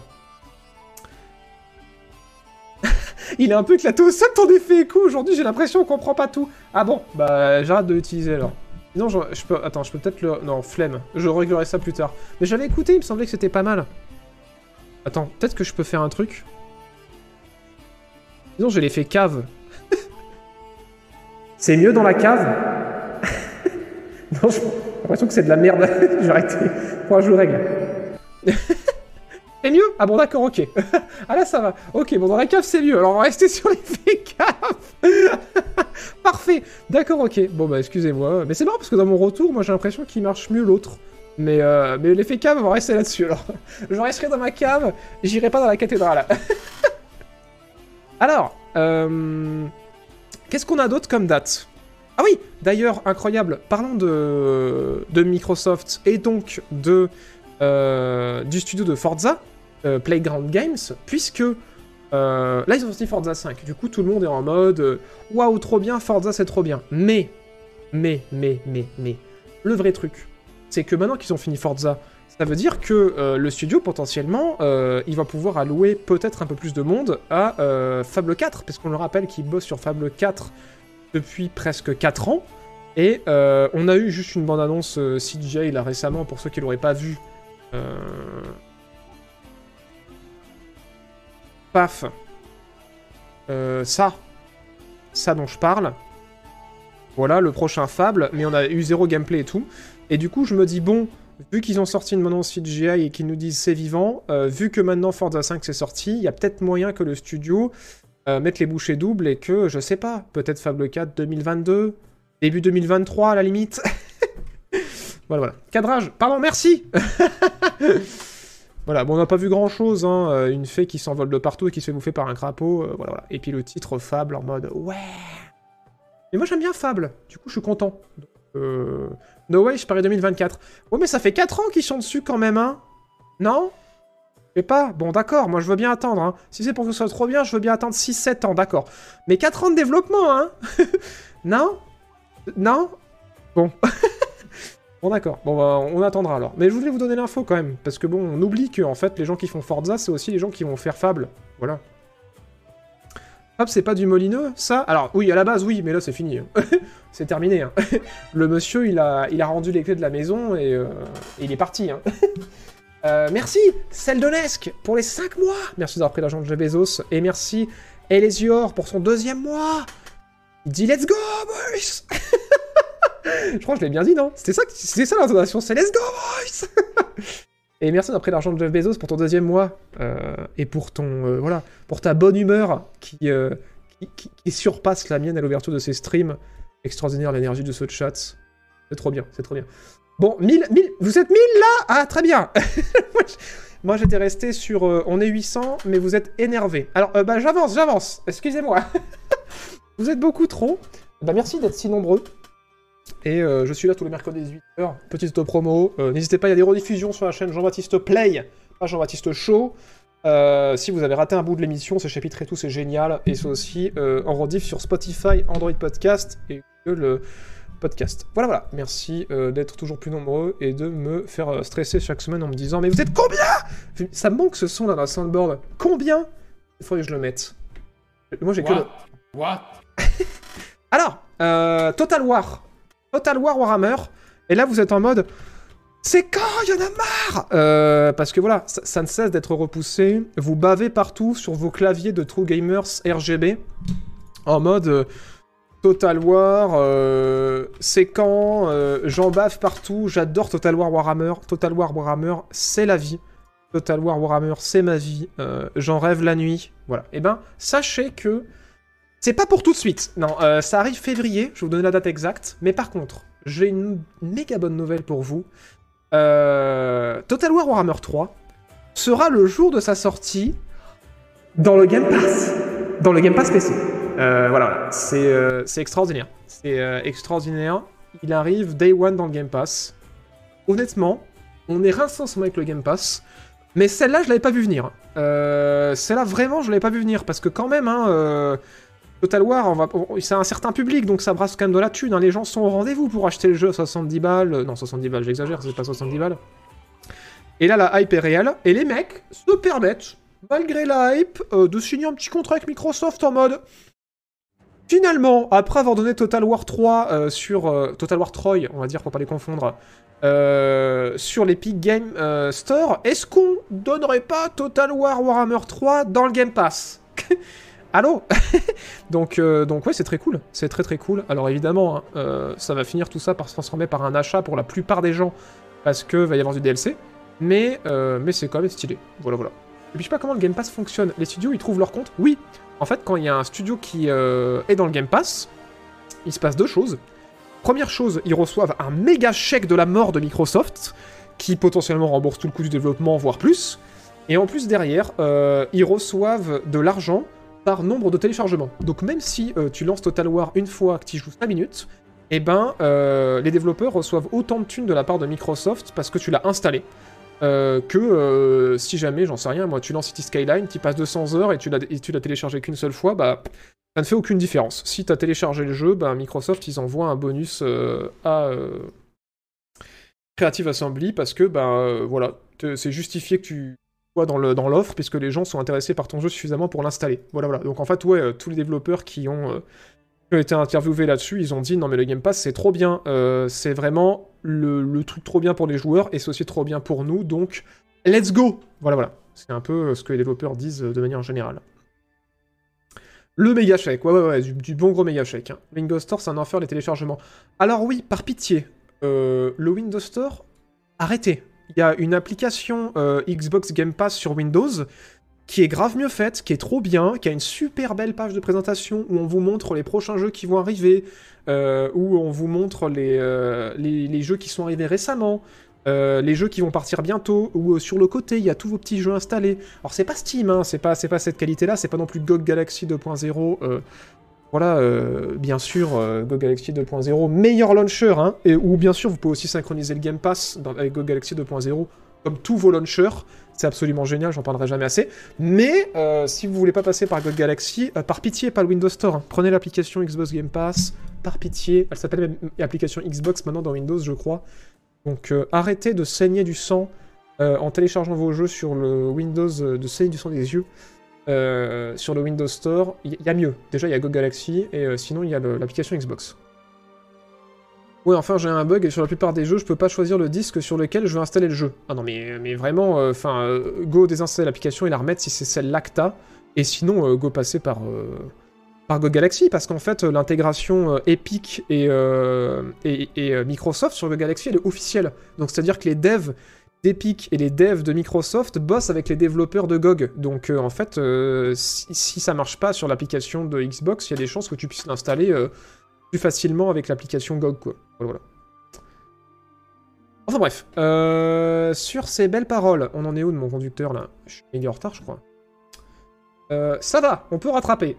Il est un peu éclaté au sol, ton effet écho. Aujourd'hui, j'ai l'impression qu'on comprend pas tout. Ah bon, bah j'arrête de l'utiliser alors. Sinon, je, je peux... Attends, je peux peut-être le... Non, flemme. Je réglerai ça plus tard. Mais j'avais écouté, il me semblait que c'était pas mal. Attends, peut-être que je peux faire un truc. Sinon, j'ai l'effet cave. C'est mieux dans la cave. Non, j'ai l'impression que c'est de la merde. J'ai arrêté. Faudra que je le règle. C'est mieux? Ah bon, d'accord, ok. Ah là, ça va. Ok, bon, dans la cave, c'est mieux. Alors, on va rester sur l'effet cave. Parfait. D'accord, ok. Bon, bah, excusez-moi. Mais c'est marrant, parce que dans mon retour, moi, j'ai l'impression qu'il marche mieux l'autre. Mais, euh, mais l'effet cave, on va rester là-dessus, alors. Je resterai dans ma cave, j'irai pas dans la cathédrale. Alors, euh... qu'est-ce qu'on a d'autre comme date? Ah oui, d'ailleurs, incroyable. Parlons de, de Microsoft et donc de... Euh, du studio de Forza, euh, Playground Games, puisque euh, là ils ont sorti Forza cinq, du coup tout le monde est en mode waouh, trop bien, Forza c'est trop bien. Mais, mais, mais, mais, mais, le vrai truc, c'est que maintenant qu'ils ont fini Forza, ça veut dire que euh, le studio potentiellement euh, il va pouvoir allouer peut-être un peu plus de monde à euh, Fable quatre, parce qu'on le rappelle qu'il bosse sur Fable quatre depuis presque quatre ans, et euh, on a eu juste une bande-annonce euh, C G I là récemment, pour ceux qui l'auraient pas vu. Euh... Paf. Euh, ça. Ça dont je parle. Voilà, le prochain Fable, mais on a eu zéro gameplay et tout. Et du coup, je me dis, bon, vu qu'ils ont sorti une bande-annonce C G I et qu'ils nous disent c'est vivant, euh, vu que maintenant Forza cinq c'est sorti, il y a peut-être moyen que le studio euh, mette les bouchées doubles et que, je sais pas, peut-être Fable quatre deux mille vingt-deux, début deux mille vingt-trois à la limite. Voilà, voilà. Cadrage, pardon, merci. Voilà, bon, on n'a pas vu grand-chose, hein. Une fée qui s'envole de partout et qui se fait bouffer par un crapaud, euh, voilà, voilà. Et puis le titre Fable en mode, ouais. Mais moi, j'aime bien Fable, du coup, je suis content. Donc, euh... No Way, je parie deux mille vingt-quatre. Ouais, mais ça fait quatre ans qu'ils sont dessus, quand même, hein. Non? Je sais pas. Bon, d'accord, moi, je veux bien attendre, hein. Si c'est pour que ce soit trop bien, je veux bien attendre six sept ans, d'accord. Mais quatre ans de développement, hein. Non? Non? Bon. Bon d'accord, bon bah, on attendra alors. Mais je voulais vous donner l'info quand même, parce que bon, on oublie que en fait les gens qui font Forza, c'est aussi les gens qui vont faire Fable. Voilà. Hop, c'est pas du Molineux, ça? Alors, oui, à la base, oui, mais là, c'est fini. C'est terminé. Hein. Le monsieur, il a, il a rendu les clés de la maison et, euh, et il est parti. Hein. euh, merci, Seldonesque, pour les cinq mois. Merci d'avoir pris l'argent de Jeff Bezos. Et merci, Elesior, pour son deuxième mois. Il dit « Let's go, boys !» Je crois que je l'ai bien dit, non? C'était ça, c'était ça l'intonation, c'est « Let's go, boys !» Et merci d'avoir pris l'argent de Jeff Bezos pour ton deuxième mois. Euh, et pour ton... Euh, voilà, pour ta bonne humeur qui, euh, qui, qui, qui surpasse la mienne à l'ouverture de ces streams. Extraordinaire l'énergie de ce chat. C'est trop bien, c'est trop bien. Bon, mille, mille, vous êtes mille là? Ah, très bien. Moi, j'étais resté sur... Euh, on est huit cents, mais vous êtes énervés. Alors, euh, bah, j'avance, j'avance. Excusez-moi. Vous êtes beaucoup trop. Bah, merci d'être si nombreux. Et euh, je suis là tous les mercredis dix-huit heures. Petite promo. Euh, N'hésitez pas, il y a des rediffusions sur la chaîne Jean-Baptiste Play, pas Jean-Baptiste Show. Euh, si vous avez raté un bout de l'émission, c'est chapitre et tout, c'est génial. Et c'est aussi euh, en rediff sur Spotify, Android Podcast et le podcast. Voilà, voilà. Merci euh, d'être toujours plus nombreux et de me faire euh, stresser chaque semaine en me disant « Mais vous êtes combien ?» Ça me manque ce son là dans la soundboard. Combien? Il faudrait que je le mette. Moi, j'ai que le... What? Alors, euh, Total War. Total War Warhammer. Et là, vous êtes en mode... C'est quand? Il y en a marre euh, Parce que voilà, ça, ça ne cesse d'être repoussé. Vous bavez partout sur vos claviers de True Gamers R G B. En mode... Euh, Total War, euh, c'est quand, euh, j'en bave partout, j'adore Total War Warhammer, Total War Warhammer, c'est la vie, Total War Warhammer, c'est ma vie, euh, j'en rêve la nuit, voilà. Et ben, sachez que c'est pas pour tout de suite, non, euh, ça arrive février, je vais vous donner la date exacte, mais par contre, j'ai une méga bonne nouvelle pour vous. Euh, Total War Warhammer trois sera le jour de sa sortie dans le Game Pass, dans le Game Pass P C. Euh, voilà, voilà. c'est euh, extraordinaire. C'est euh, extraordinaire. Il arrive Day One dans le Game Pass. Honnêtement, on est rincé ensemble avec le Game Pass. Mais celle-là, je l'avais pas vu venir. Euh, celle-là, vraiment, je l'avais pas vu venir. Parce que quand même, hein, euh, Total War, on va, on, c'est un certain public, donc ça brasse quand même de la thune. Hein. Les gens sont au rendez-vous pour acheter le jeu à soixante-dix balles. Non, soixante-dix balles, j'exagère, c'est pas soixante-dix balles. Et là, la hype est réelle. Et les mecs se permettent, malgré la hype, euh, de signer un petit contrat avec Microsoft en mode... Finalement, après avoir donné Total War trois euh, sur... Euh, Total War Troy, on va dire, pour pas les confondre, euh, sur l'Epic Game euh, Store, est-ce qu'on donnerait pas Total War Warhammer trois dans le Game Pass? Allô? donc, euh, donc ouais, c'est très cool. C'est très très cool. Alors évidemment, hein, euh, ça va finir tout ça par se transformer par un achat pour la plupart des gens, parce que va y avoir du D L C, mais, euh, mais c'est quand même stylé. Voilà, voilà. Et puis je sais pas comment le Game Pass fonctionne. Les studios, ils trouvent leur compte? Oui. En fait, quand il y a un studio qui euh, est dans le Game Pass, il se passe deux choses. Première chose, ils reçoivent un méga chèque de la mort de Microsoft, qui potentiellement rembourse tout le coût du développement, voire plus. Et en plus, derrière, euh, ils reçoivent de l'argent par nombre de téléchargements. Donc même si euh, tu lances Total War une fois, que tu y joues cinq minutes, eh ben, euh, les développeurs reçoivent autant de thunes de la part de Microsoft parce que tu l'as installé. Euh, que euh, si jamais, j'en sais rien, moi tu lances City Skyline, tu passes deux cents heures et tu l'as téléchargé qu'une seule fois, bah ça ne fait aucune différence. Si tu as téléchargé le jeu, bah Microsoft ils envoient un bonus euh, à euh, Creative Assembly parce que bah euh, voilà, c'est justifié que tu sois dans le dans l'offre puisque les gens sont intéressés par ton jeu suffisamment pour l'installer. Voilà voilà. Donc en fait ouais, euh, tous les développeurs qui ont euh, qui ont été interviewés là-dessus, ils ont dit non mais le Game Pass c'est trop bien, euh, c'est vraiment le, le truc trop bien pour les joueurs et c'est aussi trop bien pour nous, donc let's go. Voilà voilà, c'est un peu ce que les développeurs disent de manière générale. Le méga chèque, ouais ouais ouais, du, du bon gros méga chèque. Hein. Windows Store c'est un enfer les téléchargements. Alors oui, par pitié, euh, le Windows Store, arrêtez. Il y a une application euh, Xbox Game Pass sur Windows qui est grave mieux faite, qui est trop bien, qui a une super belle page de présentation où on vous montre les prochains jeux qui vont arriver, euh, où on vous montre les, euh, les, les jeux qui sont arrivés récemment, euh, les jeux qui vont partir bientôt, où euh, sur le côté, il y a tous vos petits jeux installés. Alors c'est pas Steam, hein, c'est pas, c'est pas cette qualité-là, c'est pas non plus G O G Galaxy deux point zéro, euh, voilà, euh, bien sûr, euh, G O G Galaxy deux point zéro, meilleur launcher, hein, et où bien sûr, vous pouvez aussi synchroniser le Game Pass dans, avec G O G Galaxy deux point zéro, comme tous vos launchers. C'est absolument génial, j'en parlerai jamais assez. Mais euh, si vous voulez pas passer par G O G Galaxy, euh, par pitié, pas le Windows Store. Hein. Prenez l'application Xbox Game Pass, par pitié. Elle s'appelle même application Xbox maintenant dans Windows, je crois. Donc euh, arrêtez de saigner du sang euh, en téléchargeant vos jeux sur le Windows, euh, de saigner du sang des yeux. euh, sur le Windows Store, il y, y a mieux. Déjà, il y a Go Galaxy, et euh, sinon, il y a l'application Xbox. Oui, enfin, j'ai un bug, et sur la plupart des jeux, je peux pas choisir le disque sur lequel je veux installer le jeu. Ah non, mais, mais vraiment, enfin, euh, euh, Go désinstaller l'application et la remettre si c'est celle-là que t'as, et sinon, euh, Go passer par... Euh... par Go Galaxy, parce qu'en fait, l'intégration euh, Epic et, euh, et, et euh, Microsoft sur Go Galaxy, elle est officielle. Donc, c'est-à-dire que les devs d'Epic et les devs de Microsoft bossent avec les développeurs de G O G. Donc, euh, en fait, euh, si, si ça marche pas sur l'application de Xbox, il y a des chances que tu puisses l'installer euh, plus facilement avec l'application G O G, quoi. Voilà, voilà. Enfin bref, euh, sur ces belles paroles, on en est où de mon conducteur, là? Je suis méga en retard, je crois. Euh, ça va, on peut rattraper.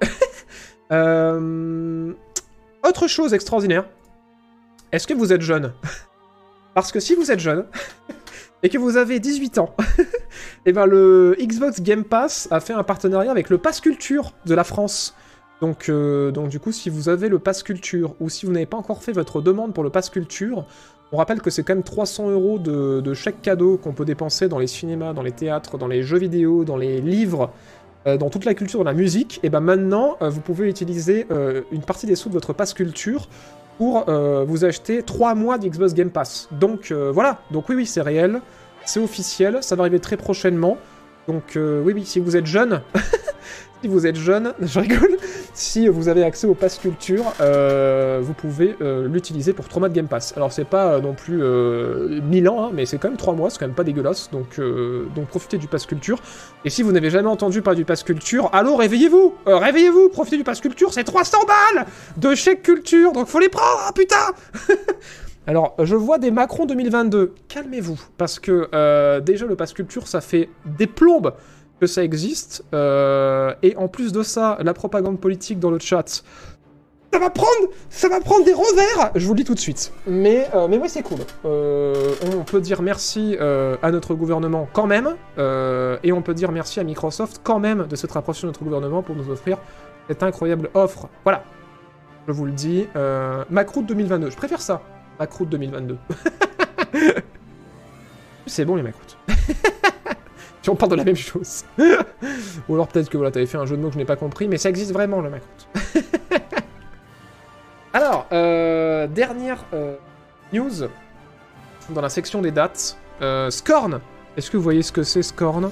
Euh... Autre chose extraordinaire. Est-ce que vous êtes jeune? Parce que si vous êtes jeune, et que vous avez dix-huit ans, et ben le Xbox Game Pass a fait un partenariat avec le Pass Culture de la France. Donc, euh, donc du coup, si vous avez le Pass Culture, ou si vous n'avez pas encore fait votre demande pour le Pass Culture, on rappelle que c'est quand même trois cents euros de, de chèque cadeau qu'on peut dépenser dans les cinémas, dans les théâtres, dans les jeux vidéo, dans les livres, dans toute la culture, dans la musique, et ben maintenant, euh, vous pouvez utiliser euh, une partie des sous de votre pass culture pour euh, vous acheter trois mois d'Xbox Game Pass. Donc euh, voilà, donc oui, oui, c'est réel, c'est officiel, ça va arriver très prochainement. Donc euh, oui, oui, si vous êtes jeune, si vous êtes jeune, je rigole, si vous avez accès au pass culture, euh, vous pouvez euh, l'utiliser pour trois mois de Game Pass. Alors c'est pas euh, non plus euh, mille ans, hein, mais c'est quand même trois mois, c'est quand même pas dégueulasse, donc, euh, donc profitez du pass culture. Et si vous n'avez jamais entendu parler du pass culture, allô, réveillez-vous, euh, réveillez-vous, profitez du pass culture, c'est trois cents balles de chèque culture, donc faut les prendre, ah, putain. Alors, je vois des Macron deux mille vingt-deux, calmez-vous, parce que euh, déjà le pass culture, ça fait des plombes que ça existe, euh, et en plus de ça, la propagande politique dans le chat, ça va prendre, ça va prendre des revers, je vous le dis tout de suite. Mais, euh, mais ouais, c'est cool. Euh, on peut dire merci euh, à notre gouvernement quand même, euh, et on peut dire merci à Microsoft quand même de s'être rapproché de notre gouvernement pour nous offrir cette incroyable offre. Voilà, je vous le dis. Euh, Macroute deux mille vingt-deux, je préfère ça. Macroute deux mille vingt-deux. C'est bon les Macroutes. Si on parle de la même chose. Ou alors peut-être que voilà, t'avais fait un jeu de mots que je n'ai pas compris, mais ça existe vraiment le Macroute. Alors, euh, dernière euh, news dans la section des dates. Euh, Scorn. Est-ce que vous voyez ce que c'est Scorn?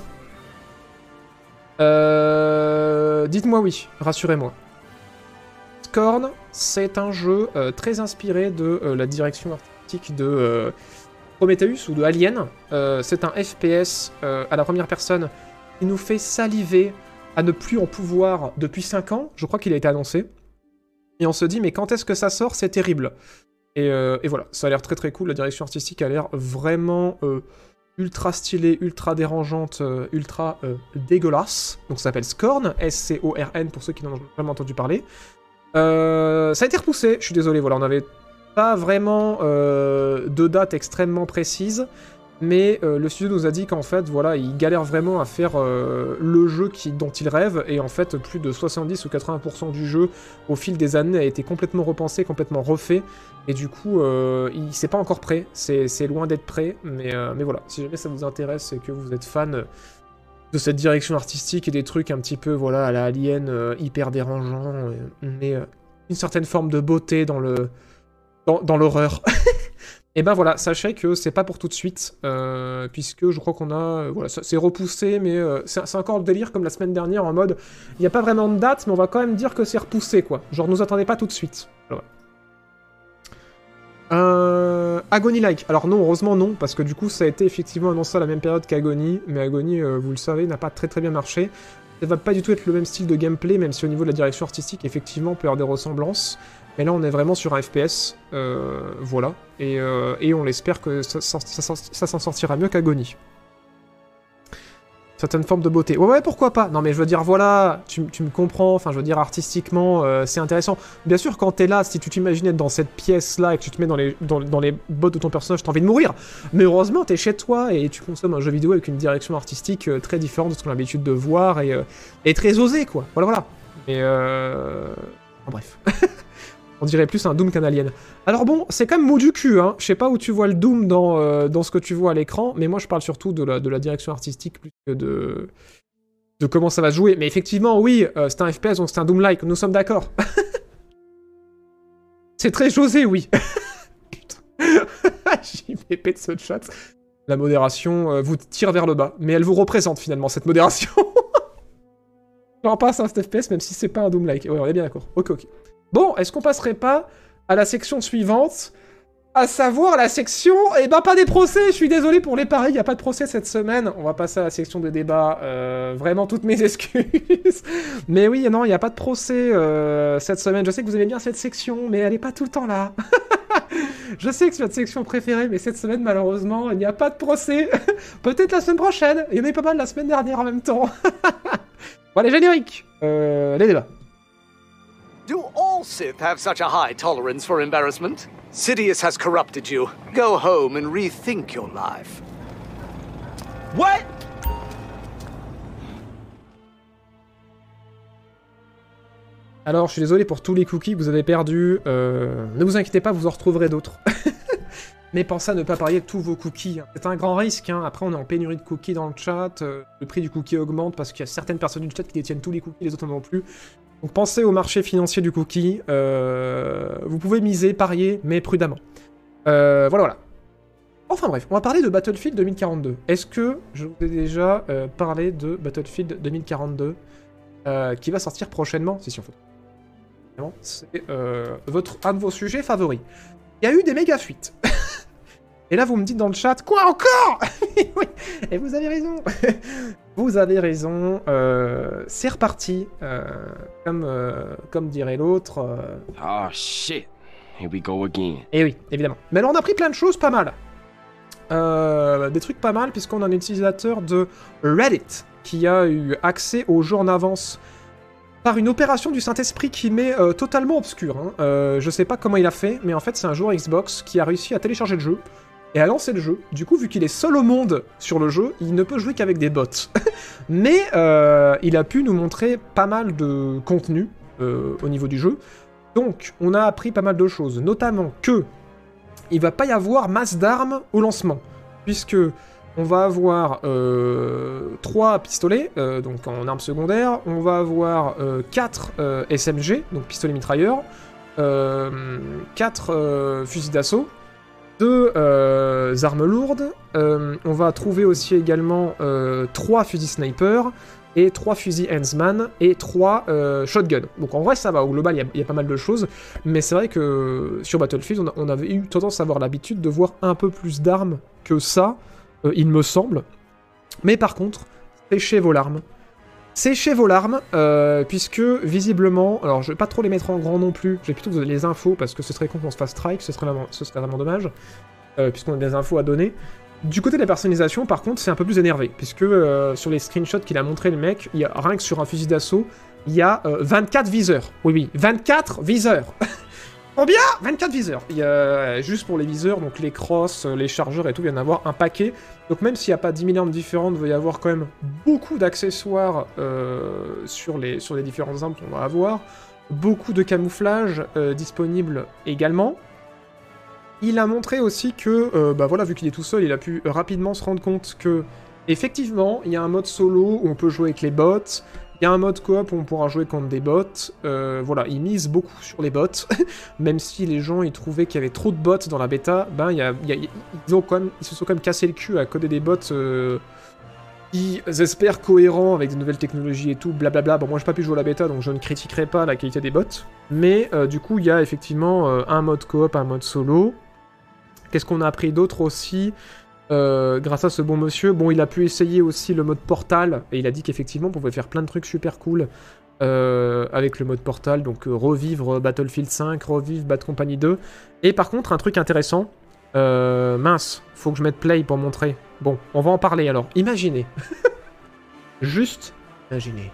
euh, Dites-moi oui, rassurez-moi. Scorn, c'est un jeu euh, très inspiré de euh, la direction artistique de euh, Prometheus ou de Alien. Euh, c'est un F P S euh, à la première personne qui nous fait saliver à ne plus en pouvoir depuis cinq ans. Je crois qu'il a été annoncé. Et on se dit, mais quand est-ce que ça sort? C'est terrible. Et, euh, et voilà, ça a l'air très très cool. La direction artistique a l'air vraiment euh, ultra stylée, ultra dérangeante, euh, ultra euh, dégueulasse. Donc ça s'appelle Scorn, S C O R N pour ceux qui n'en ont jamais entendu parler. Euh, ça a été repoussé, je suis désolé, voilà, on n'avait pas vraiment euh, de date extrêmement précise, mais euh, le studio nous a dit qu'en fait, voilà, il galère vraiment à faire euh, le jeu qui, dont il rêve, et en fait, plus de soixante-dix ou quatre-vingts pour cent du jeu, au fil des années, a été complètement repensé, complètement refait, et du coup, euh, il c'est pas encore prêt, c'est loin d'être prêt, mais, euh, mais voilà, si jamais ça vous intéresse et que vous êtes fan de cette direction artistique et des trucs un petit peu, voilà, à la Alien, euh, hyper dérangeant, euh, mais euh, une certaine forme de beauté dans le dans, dans l'horreur. Et ben voilà, sachez que c'est pas pour tout de suite, euh, puisque je crois qu'on a, euh, voilà, c'est repoussé, mais euh, c'est encore le délire comme la semaine dernière, en mode, il n'y a pas vraiment de date, mais on va quand même dire que c'est repoussé, quoi. Genre, nous attendez pas tout de suite. Voilà. Euh, Agony-like. Alors non, heureusement non, parce que du coup ça a été effectivement annoncé à la même période qu'Agony, mais Agony, euh, vous le savez, n'a pas très très bien marché. Ça va pas du tout être le même style de gameplay, même si au niveau de la direction artistique, effectivement, on peut y avoir des ressemblances. Mais là, on est vraiment sur un F P S, euh, voilà. Et, euh, et on l'espère que ça, ça, ça, ça s'en sortira mieux qu'Agony. Certaines formes de beauté. Ouais, ouais, pourquoi pas? Non, mais je veux dire, voilà, tu, tu me comprends, enfin, je veux dire, artistiquement, euh, c'est intéressant. Bien sûr, quand t'es là, si tu t'imagines être dans cette pièce-là et que tu te mets dans les, dans, dans les bottes de ton personnage, t'as envie de mourir. Mais heureusement, t'es chez toi et tu consommes un jeu vidéo avec une direction artistique euh, très différente de ce qu'on a l'habitude de voir et, euh, et très osé, quoi. Voilà, voilà. Et euh... En bref. On dirait plus un Doom qu'un Alien. Alors bon, c'est quand même mou du cul, hein. Je sais pas où tu vois le Doom dans, euh, dans ce que tu vois à l'écran, mais moi je parle surtout de la, de la direction artistique plus que de, de comment ça va se jouer. Mais effectivement, oui, euh, c'est un F P S, donc c'est un Doom-like, nous sommes d'accord. C'est très José, oui. Putain. J V P de ce chat. La modération euh, vous tire vers le bas, mais elle vous représente finalement, cette modération. On passe à un F P S, même si c'est pas un Doom-like. Ouais, on est bien d'accord. Ok, ok. Bon, est-ce qu'on passerait pas à la section suivante, à savoir la section... Eh ben, pas des procès, je suis désolé pour les paris, il n'y a pas de procès cette semaine. On va passer à la section des débats. Euh, vraiment, toutes mes excuses. Mais oui, non, il n'y a pas de procès euh, cette semaine. Je sais que vous aimez bien cette section, mais elle n'est pas tout le temps là. Je sais que c'est votre section préférée, mais cette semaine, malheureusement, il n'y a pas de procès. Peut-être la semaine prochaine. Il y en a eu pas mal la semaine dernière en même temps. Bon, les génériques. Euh, les débats. Do all Sith have such a high tolerance for embarrassment? Sidious has corrupted you. Go home and rethink your life. What? Alors, je suis désolé pour tous les cookies que vous avez perdus. Euh, ne vous inquiétez pas, vous en retrouverez d'autres. Mais pensez à ne pas parier tous vos cookies. C'est un grand risque. Hein. Après, on est en pénurie de cookies dans le chat. Euh, le prix du cookie augmente parce qu'il y a certaines personnes du chat qui détiennent tous les cookies, les autres n'en ont plus. Donc pensez au marché financier du cookie. Euh, vous pouvez miser, parier, mais prudemment. Euh, voilà, voilà. Enfin bref, on va parler de Battlefield deux mille quarante-deux. Est-ce que je vous ai déjà euh, parlé de Battlefield deux mille quarante-deux euh, qui va sortir prochainement? Si, si, en fait. C'est euh, votre, un de vos sujets favoris. Il y a eu des méga fuites. Et là, vous me dites dans le chat, quoi encore? Oui, et vous avez raison. Vous avez raison. Euh, c'est reparti. Euh, comme, euh, comme dirait l'autre. Euh... Oh shit. Here we go again. Et oui, évidemment. Mais alors, on a pris plein de choses pas mal. Euh, des trucs pas mal, puisqu'on a un utilisateur de Reddit qui a eu accès au jeu en avance par une opération du Saint-Esprit qui m'est euh, totalement obscure. Hein. Euh, je sais pas comment il a fait, mais en fait, c'est un joueur Xbox qui a réussi à télécharger le jeu et à lancer le jeu. Du coup, vu qu'il est seul au monde sur le jeu, il ne peut jouer qu'avec des bots. Mais euh, il a pu nous montrer pas mal de contenu euh, au niveau du jeu. Donc, on a appris pas mal de choses, notamment que il va pas y avoir masse d'armes au lancement, puisque on va avoir euh, trois pistolets, euh, donc en armes secondaires, on va avoir euh, quatre euh, S M G, donc pistolets mitrailleurs, euh, quatre euh, fusils d'assaut, deux euh, armes lourdes, euh, on va trouver aussi également euh, trois fusils sniper, et trois fusils Handsman, et trois euh, shotguns. Donc en vrai ça va, au global il y, y a pas mal de choses, mais c'est vrai que sur Battlefield on, a, on avait eu tendance à avoir l'habitude de voir un peu plus d'armes que ça, euh, il me semble. Mais par contre, séchez vos larmes. Séchez vos larmes, euh, puisque visiblement, alors je vais pas trop les mettre en grand non plus, je vais plutôt vous donner les infos, parce que ce serait con qu'on se fasse strike, ce serait vraiment, ce serait vraiment dommage, euh, puisqu'on a des infos à donner. Du côté de la personnalisation, par contre, c'est un peu plus énervé, puisque euh, sur les screenshots qu'il a montré le mec, il y a, rien que sur un fusil d'assaut, il y a euh, vingt-quatre viseurs. Oui, oui, vingt-quatre viseurs. Combien? vingt-quatre viseurs. Il y a, euh, juste pour les viseurs, donc les crosses, les chargeurs et tout, il y en a avoir un paquet. Donc même s'il n'y a pas dix mille armes différentes, il va y avoir quand même beaucoup d'accessoires euh, sur, les, sur les différentes armes qu'on va avoir. Beaucoup de camouflage euh, disponible également. Il a montré aussi que, euh, bah voilà, vu qu'il est tout seul, il a pu rapidement se rendre compte que, effectivement, il y a un mode solo où on peut jouer avec les bots, il y a un mode coop où on pourra jouer contre des bots, euh, voilà, il mise beaucoup sur les bots, même si les gens ils trouvaient qu'il y avait trop de bots dans la bêta, ben, il y a, il y a, ils, ont quand même, ils se sont quand même cassé le cul à coder des bots euh, qui espèrent cohérents avec des nouvelles technologies et tout, blablabla. Bon, moi j'ai pas pu jouer à la bêta, donc je ne critiquerai pas la qualité des bots, mais euh, du coup, il y a effectivement euh, un mode coop, un mode solo. Qu'est-ce qu'on a appris d'autre aussi euh, grâce à ce bon monsieur? Bon, il a pu essayer aussi le mode Portal, et il a dit qu'effectivement, on pouvait faire plein de trucs super cool euh, avec le mode Portal, donc euh, revivre Battlefield cinq, revivre Bad Company deux. Et par contre, un truc intéressant, euh, mince, faut que je mette play pour montrer. Bon, on va en parler alors. Imaginez. Juste imaginez.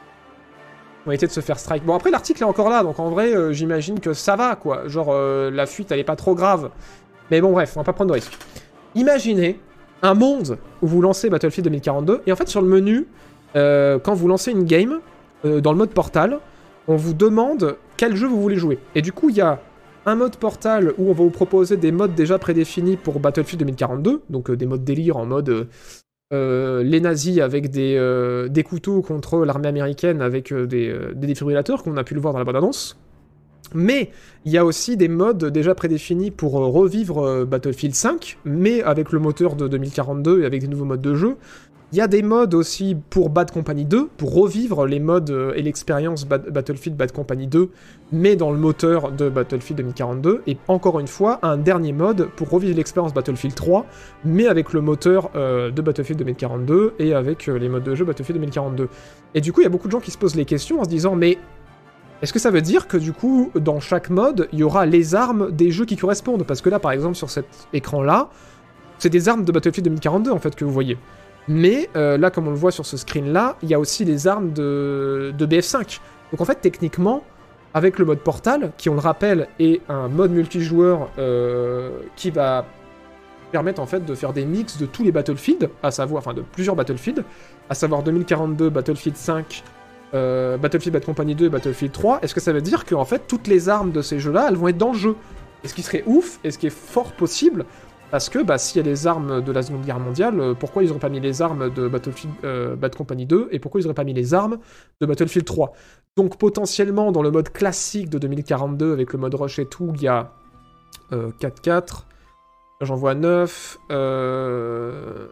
On va essayer de se faire strike. Bon, après, l'article est encore là, donc en vrai, euh, j'imagine que ça va, quoi. Genre, euh, la fuite, elle est pas trop grave. Mais bon, bref, on va pas prendre de risques. Imaginez un monde où vous lancez Battlefield deux mille quarante-deux, et en fait, sur le menu, euh, quand vous lancez une game, euh, dans le mode Portal, on vous demande quel jeu vous voulez jouer. Et du coup, il y a un mode Portal où on va vous proposer des modes déjà prédéfinis pour Battlefield deux mille quarante-deux, donc euh, des modes délire en mode... Euh, euh, les nazis avec des, euh, des couteaux contre l'armée américaine avec euh, des, euh, des défibrillateurs, qu'on a pu le voir dans la bande-annonce. Mais il y a aussi des modes déjà prédéfinis pour euh, revivre euh, Battlefield cinq, mais avec le moteur de deux mille quarante-deux et avec des nouveaux modes de jeu. Il y a des modes aussi pour Bad Company deux, pour revivre les modes euh, et l'expérience Bad- Battlefield Bad Company deux, mais dans le moteur de Battlefield deux mille quarante-deux. Et encore une fois, un dernier mode pour revivre l'expérience Battlefield trois, mais avec le moteur euh, de Battlefield deux mille quarante-deux et avec euh, les modes de jeu Battlefield deux mille quarante-deux. Et du coup, il y a beaucoup de gens qui se posent les questions en se disant, mais est-ce que ça veut dire que du coup, dans chaque mode, il y aura les armes des jeux qui correspondent? Parce que là, par exemple, sur cet écran-là, c'est des armes de Battlefield deux mille quarante-deux, en fait, que vous voyez. Mais euh, là, comme on le voit sur ce screen-là, il y a aussi les armes de, de B F cinq. Donc en fait, techniquement, avec le mode Portal, qui, on le rappelle, est un mode multijoueur euh, qui va permettre en fait de faire des mix de tous les Battlefield, à savoir, enfin de plusieurs Battlefield, à savoir deux mille quarante-deux, Battlefield cinq, euh, Battlefield Bad Company deux et Battlefield trois. Est-ce que ça veut dire que en fait, toutes les armes de ces jeux-là, elles vont être dans le jeu? Et ce qui serait ouf, et ce qui est fort possible, parce que bah, s'il y a les armes de la Seconde Guerre mondiale, euh, pourquoi ils n'auraient pas mis les armes de Battlefield euh, Bad Company deux et pourquoi ils n'auraient pas mis les armes de Battlefield trois? Donc potentiellement, dans le mode classique de deux mille quarante-deux, avec le mode rush et tout, il y a euh, quatre quatre, j'en vois neuf, euh...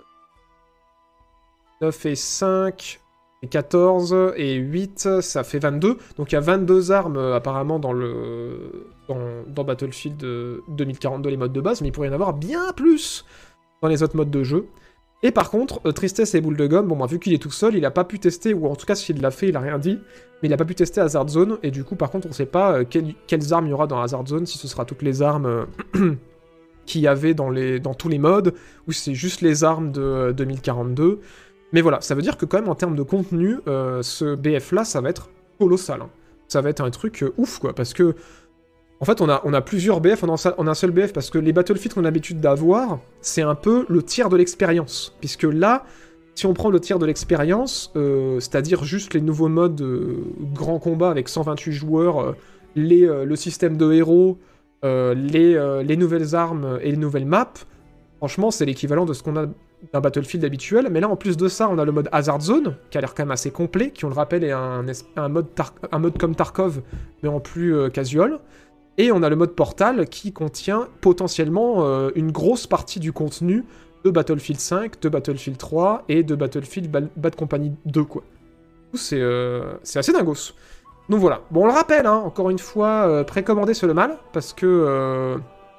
neuf et cinq, et quatorze, et huit, ça fait vingt-deux. Donc il y a vingt-deux armes euh, apparemment dans le... Dans, dans Battlefield euh, deux mille quarante-deux, les modes de base, mais il pourrait y en avoir bien plus dans les autres modes de jeu. Et par contre, euh, Tristesse et Boule de Gomme, bon, bah, vu qu'il est tout seul, il a pas pu tester, ou en tout cas s'il l'a fait, il a rien dit, mais il a pas pu tester Hazard Zone, et du coup, par contre, on sait pas euh, quel, quelles armes il y aura dans Hazard Zone, si ce sera toutes les armes euh, qu'il y avait dans, les, dans tous les modes, ou si c'est juste les armes de euh, deux mille quarante-deux. Mais voilà, ça veut dire que quand même, en termes de contenu, euh, ce B F-là, ça va être colossal. Hein. Ça va être un truc euh, ouf, quoi, parce que en fait, on a, on a plusieurs B F en un, en un seul B F, parce que les Battlefield qu'on a l'habitude d'avoir, c'est un peu le tiers de l'expérience. Puisque là, si on prend le tiers de l'expérience, euh, c'est-à-dire juste les nouveaux modes euh, grand combat avec cent vingt-huit joueurs, euh, les, euh, le système de héros, euh, les, euh, les nouvelles armes et les nouvelles maps, franchement, c'est l'équivalent de ce qu'on a d'un Battlefield habituel. Mais là, en plus de ça, on a le mode Hazard Zone, qui a l'air quand même assez complet, qui, on le rappelle, est un, un, mode, Tar- un mode comme Tarkov, mais en plus euh, casual. Et on a le mode Portal qui contient potentiellement euh, une grosse partie du contenu de Battlefield cinq, de Battlefield trois et de Battlefield Bad, Bad Company deux, quoi. C'est euh, c'est assez dingos. Donc voilà. Bon, on le rappelle, hein, encore une fois, euh, précommandé sur le mal, parce que euh,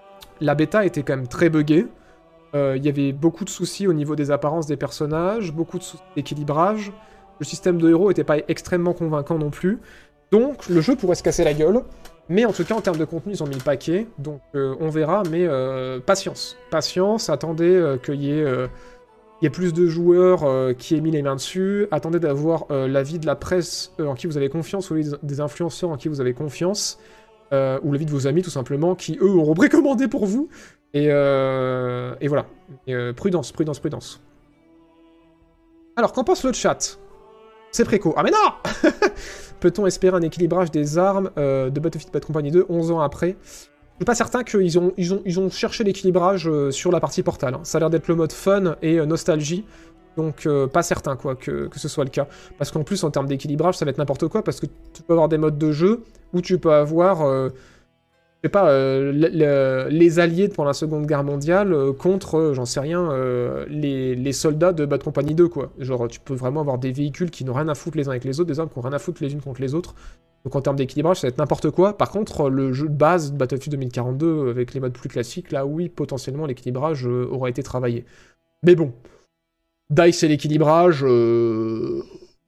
la bêta était quand même très buggée. Il euh, y avait beaucoup de soucis au niveau des apparences des personnages, beaucoup de soucis d'équilibrage. Le système de héros était pas extrêmement convaincant non plus. Donc, le jeu pourrait se casser la gueule. Mais en tout cas, en termes de contenu, ils ont mis le paquet, donc euh, on verra, mais euh, patience. Patience, attendez euh, qu'il y ait, euh, y ait plus de joueurs euh, qui aient mis les mains dessus, attendez d'avoir euh, l'avis de la presse euh, en qui vous avez confiance, ou l'avis des influenceurs en qui vous avez confiance, euh, ou l'avis de vos amis, tout simplement, qui, eux, auront précommandé pour vous, et, euh, et voilà. Et, euh, prudence, prudence, prudence. Alors, qu'en pense le chat? C'est préco. Ah mais non Peut-on espérer un équilibrage des armes euh, de Battlefield Bad Company deux onze ans après? Je suis pas certain qu'ils ont, ils ont, ils ont cherché l'équilibrage euh, sur la partie Portal. Hein. Ça a l'air d'être le mode fun et euh, nostalgie, donc euh, pas certain quoi que, que ce soit le cas. Parce qu'en plus, en termes d'équilibrage, ça va être n'importe quoi, parce que tu peux avoir des modes de jeu où tu peux avoir... Euh, je sais pas, euh, le, le, les alliés pendant la Seconde Guerre mondiale euh, contre, euh, j'en sais rien, euh, les, les soldats de Bad Company deux, quoi. Genre, tu peux vraiment avoir des véhicules qui n'ont rien à foutre les uns avec les autres, des armes qui n'ont rien à foutre les unes contre les autres. Donc en termes d'équilibrage, ça va être n'importe quoi. Par contre, le jeu de base de Battlefield deux mille quarante-deux, avec les modes plus classiques, là, oui, potentiellement, l'équilibrage euh, aura été travaillé. Mais bon, DICE et l'équilibrage... Euh...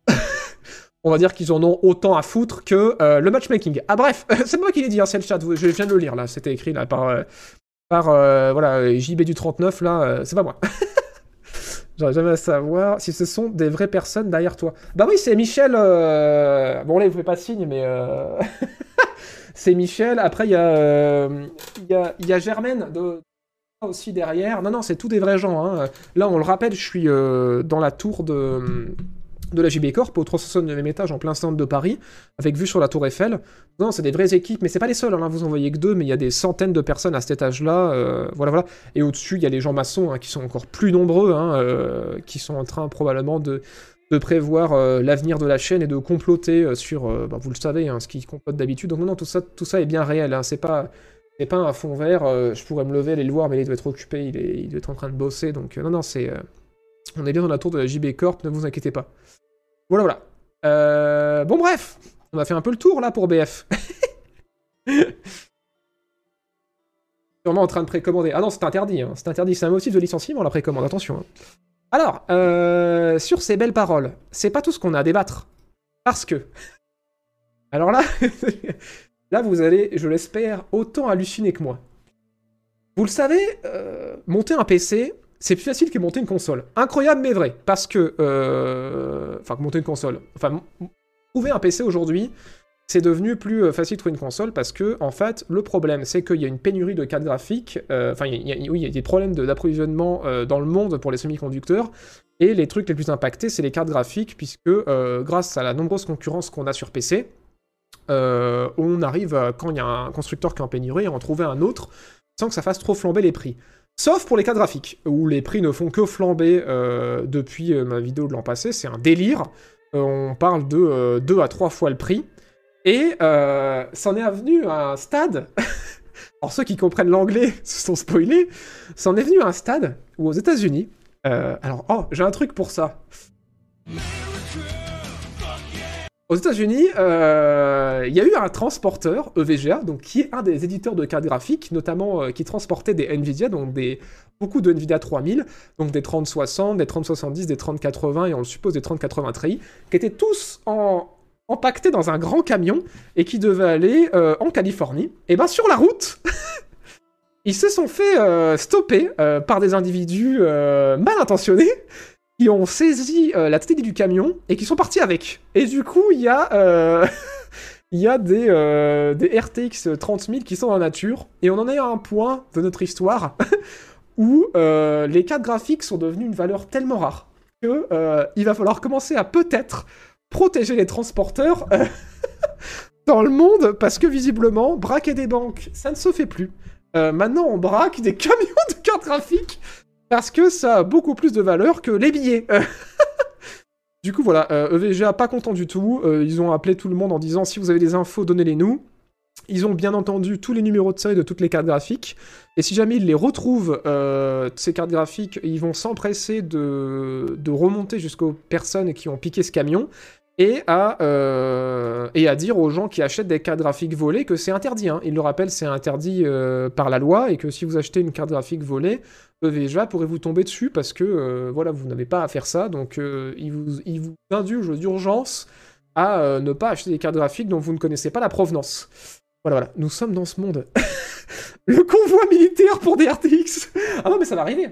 On va dire qu'ils en ont autant à foutre que euh, le matchmaking. Ah bref, c'est moi qui l'ai dit, hein, c'est le chat, je viens de le lire là, c'était écrit là par, euh, par euh, voilà, J B du trente-neuf là, euh, c'est pas moi. J'aurais jamais à savoir si ce sont des vraies personnes derrière toi. Bah oui, c'est Michel, euh... bon là il vous fait pas signe, mais euh... c'est Michel, après il y, euh... y, a... y a Germaine de... aussi derrière. Non, non, c'est tous des vrais gens, hein. Là on le rappelle, je suis euh, dans la tour de... de la J B Corp au trois cent soixante-neuvième étage en plein centre de Paris, avec vue sur la Tour Eiffel. Non, c'est des vraies équipes, mais c'est pas les seuls, hein, vous en voyez que deux, mais il y a des centaines de personnes à cet étage-là, euh, voilà, voilà. Et au-dessus, il y a les gens maçons, hein, qui sont encore plus nombreux, hein, euh, qui sont en train probablement de, de prévoir euh, l'avenir de la chaîne et de comploter euh, sur, euh, bah, vous le savez, hein, ce qu'ils complotent d'habitude. Donc non, non, tout ça, tout ça est bien réel, hein, c'est pas... C'est pas un fond vert, euh, je pourrais me lever, aller le voir, mais il doit être occupé, il, est, il doit être en train de bosser, donc euh, non, non, c'est... Euh, on est bien dans la tour de la J B Corp, ne vous inquiétez pas. Voilà, voilà. Euh, bon, bref, on a fait un peu le tour, là, pour B F. Sûrement en train de précommander. Ah non, c'est interdit, hein. C'est interdit, c'est un motif de licenciement, la précommande, attention. Hein. Alors, euh, sur ces belles paroles, c'est pas tout ce qu'on a à débattre, parce que... Alors là... Là, vous allez, je l'espère, autant halluciner que moi. Vous le savez, euh, monter un P C, c'est plus facile que monter une console. Incroyable, mais vrai. Parce que... Euh... Enfin, que monter une console. Enfin, trouver un P C aujourd'hui, c'est devenu plus facile de trouver une console parce que, en fait, le problème, c'est qu'il y a une pénurie de cartes graphiques. Euh, enfin, il y a, oui, il y a des problèmes d'approvisionnement euh, dans le monde pour les semi-conducteurs. Et les trucs les plus impactés, c'est les cartes graphiques, puisque, euh, grâce à la nombreuse concurrence qu'on a sur P C... Euh, on arrive, à, quand il y a un constructeur qui est en pénurie, à en trouver un autre sans que ça fasse trop flamber les prix. Sauf pour les cartes graphiques, où les prix ne font que flamber euh, depuis euh, ma vidéo de l'an passé, c'est un délire. Euh, on parle de euh, deux à trois fois le prix. Et euh, c'en est venu à un stade... Alors ceux qui comprennent l'anglais se sont spoilés. C'en est venu à un stade où aux États-Unis... Euh, alors, oh, j'ai un truc pour ça. Aux États-Unis, euh, il y a eu un transporteur, E V G A, donc qui est un des éditeurs de cartes graphiques, notamment euh, qui transportait des Nvidia, donc des, beaucoup de Nvidia trois mille, donc des trente soixante, des trente soixante-dix, des trente quatre-vingts, et on le suppose des trente quatre-vingts Ti, qui étaient tous en, empaquetés dans un grand camion, et qui devaient aller euh, en Californie. Et ben sur la route, ils se sont fait euh, stopper euh, par des individus euh, mal intentionnés, qui ont saisi euh, la tête du camion et qui sont partis avec. Et du coup, il y a, euh, il y a des, euh, des R T X trente mille qui sont dans la nature. Et on en est à un point de notre histoire où euh, les cartes graphiques sont devenues une valeur tellement rare que euh, il va falloir commencer à peut-être protéger les transporteurs euh, dans le monde, parce que visiblement, braquer des banques, ça ne se fait plus. Euh, maintenant, on braque des camions de cartes graphiques parce que ça a beaucoup plus de valeur que les billets. Du coup, voilà, euh, E V G A pas content du tout. Euh, ils ont appelé tout le monde en disant « Si vous avez des infos, donnez-les nous ». Ils ont bien entendu tous les numéros de série de toutes les cartes graphiques. Et si jamais ils les retrouvent, euh, ces cartes graphiques, ils vont s'empresser de, de remonter jusqu'aux personnes qui ont piqué ce camion et à, euh, et à dire aux gens qui achètent des cartes graphiques volées que c'est interdit. Hein. Ils le rappellent, c'est interdit euh, par la loi, et que si vous achetez une carte graphique volée, E V G A pourrait vous tomber dessus parce que euh, voilà, vous n'avez pas à faire ça. Donc euh, ils, vous, ils vous indulgent d'urgence à euh, ne pas acheter des cartes graphiques dont vous ne connaissez pas la provenance. Voilà, voilà, nous sommes dans ce monde. Le convoi militaire pour des R T X. Ah non, mais ça va arriver.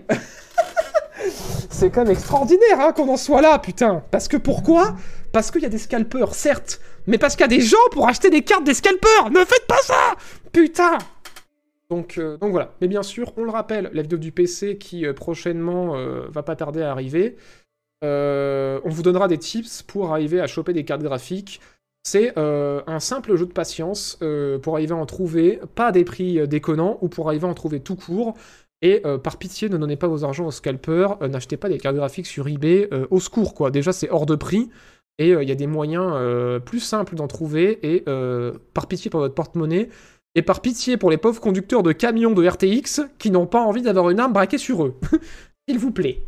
C'est quand même extraordinaire hein, qu'on en soit là, putain. Parce que pourquoi ? Parce qu'il y a des scalpeurs, certes, mais parce qu'il y a des gens pour acheter des cartes des scalpeurs. Ne faites pas ça, putain. Donc, euh, donc voilà. Mais bien sûr, on le rappelle, la vidéo du P C qui euh, prochainement euh, va pas tarder à arriver. Euh, on vous donnera des tips pour arriver à choper des cartes graphiques. C'est euh, un simple jeu de patience euh, pour arriver à en trouver, pas à des prix déconnants, ou pour arriver à en trouver tout court. Et euh, par pitié, ne donnez pas vos argent aux scalpers, euh, n'achetez pas des cartes graphiques sur eBay, euh, au secours quoi. Déjà c'est hors de prix, et il euh, y a des moyens euh, plus simples d'en trouver, et euh, par pitié pour votre porte-monnaie, et par pitié pour les pauvres conducteurs de camions de R T X qui n'ont pas envie d'avoir une arme braquée sur eux. S'il vous plaît.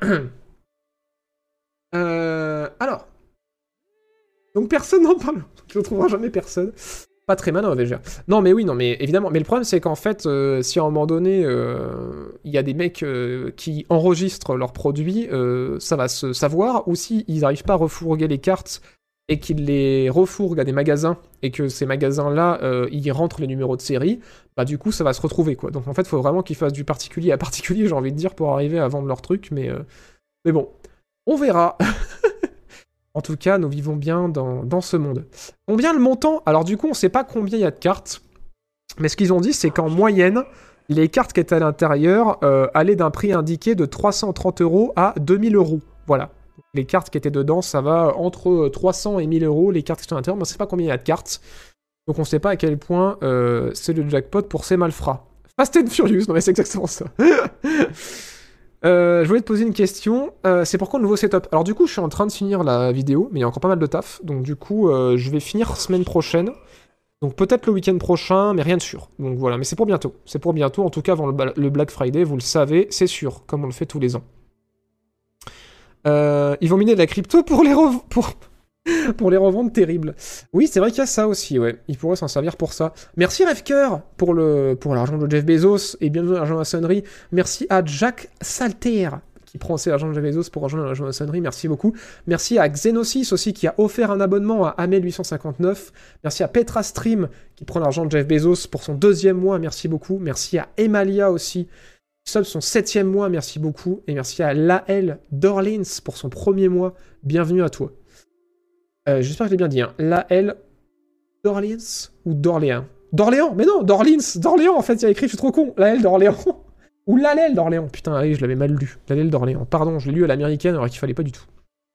euh, alors. Donc personne n'en parle. Tu ne trouveras jamais personne. Pas très malin, on va dire. Non, mais oui, non, mais évidemment. Mais le problème, c'est qu'en fait, euh, si à un moment donné, il euh, y a des mecs euh, qui enregistrent leurs produits, euh, ça va se savoir. Ou si ils n'arrivent pas à refourguer les cartes et qu'ils les refourguent à des magasins, et que ces magasins-là, euh, ils rentrent les numéros de série, bah du coup, ça va se retrouver, quoi. Donc en fait, il faut vraiment qu'ils fassent du particulier à particulier, j'ai envie de dire, pour arriver à vendre leurs trucs. Mais, euh... mais bon, on verra. En tout cas, nous vivons bien dans, dans ce monde. Combien le montant ? Alors du coup, on ne sait pas combien il y a de cartes, mais ce qu'ils ont dit, c'est qu'en moyenne, les cartes qui étaient à l'intérieur euh, allaient d'un prix indiqué de trois cent trente euros à deux mille euros. Voilà. Les cartes qui étaient dedans, ça va entre trois cents et mille euros, les cartes qui sont à l'intérieur, mais on sait pas combien il y a de cartes. Donc on sait pas à quel point euh, c'est le jackpot pour ces malfrats. Fast and Furious, non mais c'est exactement ça. euh, je voulais te poser une question, euh, c'est pourquoi le nouveau setup? Alors du coup, je suis en train de finir la vidéo, mais il y a encore pas mal de taf, donc du coup, euh, je vais finir semaine prochaine. Donc peut-être le week-end prochain, mais rien de sûr. Donc voilà, mais c'est pour bientôt. C'est pour bientôt, en tout cas avant le, le Black Friday, vous le savez, c'est sûr, comme on le fait tous les ans. Euh, ils vont miner de la crypto pour les, rev pour... pour les revendre terribles. Oui, c'est vrai qu'il y a ça aussi, ouais. Ils pourraient s'en servir pour ça. Merci Rêvecoeur pour le pour l'argent de Jeff Bezos et bienvenue à l'argent de la maçonnerie. Merci à Jack Salter qui prend aussi l'argent de Jeff Bezos pour rejoindre l'argent de la maçonnerie. Merci beaucoup. Merci à Xenosis aussi qui a offert un abonnement à Amel huit cent cinquante-neuf. Merci à Petra Stream qui prend l'argent de Jeff Bezos pour son deuxième mois. Merci beaucoup. Merci à Emalia aussi. Sub son septième mois, merci beaucoup. Et merci à Lael Dorlins pour son premier mois. Bienvenue à toi. Euh, J'espère que je l'ai bien dit. Hein. Lael Dorlins ou d'Orléans D'Orléans Mais non, Dorlins d'Orléans en fait, il y a écrit, je suis trop con. Lael d'Orléans ou Lalel d'Orléans. Putain, oui, je l'avais mal lu. Lalel d'Orléans. Pardon, je l'ai lu à l'américaine alors qu'il fallait pas du tout.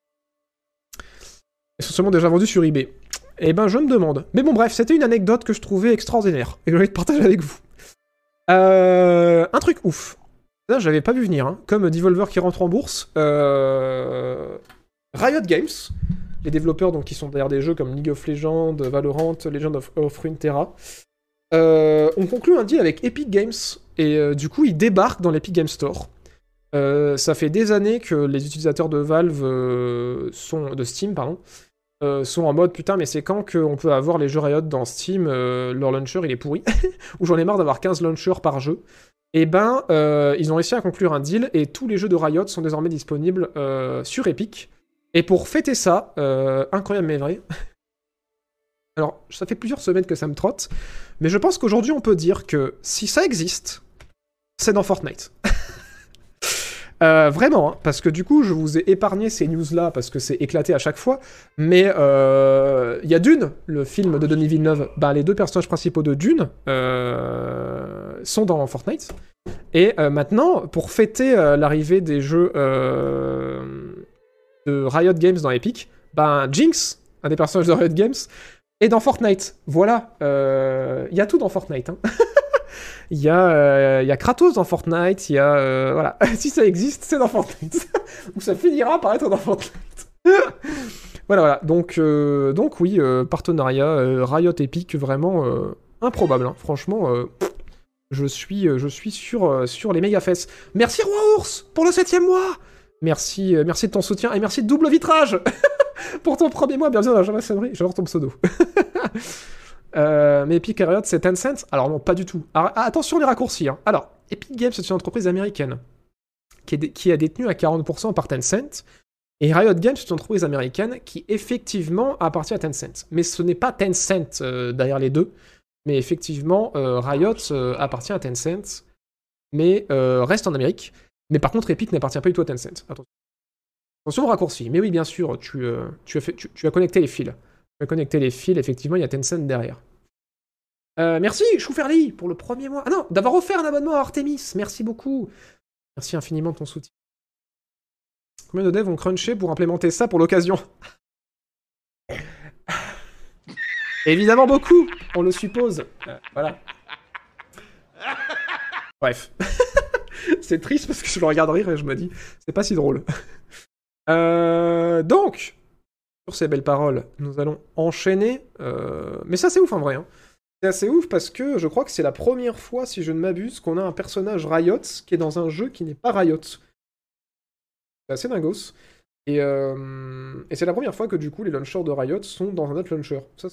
Ils sont seulement déjà vendus sur eBay. Eh ben, je me demande. Mais bon, bref, c'était une anecdote que je trouvais extraordinaire et que je voulais partager avec vous. Euh, un truc ouf. Ça, j'avais pas vu venir. Hein. Comme Devolver qui rentre en bourse. Euh... Riot Games, les développeurs donc, qui sont derrière des jeux comme League of Legends, Valorant, Legend of, of Runeterra, euh, ont conclu un deal avec Epic Games. Et euh, du coup, ils débarquent dans l'Epic Games Store. Euh, ça fait des années que les utilisateurs de Valve euh, sont... de Steam, pardon, Euh, sont en mode putain mais c'est quand qu'on peut avoir les jeux Riot dans Steam, euh, leur launcher il est pourri, ou j'en ai marre d'avoir quinze launchers par jeu. Et ben euh, ils ont réussi à conclure un deal et tous les jeux de Riot sont désormais disponibles euh, sur Epic. Et pour fêter ça, euh, incroyable mais vrai, alors ça fait plusieurs semaines que ça me trotte, mais je pense qu'aujourd'hui on peut dire que si ça existe, c'est dans Fortnite. Euh, vraiment, hein, parce que du coup, je vous ai épargné ces news-là, parce que c'est éclaté à chaque fois, mais il euh, y a Dune, le film de Denis Villeneuve, bah, les deux personnages principaux de Dune euh, sont dans Fortnite, et euh, maintenant, pour fêter euh, l'arrivée des jeux euh, de Riot Games dans Epic, bah, Jinx, un des personnages de Riot Games, est dans Fortnite. Voilà, il euh, y a tout dans Fortnite, hein. Il y, euh, y a Kratos dans Fortnite, il y a... Euh, voilà, si ça existe, c'est dans Fortnite. Ou ça finira par être dans Fortnite. voilà, voilà. Donc, euh, donc oui, euh, partenariat euh, Riot Epic, vraiment euh, improbable. Hein. Franchement, euh, je suis, je suis sur, euh, sur les méga fesses. Merci Roi Ours pour le septième mois. Merci, euh, merci de ton soutien et merci de Double Vitrage pour ton premier mois. Bienvenue dans la maçonnerie, j'adore ton pseudo. Euh, mais Epic et Riot, c'est Tencent? Alors non, pas du tout. Alors, attention les raccourcis. Hein. Alors, Epic Games, c'est une entreprise américaine qui est, qui est détenue à quarante pour cent par Tencent. Et Riot Games, c'est une entreprise américaine qui, effectivement, appartient à Tencent. Mais ce n'est pas Tencent euh, derrière les deux. Mais effectivement, euh, Riot euh, appartient à Tencent, mais euh, reste en Amérique. Mais par contre, Epic n'appartient pas du tout à Tencent. Attention, Attention aux raccourcis. Mais oui, bien sûr, tu, euh, tu, as, fait, tu, tu as connecté les fils. Tu as connecté les fils, effectivement, il y a Tencent derrière. Euh, merci, Chouferli, pour le premier mois. Ah non, d'avoir offert un abonnement à Artemis. Merci beaucoup. Merci infiniment de ton soutien. Combien de devs ont crunché pour implémenter ça pour l'occasion? Évidemment beaucoup, on le suppose. Euh, voilà. Bref. C'est triste parce que je le regarde rire et je me dis, c'est pas si drôle. euh, donc, sur ces belles paroles, nous allons enchaîner. Euh... Mais ça, c'est ouf en vrai. Hein. C'est assez ouf parce que je crois que c'est la première fois, si je ne m'abuse, qu'on a un personnage Riot qui est dans un jeu qui n'est pas Riot. C'est assez dingos. Et, euh... Et c'est la première fois que du coup les launchers de Riot sont dans un autre launcher. Ça,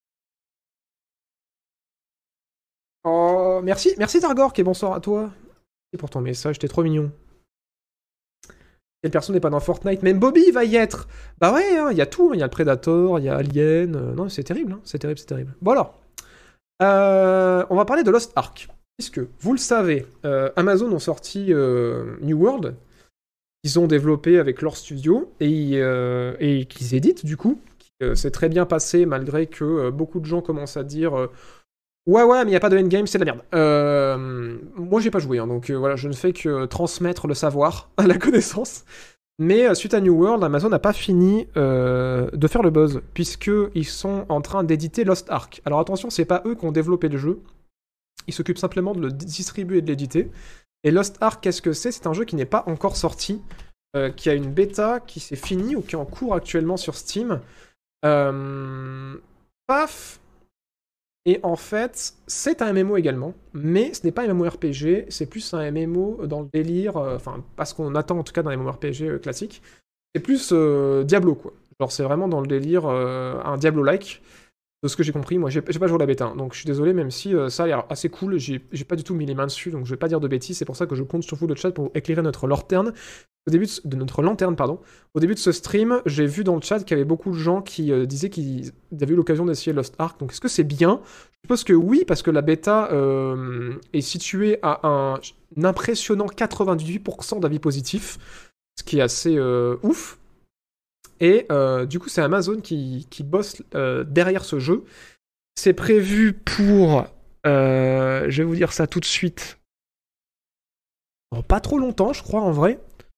oh, merci, merci Dargor, et bonsoir à toi. Et pour ton message, t'es trop mignon. Quelle personne n'est pas dans Fortnite? Même Bobby va y être. Bah ouais, il hein, y a tout. Il hein, y a le Predator, il y a Alien. Euh, non, c'est terrible. Hein, c'est terrible, c'est terrible. Bon alors. Euh, on va parler de Lost Ark. Puisque, vous le savez, euh, Amazon ont sorti euh, New World. Ils ont développé avec leur studio. Et, euh, et qu'ils éditent, du coup. Euh, c'est très bien passé, malgré que euh, beaucoup de gens commencent à dire... Euh, ouais, ouais, mais il n'y a pas de endgame, c'est de la merde. Euh, moi, j'ai pas joué, hein, donc euh, voilà, je ne fais que transmettre le savoir, la connaissance. Mais euh, suite à New World, Amazon n'a pas fini euh, de faire le buzz, puisqu'ils sont en train d'éditer Lost Ark. Alors attention, c'est pas eux qui ont développé le jeu, ils s'occupent simplement de le distribuer et de l'éditer. Et Lost Ark, qu'est-ce que c'est? C'est un jeu qui n'est pas encore sorti, euh, qui a une bêta qui s'est finie ou qui est en cours actuellement sur Steam. Euh... Paf. Et en fait, c'est un M M O également, mais ce n'est pas un MMORPG, c'est plus un M M O dans le délire, euh, enfin, pas ce qu'on attend en tout cas dans les MMORPG euh, classiques. C'est plus euh, Diablo, quoi. Genre, c'est vraiment dans le délire, euh, un Diablo-like, de ce que j'ai compris. Moi, j'ai, j'ai pas joué à la bêta, hein, donc je suis désolé, même si euh, ça a l'air assez cool, j'ai, j'ai pas du tout mis les mains dessus, donc je vais pas dire de bêtises, c'est pour ça que je compte sur vous le chat pour éclairer notre lanterne. Au début de, de notre lanterne, pardon. Au début de ce stream, j'ai vu dans le chat qu'il y avait beaucoup de gens qui euh, disaient qu'ils avaient eu l'occasion d'essayer Lost Ark. Donc est-ce que c'est bien? Je suppose que oui, parce que la bêta euh, est située à un, un impressionnant quatre-vingt-dix-huit pour cent d'avis positifs, ce qui est assez euh, ouf. Et euh, du coup, c'est Amazon qui, qui bosse euh, derrière ce jeu. C'est prévu pour... Euh, je vais vous dire ça tout de suite. Bon, pas trop longtemps, je crois, en vrai.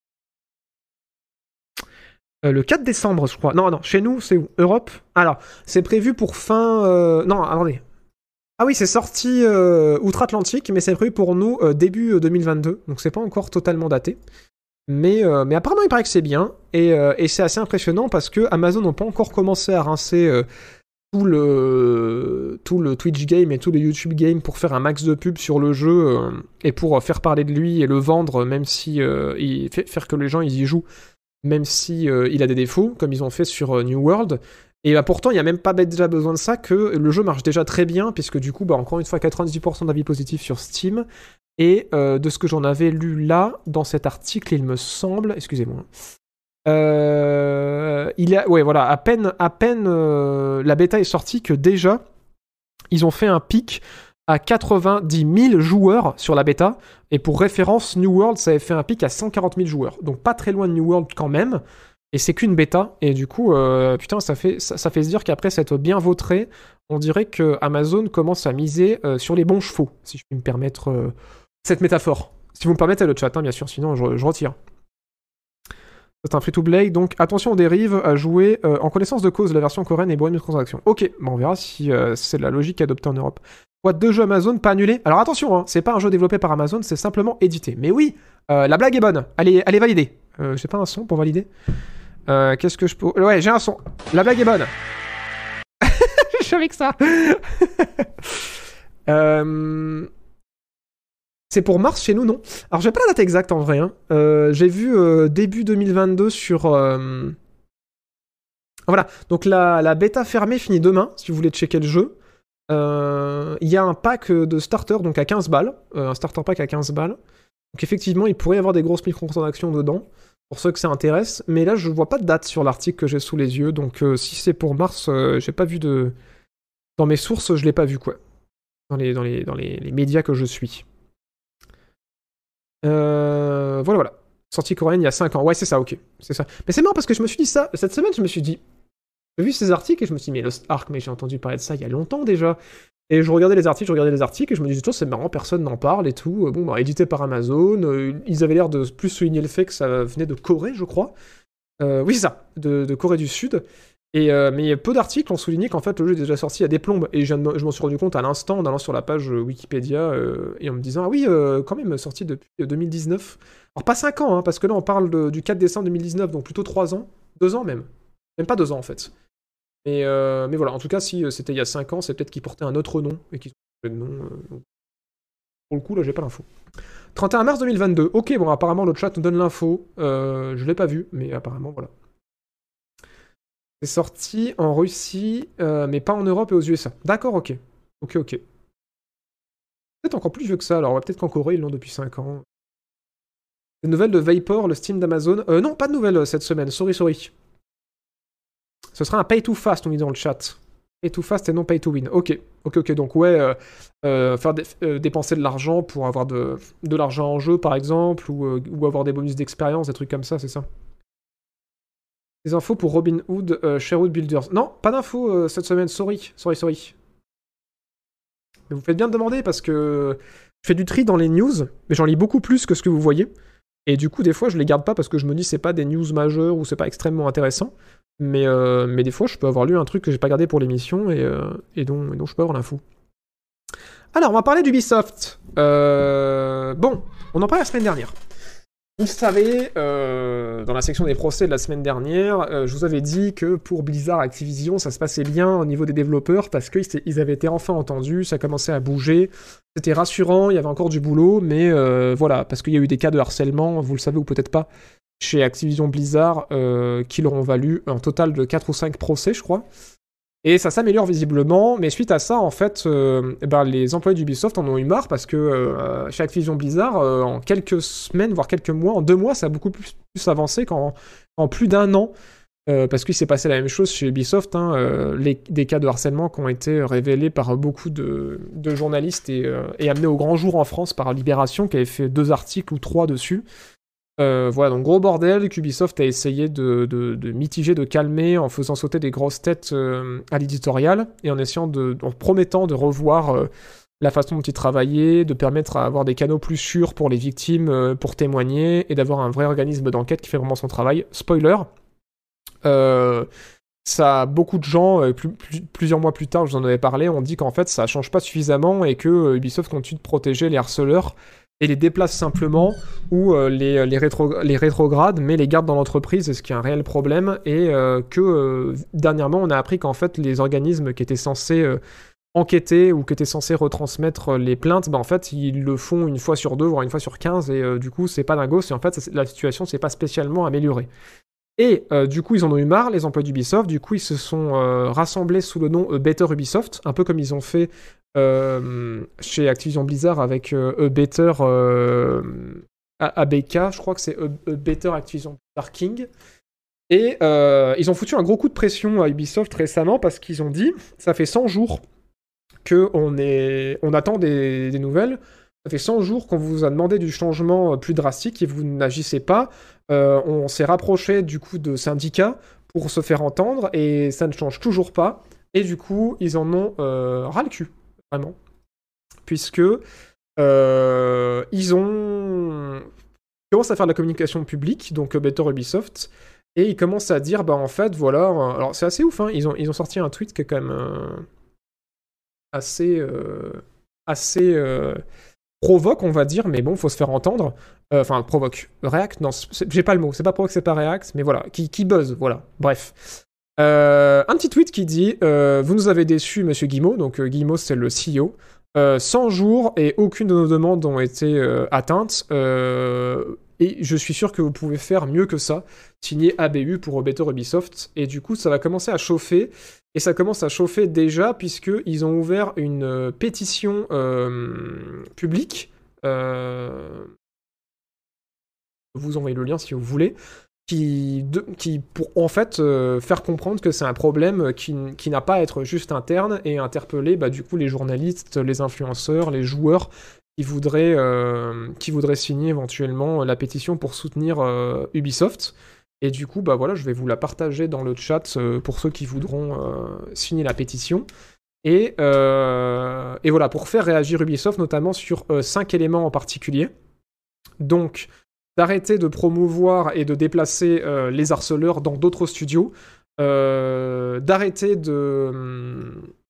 Euh, le quatre décembre, je crois. Non, non, chez nous, c'est où? Europe? Alors, c'est prévu pour fin... Euh... Non, attendez. Ah oui, c'est sorti euh, outre-Atlantique, mais c'est prévu pour nous euh, début euh, deux mille vingt-deux. Donc c'est pas encore totalement daté. Mais, euh, mais apparemment, il paraît que c'est bien. Et, euh, et c'est assez impressionnant parce que Amazon n'a pas encore commencé à rincer euh, tout, le, tout le Twitch game et tout le YouTube game pour faire un max de pub sur le jeu euh, et pour faire parler de lui et le vendre, même si... Euh, il fait, faire que les gens ils y jouent. Même si euh, il a des défauts, comme ils ont fait sur euh, New World. Et bah, pourtant, il n'y a même pas déjà besoin de ça, que le jeu marche déjà très bien, puisque du coup, bah, encore une fois, quatre-vingt-dix pour cent d'avis positifs sur Steam. Et euh, de ce que j'en avais lu là, dans cet article, il me semble... Excusez-moi. Euh, il y a, ouais, voilà, à peine, à peine euh, la bêta est sortie que déjà, ils ont fait un pic à quatre-vingt-dix mille joueurs sur la bêta. Et pour référence, New World, ça avait fait un pic à cent quarante mille joueurs. Donc pas très loin de New World quand même. Et c'est qu'une bêta. Et du coup, euh, putain, ça fait, ça, ça fait se dire qu'après s'être bien vautré, on dirait que Amazon commence à miser euh, sur les bons chevaux, si je puis me permettre euh, cette métaphore. Si vous me permettez le chat, hein, bien sûr, sinon je, je retire. C'est un free-to-play, donc attention aux dérives à jouer euh, en connaissance de cause. La version coréenne est bourrée de microtransactions. Ok, bon, on verra si euh, c'est la logique adoptée en Europe. Boîte de jeux Amazon, pas annulé. Alors attention, hein, c'est pas un jeu développé par Amazon, c'est simplement édité. Mais oui, euh, la blague est bonne. Allez, allez valider. Euh, j'ai pas un son pour valider. Euh, qu'est-ce que je peux... Ouais, j'ai un son. La blague est bonne. Je suis avec ça. euh... C'est pour mars chez nous, non? Alors j'ai pas la date exacte en vrai. Hein. Euh, j'ai vu euh, début deux mille vingt-deux sur... Euh... Voilà, donc la, la bêta fermée finit demain, si vous voulez checker le jeu. Il euh, y a un pack de starter, donc à quinze balles. Euh, un starter pack à quinze balles. Donc effectivement, il pourrait y avoir des grosses microtransactions dedans, pour ceux que ça intéresse. Mais là, je vois pas de date sur l'article que j'ai sous les yeux. Donc euh, si c'est pour mars, euh, j'ai pas vu de... Dans mes sources, je l'ai pas vu, quoi. Dans les, dans les, dans les, les médias que je suis. Euh, voilà, voilà. Sortie coréenne il y a cinq ans. Ouais, c'est ça, ok. C'est ça. Mais c'est marrant parce que je me suis dit ça. Cette semaine, je me suis dit... J'ai vu ces articles et je me suis dit, mais Lost Ark, mais j'ai entendu parler de ça il y a longtemps déjà. Et je regardais les articles, je regardais les articles et je me disais, c'est marrant, personne n'en parle et tout. Bon, bah, édité par Amazon. Euh, ils avaient l'air de plus souligner le fait que ça venait de Corée, je crois. Euh, oui, c'est ça, de, de Corée du Sud. Et, euh, mais peu d'articles ont souligné qu'en fait, le jeu est déjà sorti à des plombes. Et je, je m'en suis rendu compte à l'instant en allant sur la page Wikipédia euh, et en me disant, ah oui, euh, quand même, sorti depuis deux mille dix-neuf. Alors, pas cinq ans, hein, parce que là, on parle de, du quatre décembre deux mille dix-neuf, donc plutôt trois ans. deux ans même. Même pas deux ans, en fait. Mais, euh, mais voilà, en tout cas, si c'était il y a cinq ans, c'est peut-être qu'ils portaient un autre nom et qu'ils ont changé de nom. Euh, donc... Pour le coup, là, j'ai pas l'info. trente et un mars deux mille vingt-deux. Ok, bon, apparemment, le chat nous donne l'info. Euh, je l'ai pas vu, mais apparemment, voilà. C'est sorti en Russie, euh, mais pas en Europe et aux U S A. D'accord, ok. Ok, ok. Peut-être encore plus vieux que ça, alors. Peut-être qu'en Corée, ils l'ont depuis cinq ans. Des nouvelles de Vapor, le Steam d'Amazon. Euh, non, pas de nouvelles cette semaine. Sorry, sorry. Ce sera un pay to fast, on dit dans le chat. Pay to fast et non pay to win. Ok, ok, ok. Donc ouais, euh, euh, faire dé euh, dépenser de l'argent pour avoir de, de l'argent en jeu, par exemple, ou, euh, ou avoir des bonus d'expérience, des trucs comme ça, c'est ça. Des infos pour Robinhood, euh, Sherwood Builders. Non, pas d'infos euh, cette semaine. Sorry, sorry, sorry. Mais vous faites bien de demander parce que je fais du tri dans les news, mais j'en lis beaucoup plus que ce que vous voyez. Et du coup, des fois, je les garde pas parce que je me dis c'est pas des news majeures ou c'est pas extrêmement intéressant. Mais, euh, mais des fois, je peux avoir lu un truc que j'ai pas gardé pour l'émission et, euh, et, dont, et dont je peux avoir l'info. Alors, on va parler d'Ubisoft. Euh... Bon, on en parlait la semaine dernière. Vous le savez, euh, dans la section des procès de la semaine dernière, euh, je vous avais dit que pour Blizzard Activision, ça se passait bien au niveau des développeurs parce qu'ils avaient été enfin entendus, ça commençait à bouger, c'était rassurant, il y avait encore du boulot, mais euh, voilà, parce qu'il y a eu des cas de harcèlement, vous le savez ou peut-être pas, chez Activision Blizzard, euh, qui leur ont valu un total de quatre ou cinq procès, je crois. Et ça s'améliore visiblement, mais suite à ça, en fait, euh, ben, les employés d'Ubisoft en ont eu marre parce que euh, chez Activision Blizzard, euh, en quelques semaines, voire quelques mois, en deux mois, ça a beaucoup plus, plus avancé qu'en en plus d'un an. Euh, parce qu'il s'est passé la même chose chez Ubisoft, hein, euh, les, des cas de harcèlement qui ont été révélés par beaucoup de, de journalistes et, euh, et amenés au grand jour en France par Libération, qui avait fait deux articles ou trois dessus. Euh, voilà, donc gros bordel qu'Ubisoft a essayé de, de, de mitiger, de calmer en faisant sauter des grosses têtes euh, à l'éditorial et en essayant de, en promettant de revoir euh, la façon dont ils travaillaient, de permettre à avoir des canaux plus sûrs pour les victimes euh, pour témoigner et d'avoir un vrai organisme d'enquête qui fait vraiment son travail. Spoiler, euh, ça, beaucoup de gens, euh, plus, plus, plusieurs mois plus tard, je vous en avais parlé, ont dit qu'en fait ça change pas suffisamment et que euh, Ubisoft continue de protéger les harceleurs et les déplace simplement, ou euh, les, les, rétro, les rétrograde, mais les garde dans l'entreprise, ce qui est un réel problème, et euh, que euh, dernièrement, on a appris qu'en fait, les organismes qui étaient censés euh, enquêter, ou qui étaient censés retransmettre les plaintes, bah, en fait, ils le font une fois sur deux, voire une fois sur quinze, et euh, du coup, c'est pas dingo, et en fait, la situation s'est pas spécialement améliorée. Et euh, du coup, ils en ont eu marre, les employés d'Ubisoft, du coup, ils se sont euh, rassemblés sous le nom euh, Better Ubisoft, un peu comme ils ont fait Euh, chez Activision Blizzard avec euh, A Better euh, A B K, je crois que c'est A, A Better Activision Blizzard King. Et euh, ils ont foutu un gros coup de pression à Ubisoft récemment parce qu'ils ont dit, ça fait cent jours qu'on est, on attend des, des nouvelles, ça fait cent jours qu'on vous a demandé du changement plus drastique et vous n'agissez pas. Euh, on s'est rapproché du coup de syndicats pour se faire entendre et ça ne change toujours pas. Et du coup, ils en ont euh, ras le cul. Vraiment. Puisque euh, ils ont ils commencent à faire de la communication publique, donc Better Ubisoft, et ils commencent à dire, bah en fait, voilà, alors c'est assez ouf, hein, ils ont, ils ont sorti un tweet qui est quand même euh, assez, euh, assez euh, provoque, on va dire, mais bon, faut se faire entendre, euh, enfin, provoque, react, non, j'ai pas le mot, c'est pas provoque, c'est pas react, mais voilà, qui, qui buzz, voilà, bref. Euh, un petit tweet qui dit euh, vous nous avez déçus, monsieur Guillemot. Donc euh, Guillemot, c'est le C E O. Euh, cent jours et aucune de nos demandes ont été euh, atteintes. Euh, et je suis sûr que vous pouvez faire mieux que ça. Signé A B U pour Better Ubisoft. Et du coup, ça va commencer à chauffer. Et ça commence à chauffer déjà, puisqu'ils ont ouvert une euh, pétition euh, publique. Euh... Vous envoyez le lien si vous voulez. Qui, de, qui pour en fait euh, faire comprendre que c'est un problème qui, qui n'a pas à être juste interne et interpeller bah, du coup les journalistes, les influenceurs, les joueurs qui voudraient, euh, qui voudraient signer éventuellement la pétition pour soutenir euh, Ubisoft. Et du coup, bah voilà, je vais vous la partager dans le chat euh, pour ceux qui voudront euh, signer la pétition. Et, euh, et voilà, pour faire réagir Ubisoft, notamment sur euh, cinq éléments en particulier. Donc, d'arrêter de promouvoir et de déplacer euh, les harceleurs dans d'autres studios, euh, d'arrêter de,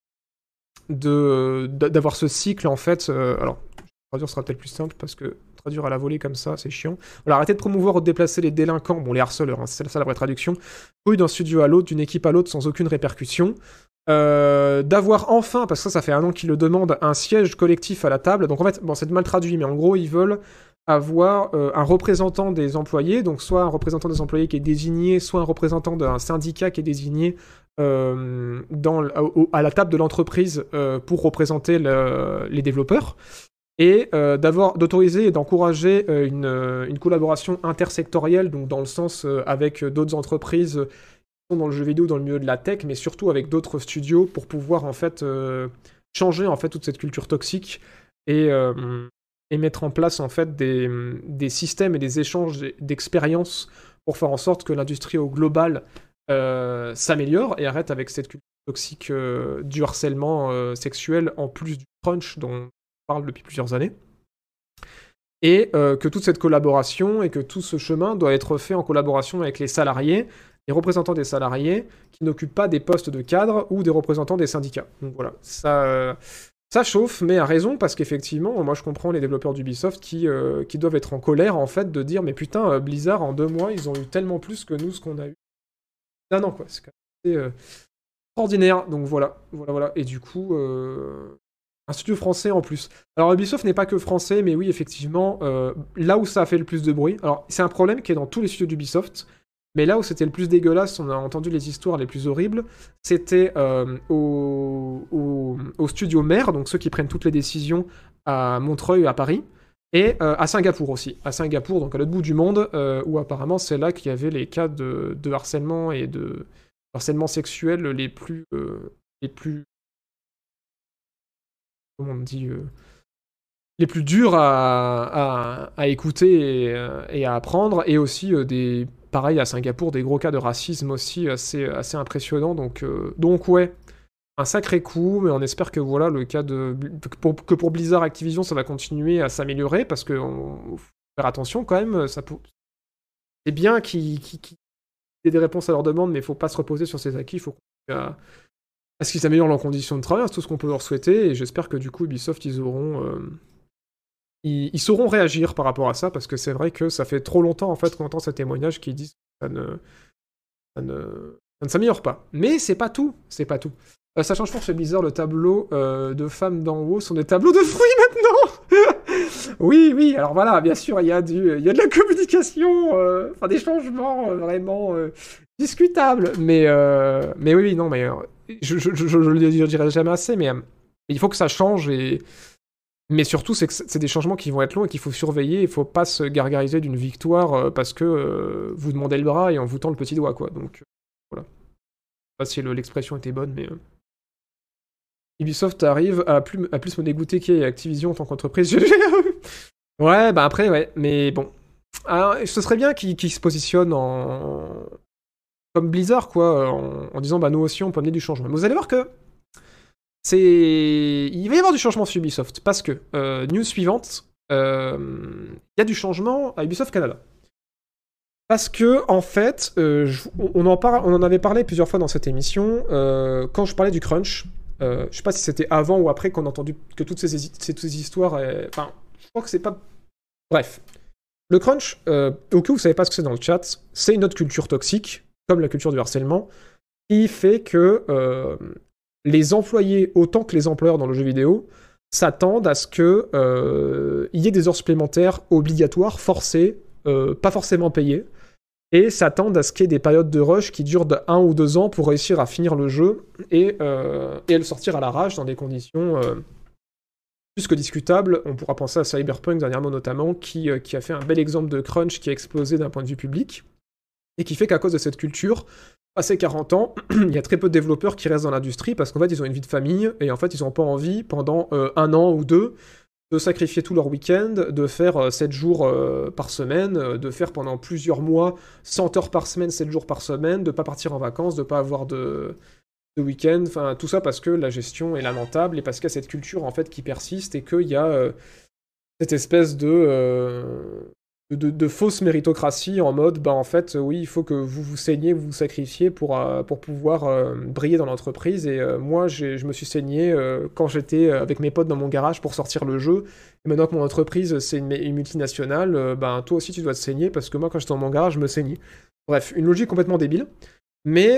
de, d'avoir ce cycle, en fait... Euh, alors, traduire sera peut-être plus simple, parce que traduire à la volée comme ça, c'est chiant. Voilà, arrêter de promouvoir ou de déplacer les délinquants, bon, les harceleurs, hein, c'est ça la vraie traduction, oui, d'un studio à l'autre, d'une équipe à l'autre, sans aucune répercussion. Euh, d'avoir enfin, parce que ça, ça fait un an qu'ils le demandent, un siège collectif à la table. Donc en fait, bon, c'est mal traduit, mais en gros, ils veulent avoir euh, un représentant des employés, donc soit un représentant des employés qui est désigné, soit un représentant d'un syndicat qui est désigné euh, dans, au, à la table de l'entreprise euh, pour représenter le, les développeurs, et euh, d'avoir, d'autoriser et d'encourager euh, une, une collaboration intersectorielle, donc dans le sens euh, avec d'autres entreprises euh, qui sont dans le jeu vidéo, dans le milieu de la tech, mais surtout avec d'autres studios pour pouvoir en fait euh, changer en fait toute cette culture toxique et euh, et mettre en place en fait des, des systèmes et des échanges d'expériences pour faire en sorte que l'industrie au global euh, s'améliore et arrête avec cette culture toxique euh, du harcèlement euh, sexuel en plus du crunch dont on parle depuis plusieurs années. et euh, que toute cette collaboration et que tout ce chemin doit être fait en collaboration avec les salariés, les représentants des salariés qui n'occupent pas des postes de cadre ou des représentants des syndicats. Donc voilà, ça, euh, ça chauffe, mais à raison, parce qu'effectivement, moi je comprends les développeurs d'Ubisoft qui, euh, qui doivent être en colère, en fait, de dire « Mais putain, euh, Blizzard, en deux mois, ils ont eu tellement plus que nous, ce qu'on a eu. » Un an, quoi. C'est quand même euh, extraordinaire. Donc voilà, voilà, voilà. Et du coup, euh, un studio français en plus. Alors Ubisoft n'est pas que français, mais oui, effectivement, euh, là où ça a fait le plus de bruit, alors c'est un problème qui est dans tous les studios d'Ubisoft, mais là où c'était le plus dégueulasse, on a entendu les histoires les plus horribles, c'était euh, au, au, au studio mère, donc ceux qui prennent toutes les décisions à Montreuil, à Paris, et euh, à Singapour aussi. À Singapour, donc à l'autre bout du monde, euh, où apparemment c'est là qu'il y avait les cas de, de harcèlement et de harcèlement sexuel les plus... Euh, les plus... Comment on dit euh, les plus durs à, à, à écouter et, et à apprendre, et aussi euh, des... Pareil, à Singapour, des gros cas de racisme aussi assez, assez impressionnants. Donc, euh, donc ouais, un sacré coup, mais on espère que voilà, le cas de... Pour, que pour Blizzard Activision, ça va continuer à s'améliorer, parce qu'il faut faire attention quand même. Ça peut... C'est bien qu'ils qu qu aient des réponses à leurs demandes, mais il ne faut pas se reposer sur ses acquis. Il faut continuer à... à ce qu'ils améliorent leurs conditions de travail, c'est tout ce qu'on peut leur souhaiter, et j'espère que du coup, Ubisoft, ils auront... Euh... Ils, ils sauront réagir par rapport à ça, parce que c'est vrai que ça fait trop longtemps, en fait, qu'on entend ces témoignages qui disent que ça ne, ça ne, ça ne s'améliore pas. Mais c'est pas tout, c'est pas tout. Euh, ça change fort chez Blizzard, le tableau euh, de femmes d'en haut sont des tableaux de fruits maintenant. Oui, oui, alors voilà, bien sûr, il y a du, il y a de la communication, euh, enfin des changements euh, vraiment euh, discutables, mais, euh, mais oui, oui, non, mais euh, je, je, je, je le dirai jamais assez, mais euh, il faut que ça change, et... Mais surtout, c'est que c'est des changements qui vont être longs et qu'il faut surveiller. Il faut pas se gargariser d'une victoire euh, parce que euh, vous demandez le bras et on vous tend le petit doigt, quoi. Donc, euh, voilà. Je sais pas si l'expression était bonne, mais... Euh... Ubisoft arrive à plus, à plus me dégoûter qu'Activision en tant qu'entreprise. Ouais, bah après, ouais. Mais bon. Alors, ce serait bien qu'ils qu'ils se positionnent en... comme Blizzard, quoi, en, en disant, bah nous aussi, on peut amener du changement. Mais vous allez voir que... C'est... Il va y avoir du changement sur Ubisoft, parce que, euh, news suivante, il euh, y a du changement à Ubisoft Canada. Parce que, en fait, euh, je, on, en par, on en avait parlé plusieurs fois dans cette émission, euh, quand je parlais du crunch, euh, je sais pas si c'était avant ou après qu'on a entendu que toutes ces, ces, ces histoires... Enfin, je crois que c'est pas... Bref. Le crunch, euh, au cas où vous savez pas ce que c'est dans le chat, c'est une autre culture toxique, comme la culture du harcèlement, qui fait que... Euh, les employés, autant que les employeurs dans le jeu vidéo, s'attendent à ce qu'il euh, y ait des heures supplémentaires obligatoires, forcées, euh, pas forcément payées, et s'attendent à ce qu'il y ait des périodes de rush qui durent de un ou deux ans pour réussir à finir le jeu et, euh, et le sortir à l'arrache dans des conditions euh, plus que discutables. On pourra penser à Cyberpunk dernièrement notamment, qui, euh, qui a fait un bel exemple de crunch qui a explosé d'un point de vue public, et qui fait qu'à cause de cette culture, passé quarante ans, il y a très peu de développeurs qui restent dans l'industrie parce qu'en fait, ils ont une vie de famille et en fait, ils n'ont pas envie, pendant euh, un an ou deux, de sacrifier tout leur week-end, de faire euh, sept jours euh, par semaine, euh, de faire pendant plusieurs mois cent heures par semaine, sept jours par semaine, de ne pas partir en vacances, de ne pas avoir de, de week-end, enfin tout ça parce que la gestion est lamentable et parce qu'il y a cette culture en fait qui persiste et qu'il y a euh, cette espèce de... Euh, De, de fausse méritocratie en mode, bah en fait, oui, il faut que vous vous saigniez, vous vous sacrifiez pour, euh, pour pouvoir euh, briller dans l'entreprise. Et euh, moi, je me suis saigné euh, quand j'étais avec mes potes dans mon garage pour sortir le jeu. Et maintenant que mon entreprise, c'est une, une multinationale, euh, bah toi aussi, tu dois te saigner parce que moi, quand j'étais dans mon garage, je me saignais. Bref, une logique complètement débile. Mais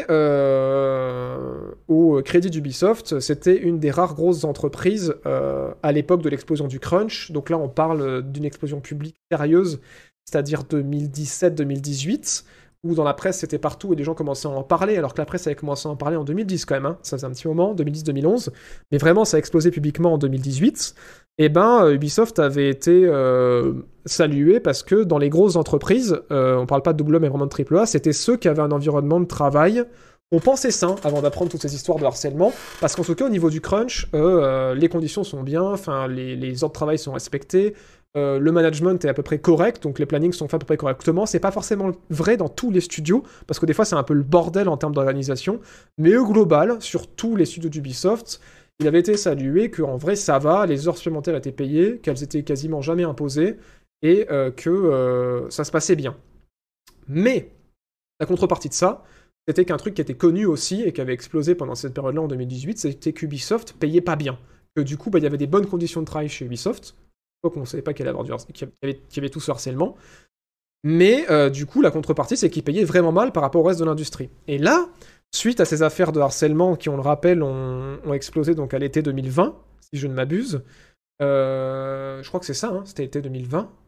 euh, au crédit d'Ubisoft, c'était une des rares grosses entreprises euh, à l'époque de l'explosion du crunch. Donc là, on parle d'une explosion publique sérieuse, c'est-à-dire deux mille dix-sept deux mille dix-huit, où dans la presse, c'était partout et les gens commençaient à en parler, alors que la presse avait commencé à en parler en deux mille dix quand même. Hein. Ça faisait un petit moment, deux mille dix deux mille onze. Mais vraiment, ça a explosé publiquement en deux mille dix-huit. Et ben, Ubisoft avait été euh, salué parce que dans les grosses entreprises, euh, on parle pas de double A mais vraiment de triple A, c'était ceux qui avaient un environnement de travail, on pensait sain avant d'apprendre toutes ces histoires de harcèlement, parce qu'en tout cas au niveau du crunch, euh, euh, les conditions sont bien, enfin les, les heures de travail sont respectées, euh, le management est à peu près correct, donc les plannings sont faits à peu près correctement. C'est pas forcément vrai dans tous les studios, parce que des fois c'est un peu le bordel en termes d'organisation, mais au global, sur tous les studios d'Ubisoft, il avait été salué qu'en vrai ça va, les heures supplémentaires étaient payées, qu'elles étaient quasiment jamais imposées, et euh, que euh, ça se passait bien. Mais la contrepartie de ça, c'était qu'un truc qui était connu aussi et qui avait explosé pendant cette période-là en deux mille dix-huit, c'était qu'Ubisoft payait pas bien. Que du coup, bah, il y avait des bonnes conditions de travail chez Ubisoft. On ne savait pas qu'il y, avait, qu'il y, avait, qu'il y avait tout ce harcèlement. Mais euh, du coup, la contrepartie, c'est qu'ils payaient vraiment mal par rapport au reste de l'industrie. Et là, suite à ces affaires de harcèlement qui, on le rappelle, ont, ont explosé donc à l'été deux mille vingt, si je ne m'abuse, euh, je crois que c'est ça, hein, c'était l'été deux mille vingt,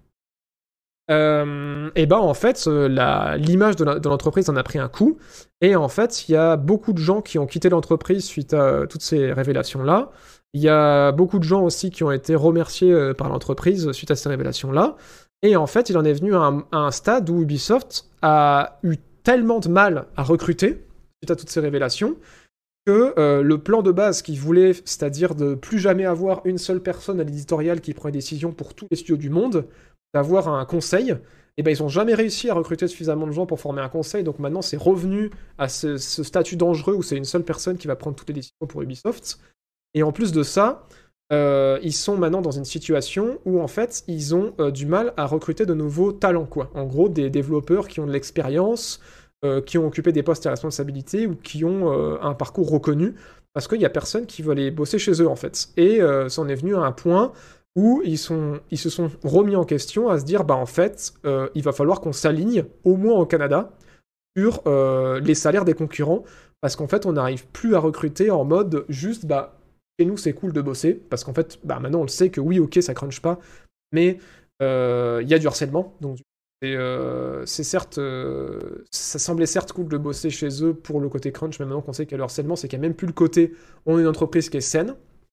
euh, et ben en fait, la, l'image de, la, de l'entreprise en a pris un coup. Et en fait, il y a beaucoup de gens qui ont quitté l'entreprise suite à toutes ces révélations-là. Il y a beaucoup de gens aussi qui ont été remerciés par l'entreprise suite à ces révélations-là. Et en fait, il en est venu à un, à un stade où Ubisoft a eu tellement de mal à recruter suite à toutes ces révélations que euh, le plan de base qu'ils voulaient, c'est-à-dire de plus jamais avoir une seule personne à l'éditorial qui prend une décision pour tous les studios du monde, d'avoir un conseil, et ben ils n'ont jamais réussi à recruter suffisamment de gens pour former un conseil, donc maintenant c'est revenu à ce, ce statut dangereux où c'est une seule personne qui va prendre toutes les décisions pour Ubisoft. Et en plus de ça, euh, ils sont maintenant dans une situation où en fait ils ont euh, du mal à recruter de nouveaux talents, quoi. En gros, des développeurs qui ont de l'expérience, euh, qui ont occupé des postes à responsabilité ou qui ont euh, un parcours reconnu, parce qu'il n'y a personne qui veut aller bosser chez eux en fait. Et euh, ça en est venu à un point où ils, sont, ils se sont remis en question à se dire, bah en fait, euh, il va falloir qu'on s'aligne, au moins au Canada, sur euh, les salaires des concurrents, parce qu'en fait, on n'arrive plus à recruter en mode juste, bah, chez nous, c'est cool de bosser, parce qu'en fait, bah, maintenant, on le sait que oui, ok, ça crunch pas, mais il euh, y a du harcèlement, donc et, euh, c'est certes, euh, ça semblait certes cool de bosser chez eux pour le côté crunch, mais maintenant qu'on sait qu'il y a le harcèlement, c'est qu'il n'y a même plus le côté, on est une entreprise qui est saine.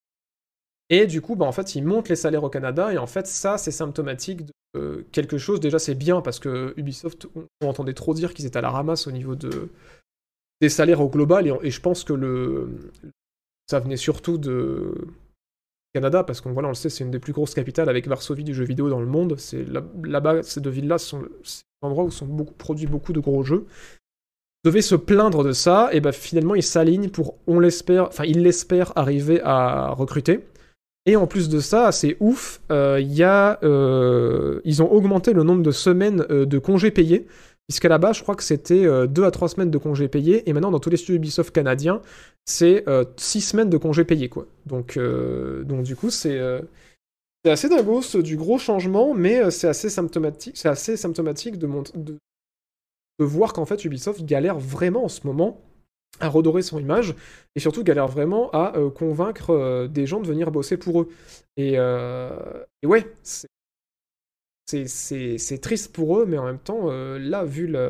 Et du coup, bah, en fait, ils montent les salaires au Canada, et en fait, ça, c'est symptomatique de euh, quelque chose. Déjà, c'est bien, parce que Ubisoft, on, on entendait trop dire qu'ils étaient à la ramasse au niveau de, des salaires au global, et, et je pense que le, ça venait surtout de Canada, parce qu'on voilà, on le sait, c'est une des plus grosses capitales, avec Varsovie du jeu vidéo dans le monde. C'est là, là-bas, ces deux villes-là, sont, c'est un endroit où sont beaucoup, produits beaucoup de gros jeux. Devait se plaindre de ça, et bah finalement, ils s'alignent pour, on l'espère, enfin, ils l'espèrent arriver à recruter. Et en plus de ça, c'est ouf, euh, y a, euh, ils ont augmenté le nombre de semaines euh, de congés payés, puisqu'à la base, je crois que c'était euh, deux à trois semaines de congés payés, et maintenant, dans tous les studios Ubisoft canadiens, c'est euh, six semaines de congés payés, quoi. Donc, euh, donc du coup, c'est, euh, c'est assez dingo, c'est du gros changement, mais euh, c'est assez symptomatique, c'est assez symptomatique de, mont- de, de voir qu'en fait, Ubisoft galère vraiment en ce moment à redorer son image, et surtout galère vraiment à euh, convaincre euh, des gens de venir bosser pour eux. Et, euh, et ouais, c'est, c'est, c'est, c'est triste pour eux, mais en même temps, euh, là, vu le...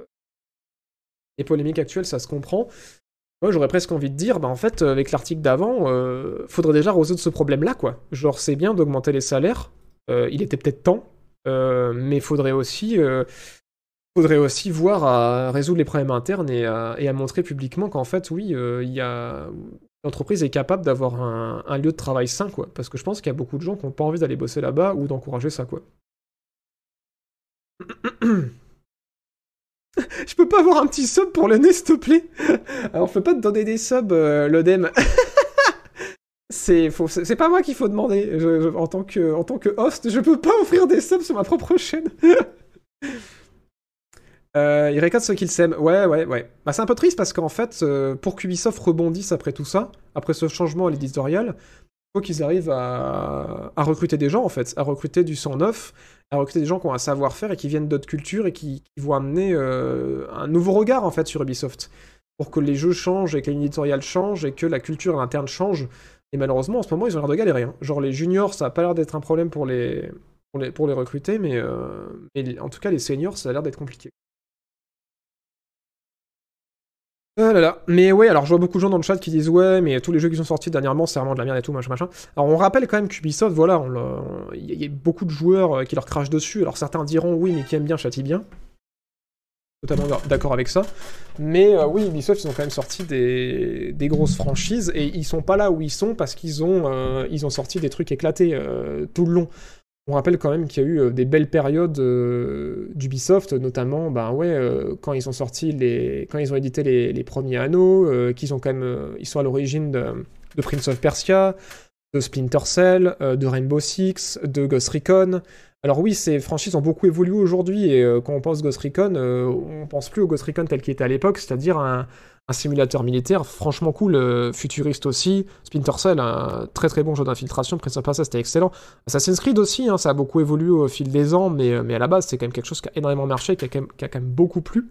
les polémiques actuelles, ça se comprend. Moi, j'aurais presque envie de dire, bah en fait, avec l'article d'avant, euh, faudrait déjà résoudre ce problème-là, quoi. Genre, c'est bien d'augmenter les salaires, euh, il était peut-être temps, euh, mais faudrait aussi... Euh, faudrait aussi voir à résoudre les problèmes internes et à, et à montrer publiquement qu'en fait, oui, euh, y a... l'entreprise est capable d'avoir un, un lieu de travail sain, quoi. Parce que je pense qu'il y a beaucoup de gens qui n'ont pas envie d'aller bosser là-bas ou d'encourager ça, quoi. Je peux pas avoir un petit sub pour le nez, s'il te plaît? Alors, je peux pas te donner des subs, euh, l'Odem. c'est, faut, c'est, c'est pas moi qu'il faut demander. Je, je, en, tant que, en tant que host, je peux pas offrir des subs sur ma propre chaîne. Euh, il récolte ceux qu'ils s'aiment. Ouais, ouais, ouais. Bah, c'est un peu triste parce qu'en fait, euh, pour qu'Ubisoft rebondisse après tout ça, après ce changement à l'éditorial, il faut qu'ils arrivent à... à recruter des gens, en fait, à recruter du sang neuf, à recruter des gens qui ont un savoir-faire et qui viennent d'autres cultures et qui, qui vont amener euh, un nouveau regard, en fait, sur Ubisoft. Pour que les jeux changent et que l'éditorial change et que la culture interne change. Et malheureusement, en ce moment, ils ont l'air de galérer. Hein. Genre, les juniors, ça a pas l'air d'être un problème pour les, pour les, pour les recruter, mais, euh... mais en tout cas, les seniors, ça a l'air d'être compliqué. Ah là là. Mais ouais, alors je vois beaucoup de gens dans le chat qui disent ouais, mais tous les jeux qui sont sortis dernièrement, c'est vraiment de la merde et tout, machin, machin. Alors on rappelle quand même qu'Ubisoft, voilà, il y a beaucoup de joueurs qui leur crachent dessus. Alors certains diront oui, mais qui aiment bien châtie bien. Totalement d'accord avec ça. Mais euh, oui, Ubisoft, ils ont quand même sorti des, des grosses franchises et ils sont pas là où ils sont parce qu'ils ont, euh, ils ont sorti des trucs éclatés euh, tout le long. On rappelle quand même qu'il y a eu des belles périodes euh, d'Ubisoft, notamment, ben ouais, euh, quand ils ont sorti les, quand ils ont édité les, les premiers Anneaux, euh, qu'ils ont quand même, euh, ils sont à l'origine de, de Prince of Persia, de Splinter Cell, euh, de Rainbow Six, de Ghost Recon. Alors oui, ces franchises ont beaucoup évolué aujourd'hui, et euh, quand on pense Ghost Recon, euh, on pense plus au Ghost Recon tel qu'il était à l'époque, c'est-à-dire un, un simulateur militaire franchement cool, euh, futuriste aussi. Splinter Cell, un très très bon jeu d'infiltration, Prince of Persia, c'était excellent. Assassin's Creed aussi, hein, ça a beaucoup évolué au fil des ans, mais, mais à la base, c'est quand même quelque chose qui a énormément marché, qui a quand même, qui a quand même beaucoup plu.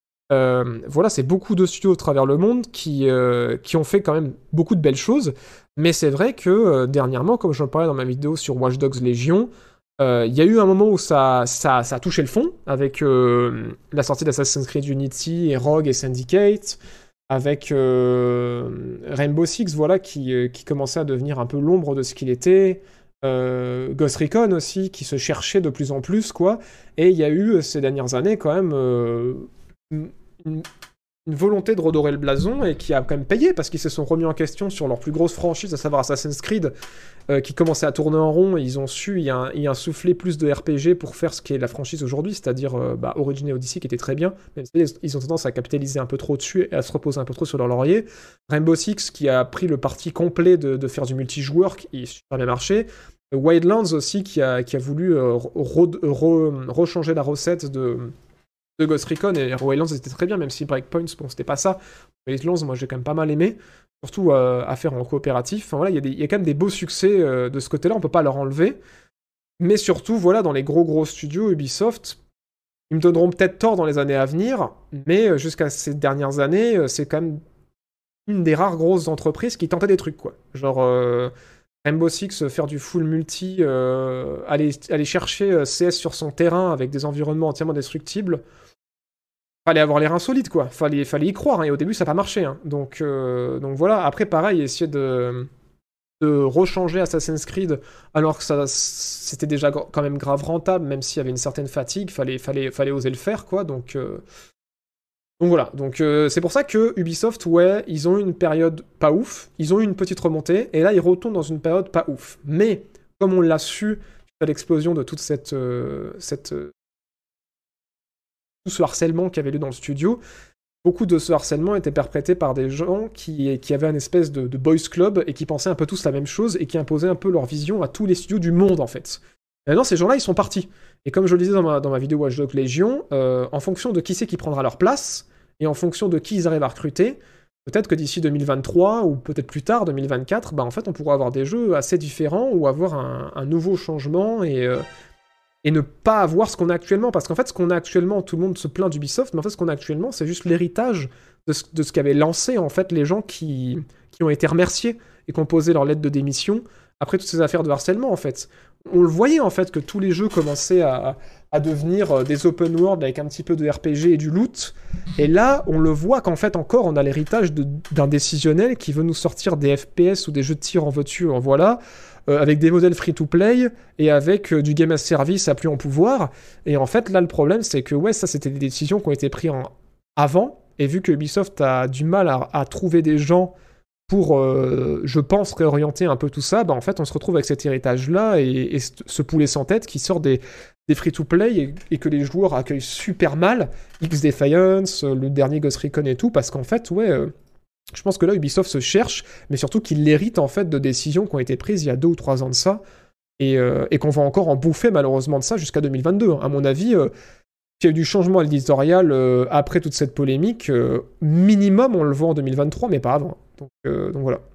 Euh, voilà, c'est beaucoup de studios à travers le monde qui, euh, qui ont fait quand même beaucoup de belles choses, mais c'est vrai que euh, dernièrement, comme j'en parlais dans ma vidéo sur Watch Dogs Legion, il euh, y a eu un moment où ça, ça, ça a touché le fond, avec euh, la sortie d'Assassin's Creed Unity et Rogue et Syndicate, avec euh, Rainbow Six, voilà, qui, euh, qui commençait à devenir un peu l'ombre de ce qu'il était, euh, Ghost Recon aussi, qui se cherchait de plus en plus, quoi, et il y a eu ces dernières années quand même euh, une, une volonté de redorer le blason, et qui a quand même payé, parce qu'ils se sont remis en question sur leur plus grosse franchise, à savoir Assassin's Creed, Euh, qui commençait à tourner en rond, et ils ont su y, a, y insuffler plus de R P G pour faire ce qu'est la franchise aujourd'hui, c'est-à-dire euh, bah, Origin et Odyssey qui était très bien, même si ils ont tendance à capitaliser un peu trop dessus et à se reposer un peu trop sur leur laurier. Rainbow Six qui a pris le parti complet de, de faire du multijoueur, qui a super bien marché. Wildlands aussi qui a, qui a voulu euh, rechanger la recette de, de Ghost Recon, et Wildlands était très bien, même si Breakpoint, bon, c'était pas ça. Wildlands, moi j'ai quand même pas mal aimé. Surtout euh, à faire en coopératif. Enfin voilà, il y, y a quand même des beaux succès euh, de ce côté-là, on peut pas leur enlever. Mais surtout, voilà, dans les gros gros studios Ubisoft, ils me donneront peut-être tort dans les années à venir, mais euh, jusqu'à ces dernières années, euh, c'est quand même une des rares grosses entreprises qui tentait des trucs, quoi. Genre euh, Rainbow Six, faire du full multi, euh, aller, aller chercher euh, C S sur son terrain avec des environnements entièrement destructibles. Fallait avoir l'air insolite, quoi. Fallait, fallait y croire, hein. Et au début, ça n'a pas marché. Hein. Donc, euh, donc voilà. Après, pareil, essayer de, de rechanger Assassin's Creed, alors que ça, c'était déjà quand même grave rentable, même s'il y avait une certaine fatigue, fallait, fallait, fallait oser le faire, quoi. Donc, euh, donc voilà. Donc euh, c'est pour ça que Ubisoft, ouais, ils ont eu une période pas ouf, ils ont eu une petite remontée, et là, ils retournent dans une période pas ouf. Mais, comme on l'a su, à l'explosion de toute cette... Euh, cette tout ce harcèlement qu'il y avait eu dans le studio, beaucoup de ce harcèlement était perpétré par des gens qui, qui avaient une espèce de, de boys club et qui pensaient un peu tous la même chose et qui imposaient un peu leur vision à tous les studios du monde, en fait. Et maintenant, ces gens-là, ils sont partis. Et comme je le disais dans ma, dans ma vidéo Watch Dogs Legion, euh, en fonction de qui c'est qui prendra leur place, et en fonction de qui ils arrivent à recruter, peut-être que d'ici deux mille vingt-trois, ou peut-être plus tard, deux mille vingt-quatre, bah, en fait, on pourra avoir des jeux assez différents, ou avoir un, un nouveau changement, et... Euh, et ne pas avoir ce qu'on a actuellement. Parce qu'en fait, ce qu'on a actuellement, tout le monde se plaint d'Ubisoft, mais en fait, ce qu'on a actuellement, c'est juste l'héritage de ce, de ce qu'avaient lancé, en fait, les gens qui, qui ont été remerciés et qui ont posé leur lettre de démission après toutes ces affaires de harcèlement, en fait. On le voyait, en fait, que tous les jeux commençaient à, à devenir des open world avec un petit peu de R P G et du loot. Et là, on le voit qu'en fait, encore, on a l'héritage de, d'un décisionnel qui veut nous sortir des F P S ou des jeux de tir en veux-tu, en voilà, Euh, avec des modèles free-to-play, et avec euh, du game as service à plus en pouvoir. Et en fait, là, le problème, c'est que, ouais, ça, c'était des décisions qui ont été prises en... avant, et vu que Ubisoft a du mal à, à trouver des gens pour, euh, je pense, réorienter un peu tout ça, bah, en fait, on se retrouve avec cet héritage-là, et, et ce poulet sans tête qui sort des, des free-to-play, et, et que les joueurs accueillent super mal, X-Defiance, le dernier Ghost Recon et tout, parce qu'en fait, ouais... Euh, je pense que là, Ubisoft se cherche, mais surtout qu'il l'hérite en fait de décisions qui ont été prises il y a deux ou trois ans de ça, et, euh, et qu'on va encore en bouffer malheureusement de ça jusqu'à deux mille vingt-deux. Hein. À mon avis, euh, s'il y a eu du changement éditorial euh, après toute cette polémique, euh, minimum on le voit en deux mille vingt-trois, mais pas avant. Donc, euh, donc voilà.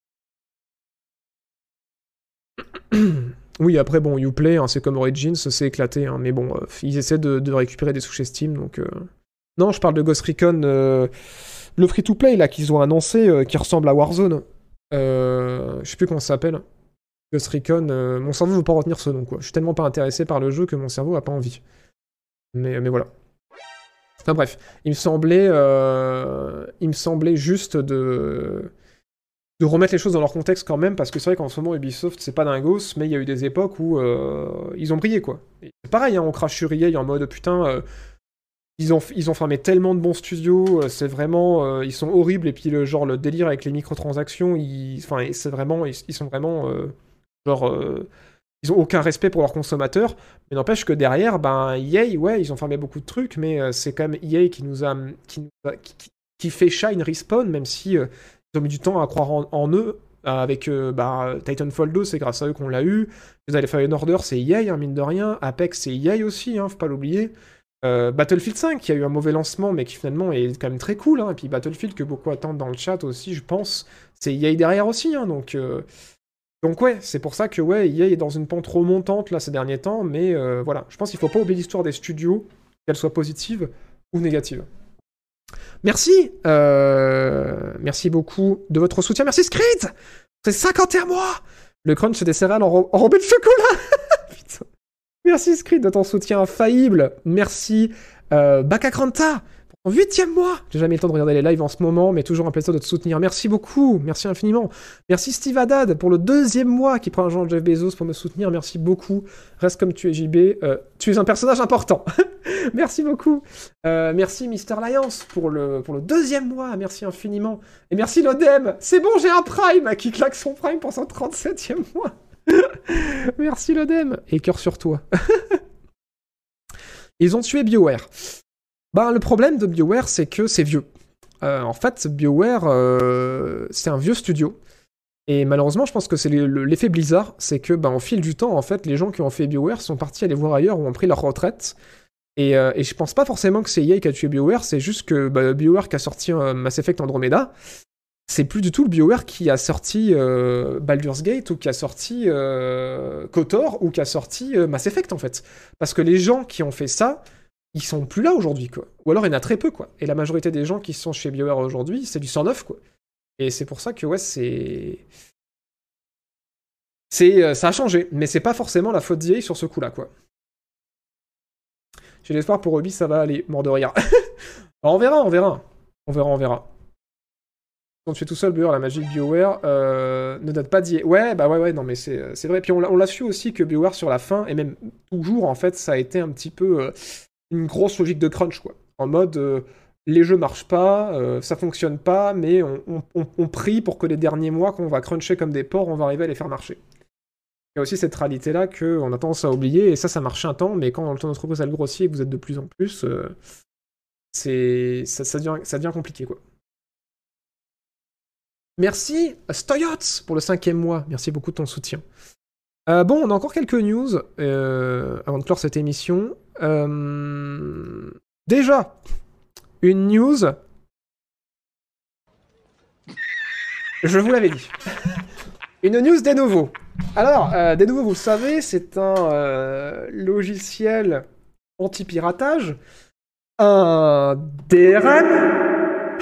Oui, après, bon, Uplay, hein, c'est comme Origins, c'est éclaté, hein, mais bon, euh, ils essaient de, de récupérer des sous chez Steam, donc... Euh... Non, je parle de Ghost Recon... Euh... Le free-to-play, là, qu'ils ont annoncé, euh, qui ressemble à Warzone. Euh, je sais plus comment ça s'appelle. Ghost Recon. Euh, mon cerveau ne veut pas retenir ce nom, quoi. Je suis tellement pas intéressé par le jeu que mon cerveau a pas envie. Mais, mais voilà. Enfin bref. Il me semblait... Euh, il me semblait juste de... de remettre les choses dans leur contexte quand même, parce que c'est vrai qu'en ce moment, Ubisoft, c'est pas dingos, mais il y a eu des époques où euh, ils ont brillé, quoi. Et c'est pareil, hein, on crache sur E A en mode, putain... Euh, Ils ont, ils ont fermé tellement de bons studios, euh, c'est vraiment... Euh, ils sont horribles, et puis le genre, le délire avec les microtransactions, ils, enfin, c'est vraiment... Ils, ils sont vraiment... Euh, genre... Euh, ils ont aucun respect pour leurs consommateurs, mais n'empêche que derrière, ben, E A, ouais, ils ont fermé beaucoup de trucs, mais euh, c'est quand même E A qui nous a... qui, nous a, qui, qui fait shine Respawn, même si euh, ils ont mis du temps à croire en, en eux, avec euh, bah, Titanfall deux, c'est grâce à eux qu'on l'a eu. Jedi Fallen Order, c'est E A, hein, mine de rien. Apex, c'est E A aussi, hein, faut pas l'oublier. Euh, Battlefield cinq, qui a eu un mauvais lancement, mais qui finalement est quand même très cool. Hein. Et puis Battlefield, que beaucoup attendent dans le chat aussi, je pense, c'est E A derrière aussi. Hein, donc, euh... donc ouais, c'est pour ça que ouais, E A est dans une pente remontante là ces derniers temps. Mais euh, voilà, je pense qu'il faut pas oublier l'histoire des studios, qu'elle soit positive ou négative. Merci, euh... merci beaucoup de votre soutien. Merci Screed, c'est cinquante et un mois. Le crunch des céréales enro- enrobées de chocolat. Putain. Merci Screed de ton soutien infaillible. Merci euh, Bakakranta pour ton huitième mois. J'ai jamais eu le temps de regarder les lives en ce moment, mais toujours un plaisir de te soutenir. Merci beaucoup, merci infiniment. Merci Steve Haddad pour le deuxième mois qui prend l'argent de Jeff Bezos pour me soutenir. Merci beaucoup. Reste comme tu es J B. Euh, tu es un personnage important. Merci beaucoup. Euh, merci Mister Lyance pour le, pour le deuxième mois. Merci infiniment. Et merci Lodem. C'est bon, j'ai un Prime qui claque son Prime pour son trente-septième mois. Merci Lodem. Et cœur sur toi. Ils ont tué BioWare. Ben, le problème de BioWare, c'est que c'est vieux. Euh, en fait, BioWare, euh, c'est un vieux studio. Et malheureusement, je pense que c'est l'effet Blizzard. C'est que, ben, au fil du temps, en fait, les gens qui ont fait BioWare sont partis aller voir ailleurs ou ont pris leur retraite. Et, euh, et je pense pas forcément que c'est E A qui a tué BioWare, c'est juste que bah, BioWare qui a sorti euh, Mass Effect Andromeda, c'est plus du tout le BioWare qui a sorti euh, Baldur's Gate ou qui a sorti euh, KOTOR ou qui a sorti euh, Mass Effect en fait. Parce que les gens qui ont fait ça, ils sont plus là aujourd'hui quoi. Ou alors il y en a très peu quoi. Et la majorité des gens qui sont chez BioWare aujourd'hui, c'est du cent neuf quoi. Et c'est pour ça que ouais c'est... c'est euh, ça a changé, mais c'est pas forcément la faute d'E A sur ce coup-là quoi. J'ai l'espoir pour Ruby, ça va aller, mort de rire. Alors, on verra, on verra. On verra, on verra. Quand tu es tout seul, BioWare, la magie de BioWare euh, ne date pas d'E A. Ouais, bah ouais, ouais, non, mais c'est vrai. Puis on, on l'a su aussi que BioWare, sur la fin, et même toujours, en fait, ça a été un petit peu euh, une grosse logique de crunch, quoi. En mode, euh, les jeux marchent pas, euh, ça fonctionne pas, mais on, on, on, on prie pour que les derniers mois qu'on va cruncher comme des porcs, on va arriver à les faire marcher. Il y a aussi cette réalité-là qu'on a tendance à oublier, et ça, ça marche un temps, mais quand ton entreprise elle grossit et que vous êtes de plus en plus, euh, c'est ça, ça, devient, ça devient compliqué, quoi. Merci Stoyots pour le cinquième mois, merci beaucoup de ton soutien. Euh, bon, on a encore quelques news euh, avant de clore cette émission. Euh, déjà, une news... Je vous l'avais dit. Une news des nouveaux. Alors, euh, des nouveaux, vous le savez, c'est un euh, logiciel anti-piratage, un D R M,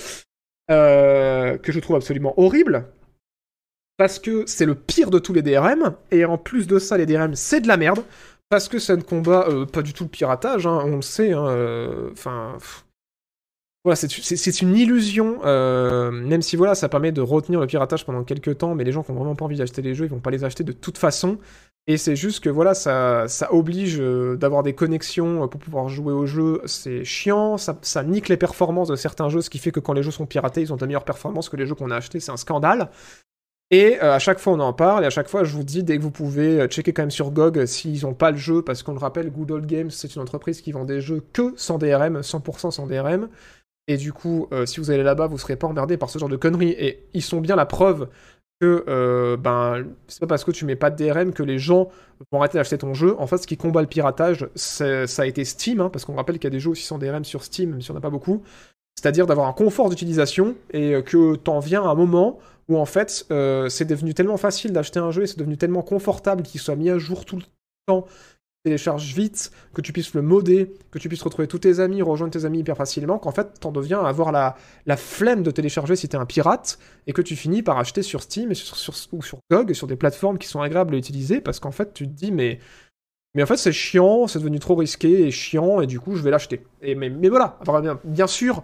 euh, que je trouve absolument horrible, parce que c'est le pire de tous les D R M, et en plus de ça, les D R M, c'est de la merde, parce que ça ne combat euh, pas du tout le piratage, hein, on le sait, hein, euh, enfin... Voilà, c'est une illusion, euh, même si voilà, ça permet de retenir le piratage pendant quelques temps, mais les gens qui n'ont vraiment pas envie d'acheter les jeux, ils vont pas les acheter de toute façon. Et c'est juste que voilà, ça, ça oblige euh, d'avoir des connexions pour pouvoir jouer au jeu, c'est chiant, ça, ça nique les performances de certains jeux, ce qui fait que quand les jeux sont piratés, ils ont de meilleures performances que les jeux qu'on a achetés, c'est un scandale. Et euh, à chaque fois on en parle, et à chaque fois je vous dis, dès que vous pouvez, euh, checker quand même sur G O G s'ils n'ont pas le jeu, parce qu'on le rappelle, Good Old Games, c'est une entreprise qui vend des jeux que sans D R M, cent pour cent sans D R M. Et du coup, euh, si vous allez là-bas, vous serez pas emmerdé par ce genre de conneries. Et ils sont bien la preuve que euh, ben, c'est pas parce que tu mets pas de D R M que les gens vont arrêter d'acheter ton jeu. En fait, ce qui combat le piratage, ça a été Steam, hein, parce qu'on rappelle qu'il y a des jeux aussi sans D R M sur Steam, même si on n'a pas beaucoup. C'est-à-dire d'avoir un confort d'utilisation et que t'en viens à un moment où en fait, euh, c'est devenu tellement facile d'acheter un jeu et c'est devenu tellement confortable qu'il soit mis à jour tout le temps, télécharge vite, que tu puisses le modder, que tu puisses retrouver tous tes amis, rejoindre tes amis hyper facilement, qu'en fait, t'en deviens à avoir la, la flemme de télécharger si t'es un pirate, et que tu finis par acheter sur Steam et sur, sur, ou sur G O G, sur des plateformes qui sont agréables à utiliser, parce qu'en fait, tu te dis, mais, mais en fait, c'est chiant, c'est devenu trop risqué et chiant, et du coup, je vais l'acheter. Et mais, mais voilà, bien, bien sûr,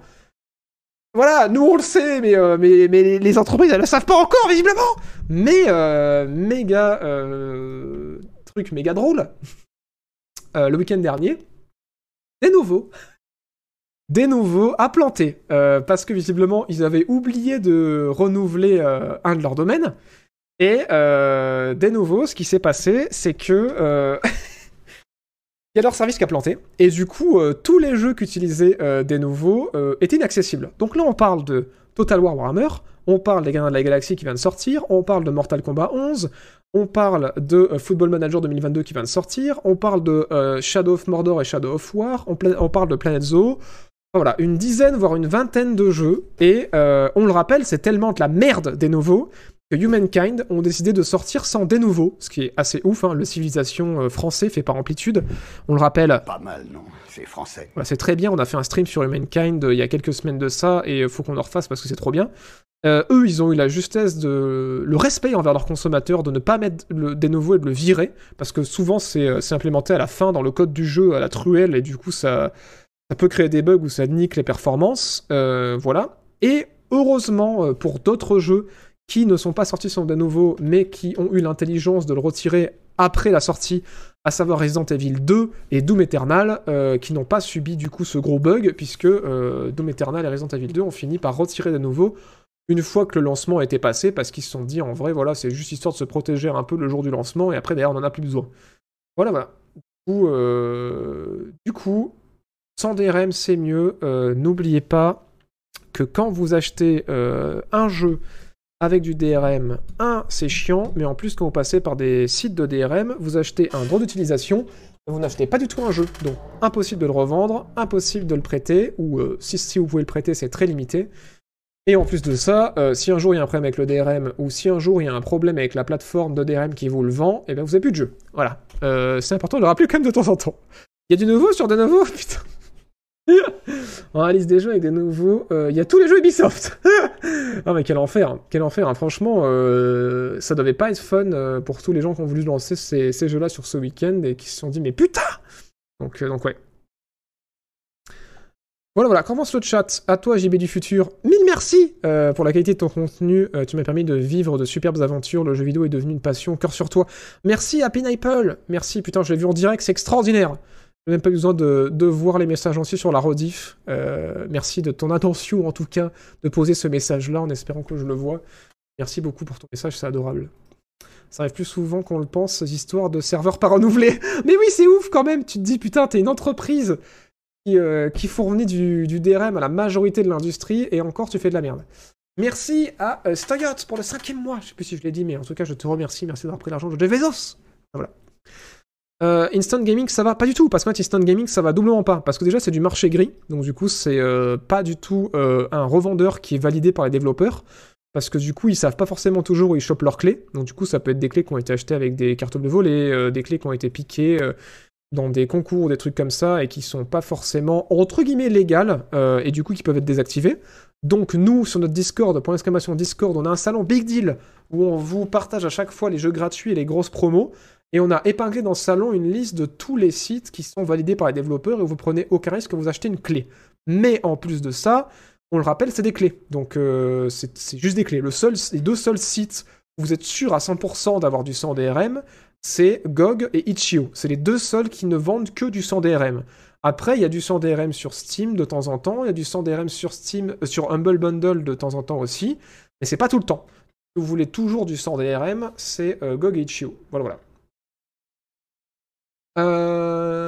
voilà, nous on le sait, mais, euh, mais, mais les entreprises, elles le savent pas encore, visiblement. Mais, euh, méga, euh, truc méga drôle. Euh, le week-end dernier, des nouveaux, des nouveaux à planter, euh, parce que visiblement ils avaient oublié de renouveler euh, un de leurs domaines, et euh, des nouveaux, ce qui s'est passé, c'est que euh, il y a leur service qui a planté, et du coup euh, tous les jeux qu'utilisaient euh, des nouveaux euh, étaient inaccessibles. Donc là on parle de Total War Warhammer, on parle des Gardiens de la Galaxie qui vient de sortir, on parle de Mortal Kombat onze, on parle de euh, Football Manager deux mille vingt-deux qui vient de sortir, on parle de euh, Shadow of Mordor et Shadow of War, on, on parle de Planet Zoo. Voilà, une dizaine, voire une vingtaine de jeux, et euh, on le rappelle, c'est tellement de la merde des nouveaux que Humankind ont décidé de sortir sans des nouveaux, ce qui est assez ouf, hein, le civilisation euh, français fait par amplitude, on le rappelle... Pas mal, non, c'est français. Voilà, c'est très bien, on a fait un stream sur Humankind euh, il y a quelques semaines de ça, et il euh, faut qu'on en refasse parce que c'est trop bien. Euh, eux, ils ont eu la justesse de... le respect envers leurs consommateurs, de ne pas mettre le... des nouveaux et de le virer, parce que souvent c'est, euh, c'est implémenté à la fin dans le code du jeu, à la truelle, et du coup ça... ça peut créer des bugs ou ça nique les performances, euh, voilà. Et heureusement, euh, pour d'autres jeux qui ne sont pas sortis sur des nouveaux, mais qui ont eu l'intelligence de le retirer après la sortie, à savoir Resident Evil deux et Doom Eternal, euh, qui n'ont pas subi du coup ce gros bug, puisque euh, Doom Eternal et Resident Evil deux ont fini par retirer des nouveaux une fois que le lancement était passé, parce qu'ils se sont dit, en vrai, voilà, c'est juste histoire de se protéger un peu le jour du lancement, et après, d'ailleurs, on n'en a plus besoin. Voilà, voilà. Du coup, euh... du coup sans D R M, c'est mieux. Euh, n'oubliez pas que quand vous achetez euh, un jeu avec du D R M, un, c'est chiant, mais en plus, quand vous passez par des sites de D R M, vous achetez un droit d'utilisation, vous n'achetez pas du tout un jeu. Donc, impossible de le revendre, impossible de le prêter, ou euh, si, si vous pouvez le prêter, c'est très limité. Et en plus de ça, euh, si un jour il y a un problème avec le D R M, ou si un jour il y a un problème avec la plateforme de D R M qui vous le vend, et bien vous n'avez plus de jeu. Voilà. Euh, c'est important de le rappeler quand même de temps en temps. Il y a du nouveau sur des nouveaux, putain. On réalise des jeux avec des nouveaux. Il euh, y a tous les jeux Ubisoft. Ah mais quel enfer, hein. Quel enfer. Hein. Franchement, euh, ça devait pas être fun euh, pour tous les gens qui ont voulu lancer ces, ces jeux-là sur ce week-end et qui se sont dit mais putain. Donc, euh, donc ouais. Voilà, voilà. Commence le chat. À toi, J B du futur. Mille merci euh, pour la qualité de ton contenu. Euh, tu m'as permis de vivre de superbes aventures. Le jeu vidéo est devenu une passion. Cœur sur toi. Merci Happy Nipple. Merci. Putain, je l'ai vu en direct. C'est extraordinaire. J'ai même pas besoin de, de voir les messages entiers sur la rediff. Euh, merci de ton attention, en tout cas, de poser ce message-là, en espérant que je le vois. Merci beaucoup pour ton message, c'est adorable. Ça arrive plus souvent qu'on le pense, ces histoires de serveurs pas renouvelés. Mais oui, c'est ouf quand même. Tu te dis, putain, t'es une entreprise qui, euh, qui fournit du, du D R M à la majorité de l'industrie, et encore, tu fais de la merde. Merci à euh, Stoyot pour le cinquième mois. Je sais plus si je l'ai dit, mais en tout cas, je te remercie. Merci d'avoir pris l'argent de Jeff Bezos. Voilà. Euh, Instant Gaming, ça va pas du tout, parce que Instant Gaming, ça va doublement pas, parce que déjà c'est du marché gris, donc du coup c'est euh, pas du tout euh, un revendeur qui est validé par les développeurs, parce que du coup ils savent pas forcément toujours où ils chopent leurs clés, donc du coup ça peut être des clés qui ont été achetées avec des cartes de volée, euh, des clés qui ont été piquées euh, dans des concours, des trucs comme ça, et qui sont pas forcément entre guillemets légales, euh, et du coup qui peuvent être désactivées. Donc nous, sur notre Discord, point d'exclamation Discord, on a un salon Big Deal, où on vous partage à chaque fois les jeux gratuits et les grosses promos. Et on a épinglé dans ce salon une liste de tous les sites qui sont validés par les développeurs et vous prenez aucun risque que vous achetez une clé. Mais en plus de ça, on le rappelle, c'est des clés. Donc euh, c'est, c'est juste des clés. Le seul, les deux seuls sites où vous êtes sûr à cent pour cent d'avoir du sans D R M, c'est G O G et itch point io. C'est les deux seuls qui ne vendent que du sans D R M. Après, il y a du sans D R M sur Steam de temps en temps, il y a du sans D R M sur Steam, euh, sur Humble Bundle de temps en temps aussi, mais c'est pas tout le temps. Si vous voulez toujours du sans D R M, c'est euh, G O G et itch point io. Voilà, voilà. Euh...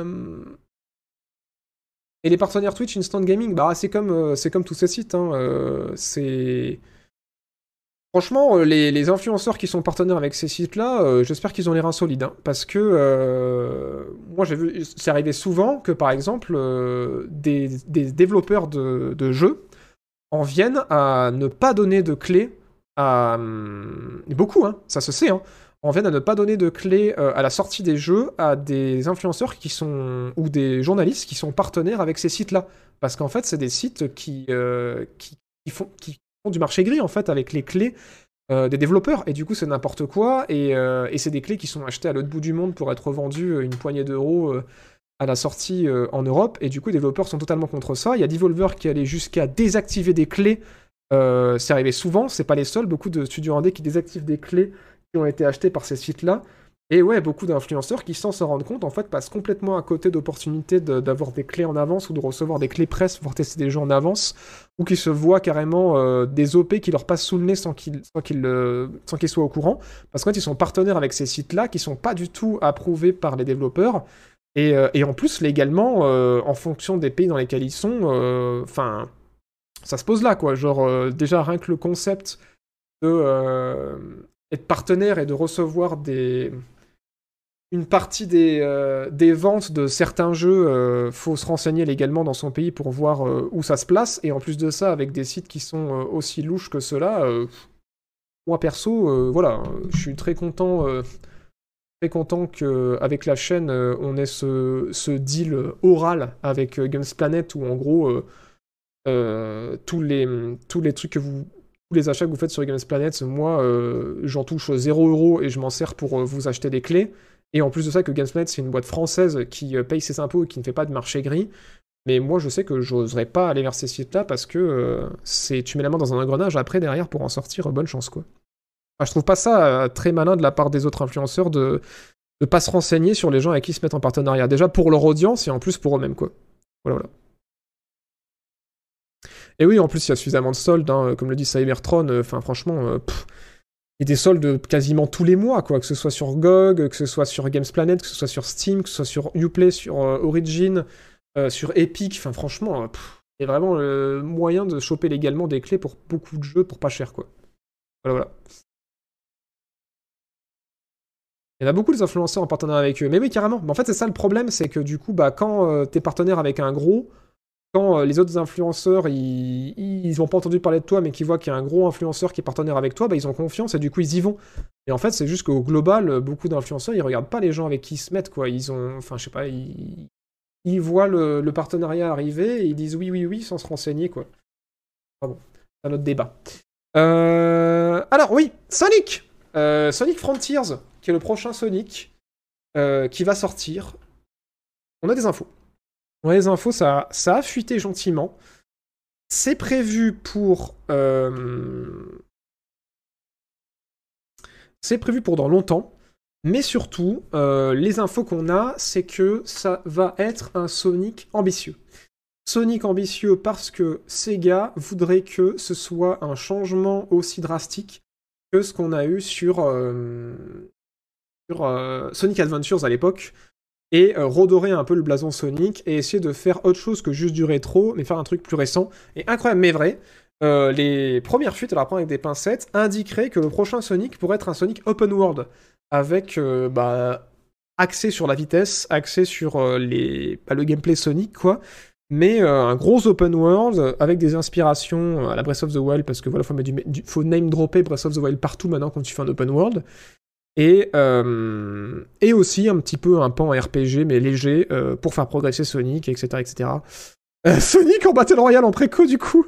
Et les partenaires Twitch, Instant Gaming, bah c'est comme, euh, c'est comme tous ces sites. Hein, euh, c'est... Franchement, les, les influenceurs qui sont partenaires avec ces sites-là, euh, j'espère qu'ils ont les reins solides. Hein, parce que euh, moi, j'ai vu, c'est arrivé souvent que, par exemple, euh, des, des développeurs de, de jeux en viennent à ne pas donner de clés à... Beaucoup, hein, ça se sait, hein. On vient à ne pas donner de clés euh, à la sortie des jeux à des influenceurs qui sont ou des journalistes qui sont partenaires avec ces sites-là. Parce qu'en fait, c'est des sites qui, euh, qui, qui, font, qui font du marché gris, en fait, avec les clés euh, des développeurs. Et du coup, c'est n'importe quoi. Et, euh, et c'est des clés qui sont achetées à l'autre bout du monde pour être revendues une poignée d'euros euh, à la sortie euh, en Europe. Et du coup, les développeurs sont totalement contre ça. Il y a Devolver qui allait jusqu'à désactiver des clés. Euh, c'est arrivé souvent, c'est pas les seuls. Beaucoup de studios indés qui désactivent des clés qui ont été achetés par ces sites-là. Et ouais, beaucoup d'influenceurs qui, sans s'en rendre compte, en fait, passent complètement à côté d'opportunités de, d'avoir des clés en avance ou de recevoir des clés presse pour tester des jeux en avance, ou qui se voient carrément euh, des O P qui leur passent sous le nez sans qu'ils, sans qu'ils, euh, sans qu'ils soient au courant, parce qu'en fait, ils sont partenaires avec ces sites-là qui sont pas du tout approuvés par les développeurs, et, euh, et en plus, légalement, euh, en fonction des pays dans lesquels ils sont, enfin... Euh, ça se pose là, quoi. Genre, euh, déjà, rien que le concept de euh, être partenaire et de recevoir des... une partie des, euh, des ventes de certains jeux, euh, faut se renseigner légalement dans son pays pour voir euh, où ça se place. Et en plus de ça, avec des sites qui sont euh, aussi louches que ceux-là, euh, moi perso, euh, voilà, je suis très content, euh, très content qu'avec la chaîne, euh, on ait ce, ce deal oral avec euh, Games Planet où en gros, euh, euh, tous, les, tous les trucs que vous... tous les achats que vous faites sur Games Planet, moi, euh, j'en touche zéro euro et je m'en sers pour euh, vous acheter des clés. Et en plus de ça, que Games Planet, c'est une boîte française qui euh, paye ses impôts et qui ne fait pas de marché gris. Mais moi, je sais que j'oserais pas aller vers ces sites-là parce que euh, c'est tu mets la main dans un engrenage après, derrière, pour en sortir, euh, bonne chance, quoi. Enfin, je trouve pas ça euh, très malin de la part des autres influenceurs de ne pas se renseigner sur les gens avec qui ils se mettent en partenariat. Déjà pour leur audience et en plus pour eux-mêmes, quoi. Voilà, voilà. Et oui, en plus, il y a suffisamment de soldes, hein, comme le dit Cybertron, enfin, euh, franchement, euh, pff, il y a des soldes quasiment tous les mois, quoi, que ce soit sur G O G, que ce soit sur Games Planet, que ce soit sur Steam, que ce soit sur Uplay, sur euh, Origin, euh, sur Epic, enfin, franchement, euh, pff, il y a vraiment euh, moyen de choper légalement des clés pour beaucoup de jeux pour pas cher, quoi. Voilà, voilà. Il y en a beaucoup des influenceurs en partenariat avec eux, mais oui, carrément. Mais en fait, c'est ça le problème, c'est que du coup, bah, quand euh, t'es partenaire avec un gros, quand euh, les autres influenceurs, ils, ils ont pas entendu parler de toi, mais qu'ils voient qu'il y a un gros influenceur qui est partenaire avec toi, bah, ils ont confiance et du coup, ils y vont. Et en fait, c'est juste qu'au global, beaucoup d'influenceurs, ils regardent pas les gens avec qui ils se mettent, quoi. Ils ont, enfin, je sais pas, ils, ils voient le, le partenariat arriver et ils disent oui, oui, oui, sans se renseigner, quoi. Ah bon, c'est un autre débat. Euh... Alors, oui, Sonic euh, Sonic Frontiers, qui est le prochain Sonic, euh, qui va sortir. On a des infos. On a des infos, ça, ça a fuité gentiment. C'est prévu pour... Euh... C'est prévu pour dans longtemps. Mais surtout, euh, les infos qu'on a, c'est que ça va être un Sonic ambitieux. Sonic ambitieux parce que Sega voudrait que ce soit un changement aussi drastique que ce qu'on a eu sur, euh, sur euh, Sonic Adventures à l'époque, et euh, redorer un peu le blason Sonic, et essayer de faire autre chose que juste du rétro, mais faire un truc plus récent, et incroyable mais vrai, euh, les premières fuites, à la prendre avec des pincettes, indiqueraient que le prochain Sonic pourrait être un Sonic open world, avec euh, bah, axé sur la vitesse, axé sur euh, les, bah, le gameplay Sonic, quoi, mais euh, un gros open world avec des inspirations à la Breath of the Wild, parce que voilà, faut, mettre du, du, faut name dropper Breath of the Wild partout maintenant quand tu fais un open world, et, euh, et aussi un petit peu un pan R P G mais léger euh, pour faire progresser Sonic, et cetera, et cetera. Euh, Sonic en Battle Royale en préco du coup.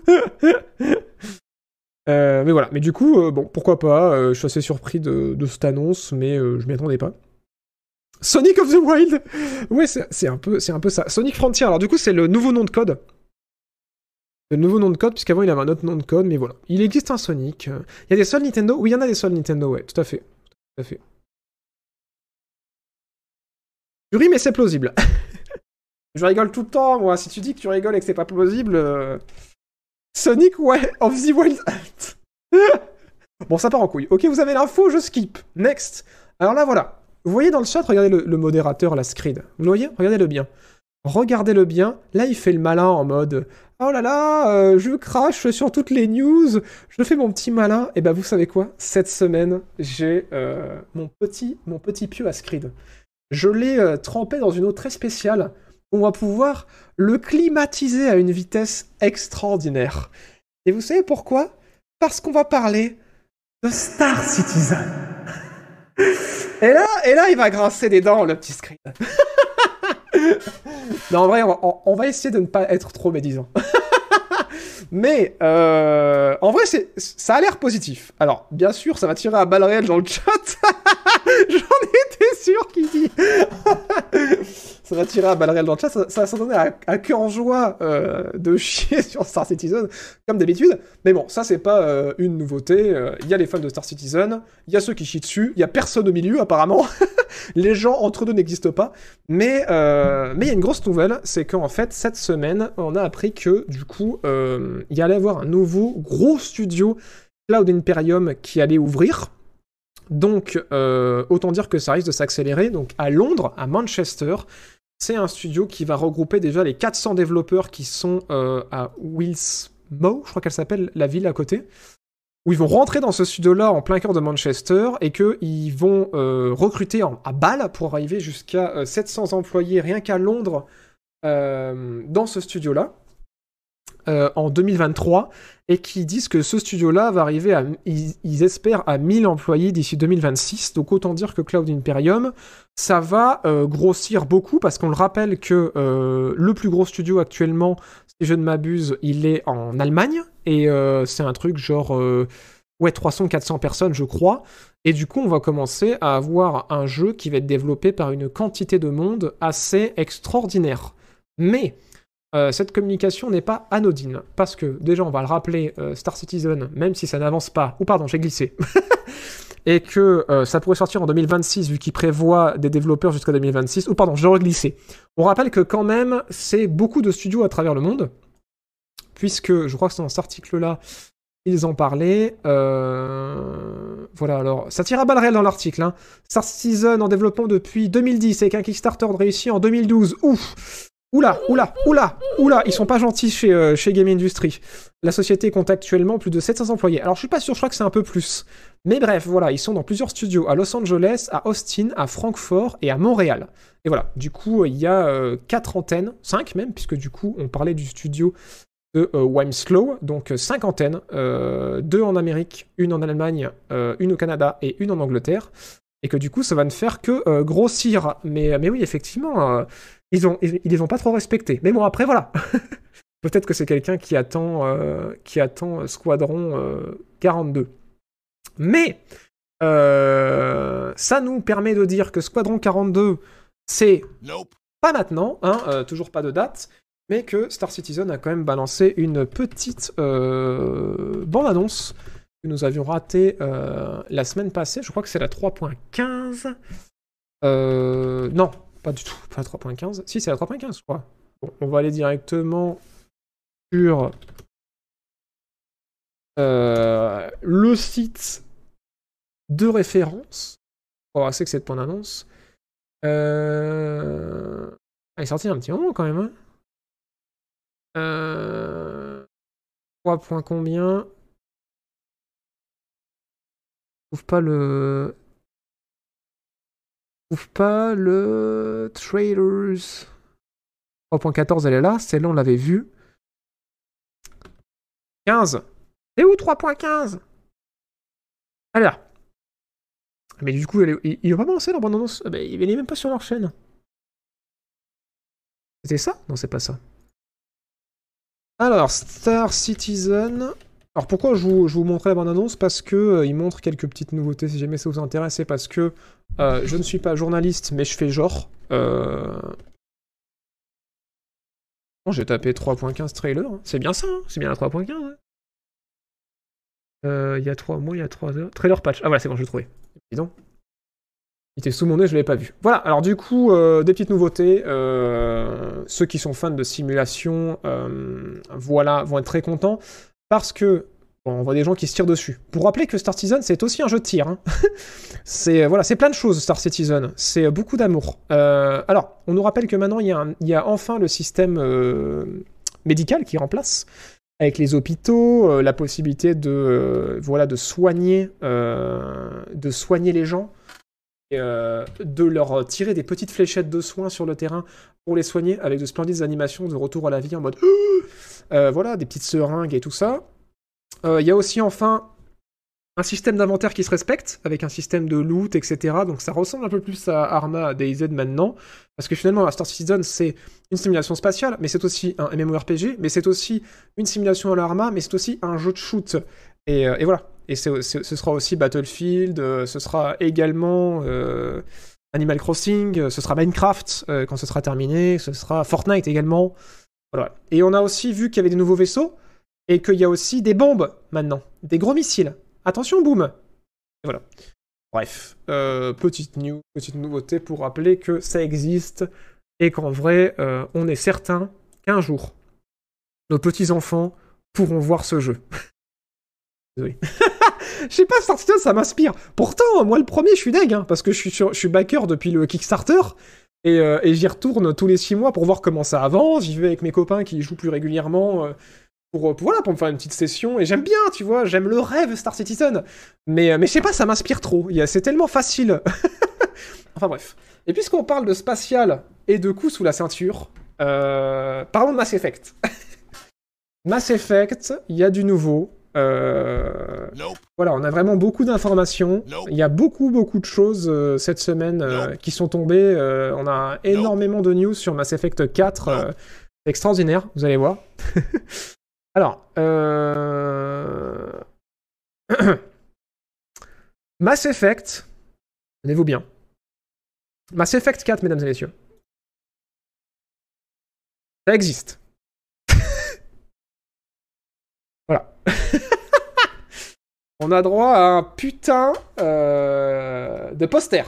euh, mais voilà, mais du coup, euh, bon, pourquoi pas. Euh, je suis assez surpris de, de cette annonce, mais euh, je m'y attendais pas. Sonic of the Wild. Ouais, c'est un peu, c'est un peu ça. Sonic Frontier. Alors du coup, c'est le nouveau nom de code. Le nouveau nom de code, puisqu'avant il avait un autre nom de code, mais voilà. Il existe un Sonic. Il y a des soldes Nintendo. Oui, il y en a des soldes Nintendo, ouais, tout à fait. Tout à fait. Tu ris, mais c'est plausible. Je rigole tout le temps, moi. Si tu dis que tu rigoles et que c'est pas plausible... Euh... Sonic, ouais, of the Wild. Bon, ça part en couille. Ok, vous avez l'info, je skip. Next. Alors là, voilà. Vous voyez dans le chat, regardez le, le modérateur, la Screed. Vous le voyez? Regardez-le bien. Regardez-le bien. Là, il fait le malin en mode « Oh là là, euh, je crache sur toutes les news, je fais mon petit malin. » Et ben, vous savez quoi? Cette semaine, j'ai euh, mon petit mon petit pieu à Screed. Je l'ai euh, trempé dans une eau très spéciale. On va pouvoir le climatiser à une vitesse extraordinaire. Et vous savez pourquoi? Parce qu'on va parler de Star Citizen. Et là, et là, il va grincer des dents, le petit Screed. Non, en vrai, on va, on va essayer de ne pas être trop médisant. Mais, euh, en vrai, c'est, ça a l'air positif. Alors, bien sûr, ça va tirer à balles réelles dans le chat. J'en étais sûr qu'il dit. Ça va tirer à balles réelles dans le chat. Ça, ça va s'en donner à, à cœur en joie euh, de chier sur Star Citizen, comme d'habitude. Mais bon, ça, c'est pas euh, une nouveauté. Il euh, y a les fans de Star Citizen, il y a ceux qui chient dessus, il y a personne au milieu, apparemment. Les gens entre deux n'existent pas. Mais euh, mais il y a une grosse nouvelle, c'est qu'en fait, cette semaine, on a appris que, du coup, euh, il y allait avoir un nouveau gros studio Cloud Imperium qui allait ouvrir. Donc, euh, autant dire que ça risque de s'accélérer. Donc, à Londres, à Manchester, c'est un studio qui va regrouper déjà les quatre cents développeurs qui sont euh, à Wills, Mow, je crois qu'elle s'appelle, la ville à côté, où ils vont rentrer dans ce studio-là en plein cœur de Manchester et qu'ils vont euh, recruter en, à balle pour arriver jusqu'à euh, sept cents employés rien qu'à Londres euh, dans ce studio-là. Euh, en deux mille vingt-trois, et qui disent que ce studio-là va arriver à, ils, ils espèrent, à mille employés d'ici deux mille vingt-six, donc autant dire que Cloud Imperium, ça va euh, grossir beaucoup, parce qu'on le rappelle que euh, le plus gros studio actuellement, si je ne m'abuse, il est en Allemagne, et euh, c'est un truc genre, euh, ouais, trois cents à quatre cents personnes, je crois, et du coup, on va commencer à avoir un jeu qui va être développé par une quantité de monde assez extraordinaire. Mais... Euh, cette communication n'est pas anodine, parce que, déjà, on va le rappeler, euh, Star Citizen, même si ça n'avance pas, ou pardon, j'ai glissé, et que euh, ça pourrait sortir en deux mille vingt-six, vu qu'il prévoit des développeurs jusqu'à deux mille vingt-six, ou pardon, j'ai reglissé. On rappelle que, quand même, c'est beaucoup de studios à travers le monde, puisque, je crois que c'est dans cet article-là, ils en parlaient, euh... voilà, alors, ça tire à balles réelles dans l'article, hein. Star Citizen en développement depuis deux mille dix, avec un Kickstarter réussi en deux mille douze, ouf. Oula, oula, oula, oula, ils sont pas gentils chez, euh, chez Game Industry. La société compte actuellement plus de sept cents employés. Alors je suis pas sûr, je crois que c'est un peu plus. Mais bref, voilà, ils sont dans plusieurs studios, à Los Angeles, à Austin, à Francfort et à Montréal. Et voilà, du coup, il y a euh, quatre antennes, cinq même, puisque du coup, on parlait du studio de euh, Wimslow, donc cinq antennes, euh, deux en Amérique, une en Allemagne, euh, une au Canada et une en Angleterre. Et que du coup, ça va ne faire que euh, grossir. Mais, mais oui, effectivement... Euh, Ils, ont, ils, ils les ont pas trop respectés. Mais bon, après, voilà. Peut-être que c'est quelqu'un qui attend, euh, qui attend Squadron euh, quarante-deux. Mais, euh, ça nous permet de dire que Squadron quarante-deux, c'est nope. Pas maintenant, hein, euh, toujours pas de date, mais que Star Citizen a quand même balancé une petite euh, bande-annonce que nous avions ratée euh, la semaine passée. Je crois que c'est la trois point quinze. Euh, non. Pas du tout, pas la trois point quinze. Si, c'est la trois point quinze, je crois. Bon, on va aller directement sur euh, le site de référence. On va voir c'est que cette point d'annonce. Euh... Elle est sortie il y a un petit moment quand même. Hein. Euh... trois points combien? Je trouve pas le... Je trouve pas le Trailers. trois point quatorze, elle est là. Celle-là, on l'avait vue. quinze. Et où trois point quinze? Elle est là. Mais du coup, elle est... il va pas lancer leur bande-annonce. Ben, il est même pas sur leur chaîne. C'était ça? Non, c'est pas ça. Alors, Star Citizen... Alors pourquoi je vous, je vous montrais la bande-annonce? Parce que euh, il montre quelques petites nouveautés, si jamais ça vous intéresse, c'est parce que euh, je ne suis pas journaliste, mais je fais genre. Euh... Bon, j'ai tapé trois point quinze trailer, hein. C'est bien ça, hein, c'est bien la trois point quinze. Hein. Euh, il y a trois mois, il y a trois heures. Trailer patch, ah voilà, c'est bon, je l'ai trouvé. Dis donc. Il était sous mon nez, je ne l'avais pas vu. Voilà, alors du coup, euh, des petites nouveautés. Euh, ceux qui sont fans de simulation, euh, voilà, vont être très contents. Parce que, bon, on voit des gens qui se tirent dessus. Pour rappeler que Star Citizen, c'est aussi un jeu de tir. Hein. c'est, voilà, c'est plein de choses, Star Citizen. C'est beaucoup d'amour. Euh, alors, on nous rappelle que maintenant, il y a, un, il y a enfin le système euh, médical qui remplace, avec les hôpitaux, euh, la possibilité de, euh, voilà, de, soigner, euh, de soigner les gens, et, euh, de leur tirer des petites fléchettes de soins sur le terrain pour les soigner, avec de splendides animations de retour à la vie en mode... Euh, voilà, des petites seringues et tout ça. Il euh, y a aussi enfin un système d'inventaire qui se respecte, avec un système de loot, et cetera. Donc ça ressemble un peu plus à Arma, à D ayz maintenant, parce que finalement, Star Citizen, c'est une simulation spatiale, mais c'est aussi un MMORPG, mais c'est aussi une simulation à l'Arma, mais c'est aussi un jeu de shoot. Et, euh, et voilà. Et c'est, c'est, ce sera aussi Battlefield, euh, ce sera également euh, Animal Crossing, euh, ce sera Minecraft euh, quand ce sera terminé, ce sera Fortnite également. Voilà. Et on a aussi vu qu'il y avait des nouveaux vaisseaux, et qu'il y a aussi des bombes, maintenant. Des gros missiles. Attention, boum! Et voilà. Bref. Euh, petite news, petite nouveauté pour rappeler que ça existe, et qu'en vrai, euh, on est certain qu'un jour, nos petits-enfants pourront voir ce jeu. Désolé. Je sais pas, Star Citizen, ça m'inspire. Pourtant, moi, le premier, je suis deg, hein, parce que je suis, sur, je suis backer depuis le Kickstarter, Et, euh, et j'y retourne tous les six mois pour voir comment ça avance. J'y vais avec mes copains qui jouent plus régulièrement. Euh, pour, pour, voilà, pour me faire une petite session. Et j'aime bien, tu vois, j'aime le rêve Star Citizen. Mais, mais je sais pas, ça m'inspire trop. C'est tellement facile. Enfin bref. Et puisqu'on parle de spatial et de coups sous la ceinture, euh, parlons de Mass Effect. Mass Effect, il y a du nouveau. Euh... Nope. Voilà, on a vraiment beaucoup d'informations. Nope. Il y a beaucoup, beaucoup de choses euh, cette semaine euh, nope. qui sont tombées. Euh, on a énormément nope. de news sur Mass Effect quatre. Euh, c'est extraordinaire, vous allez voir. Alors, euh... Mass Effect, tenez-vous bien. Mass Effect quatre, mesdames et messieurs. Ça existe. Voilà. On a droit à un putain euh, de poster.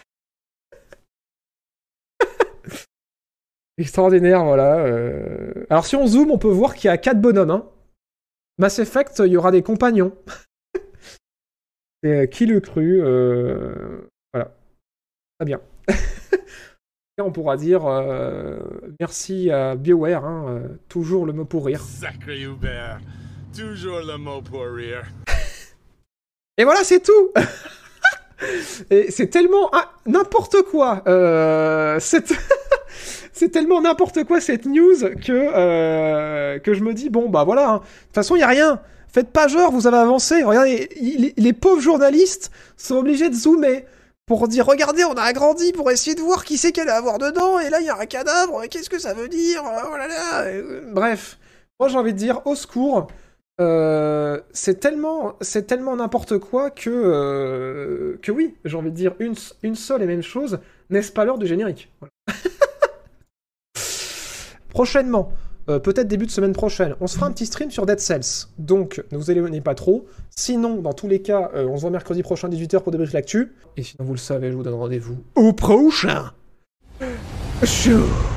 Extraordinaire, voilà. Euh... Alors si on zoome, on peut voir qu'il y a quatre bonhommes. Hein. Mass Effect, il y aura des compagnons. Et, euh, qui le cru euh... Voilà. Très bien. Et on pourra dire euh, merci à BioWare, hein, euh, toujours le mot pour rire. Sacré Hubert, toujours le mot pour rire. Et voilà, c'est tout. Et c'est tellement ah, n'importe quoi. Euh, cette... c'est tellement n'importe quoi cette news que, euh, que je me dis, bon, bah voilà, hein. De toute façon, il n'y a rien. Faites pas genre, vous avez avancé. Regardez, les, les pauvres journalistes sont obligés de zoomer pour dire, regardez, on a agrandi pour essayer de voir qui c'est qu'elle va avoir dedans, et là, il y a un cadavre, qu'est-ce que ça veut dire? Oh là là. Bref, moi, j'ai envie de dire, au secours. Euh, c'est tellement, c'est tellement n'importe quoi que, euh, que oui, j'ai envie de dire une, une seule et même chose, n'est-ce pas l'heure du générique? Voilà. Prochainement, euh, peut-être début de semaine prochaine, on se fera un petit stream sur Dead Cells, donc ne vous éloignez pas trop, sinon, dans tous les cas, euh, on se voit mercredi prochain dix-huit heures pour débrief l'actu, et sinon vous le savez, je vous donne rendez-vous au prochain. Chou.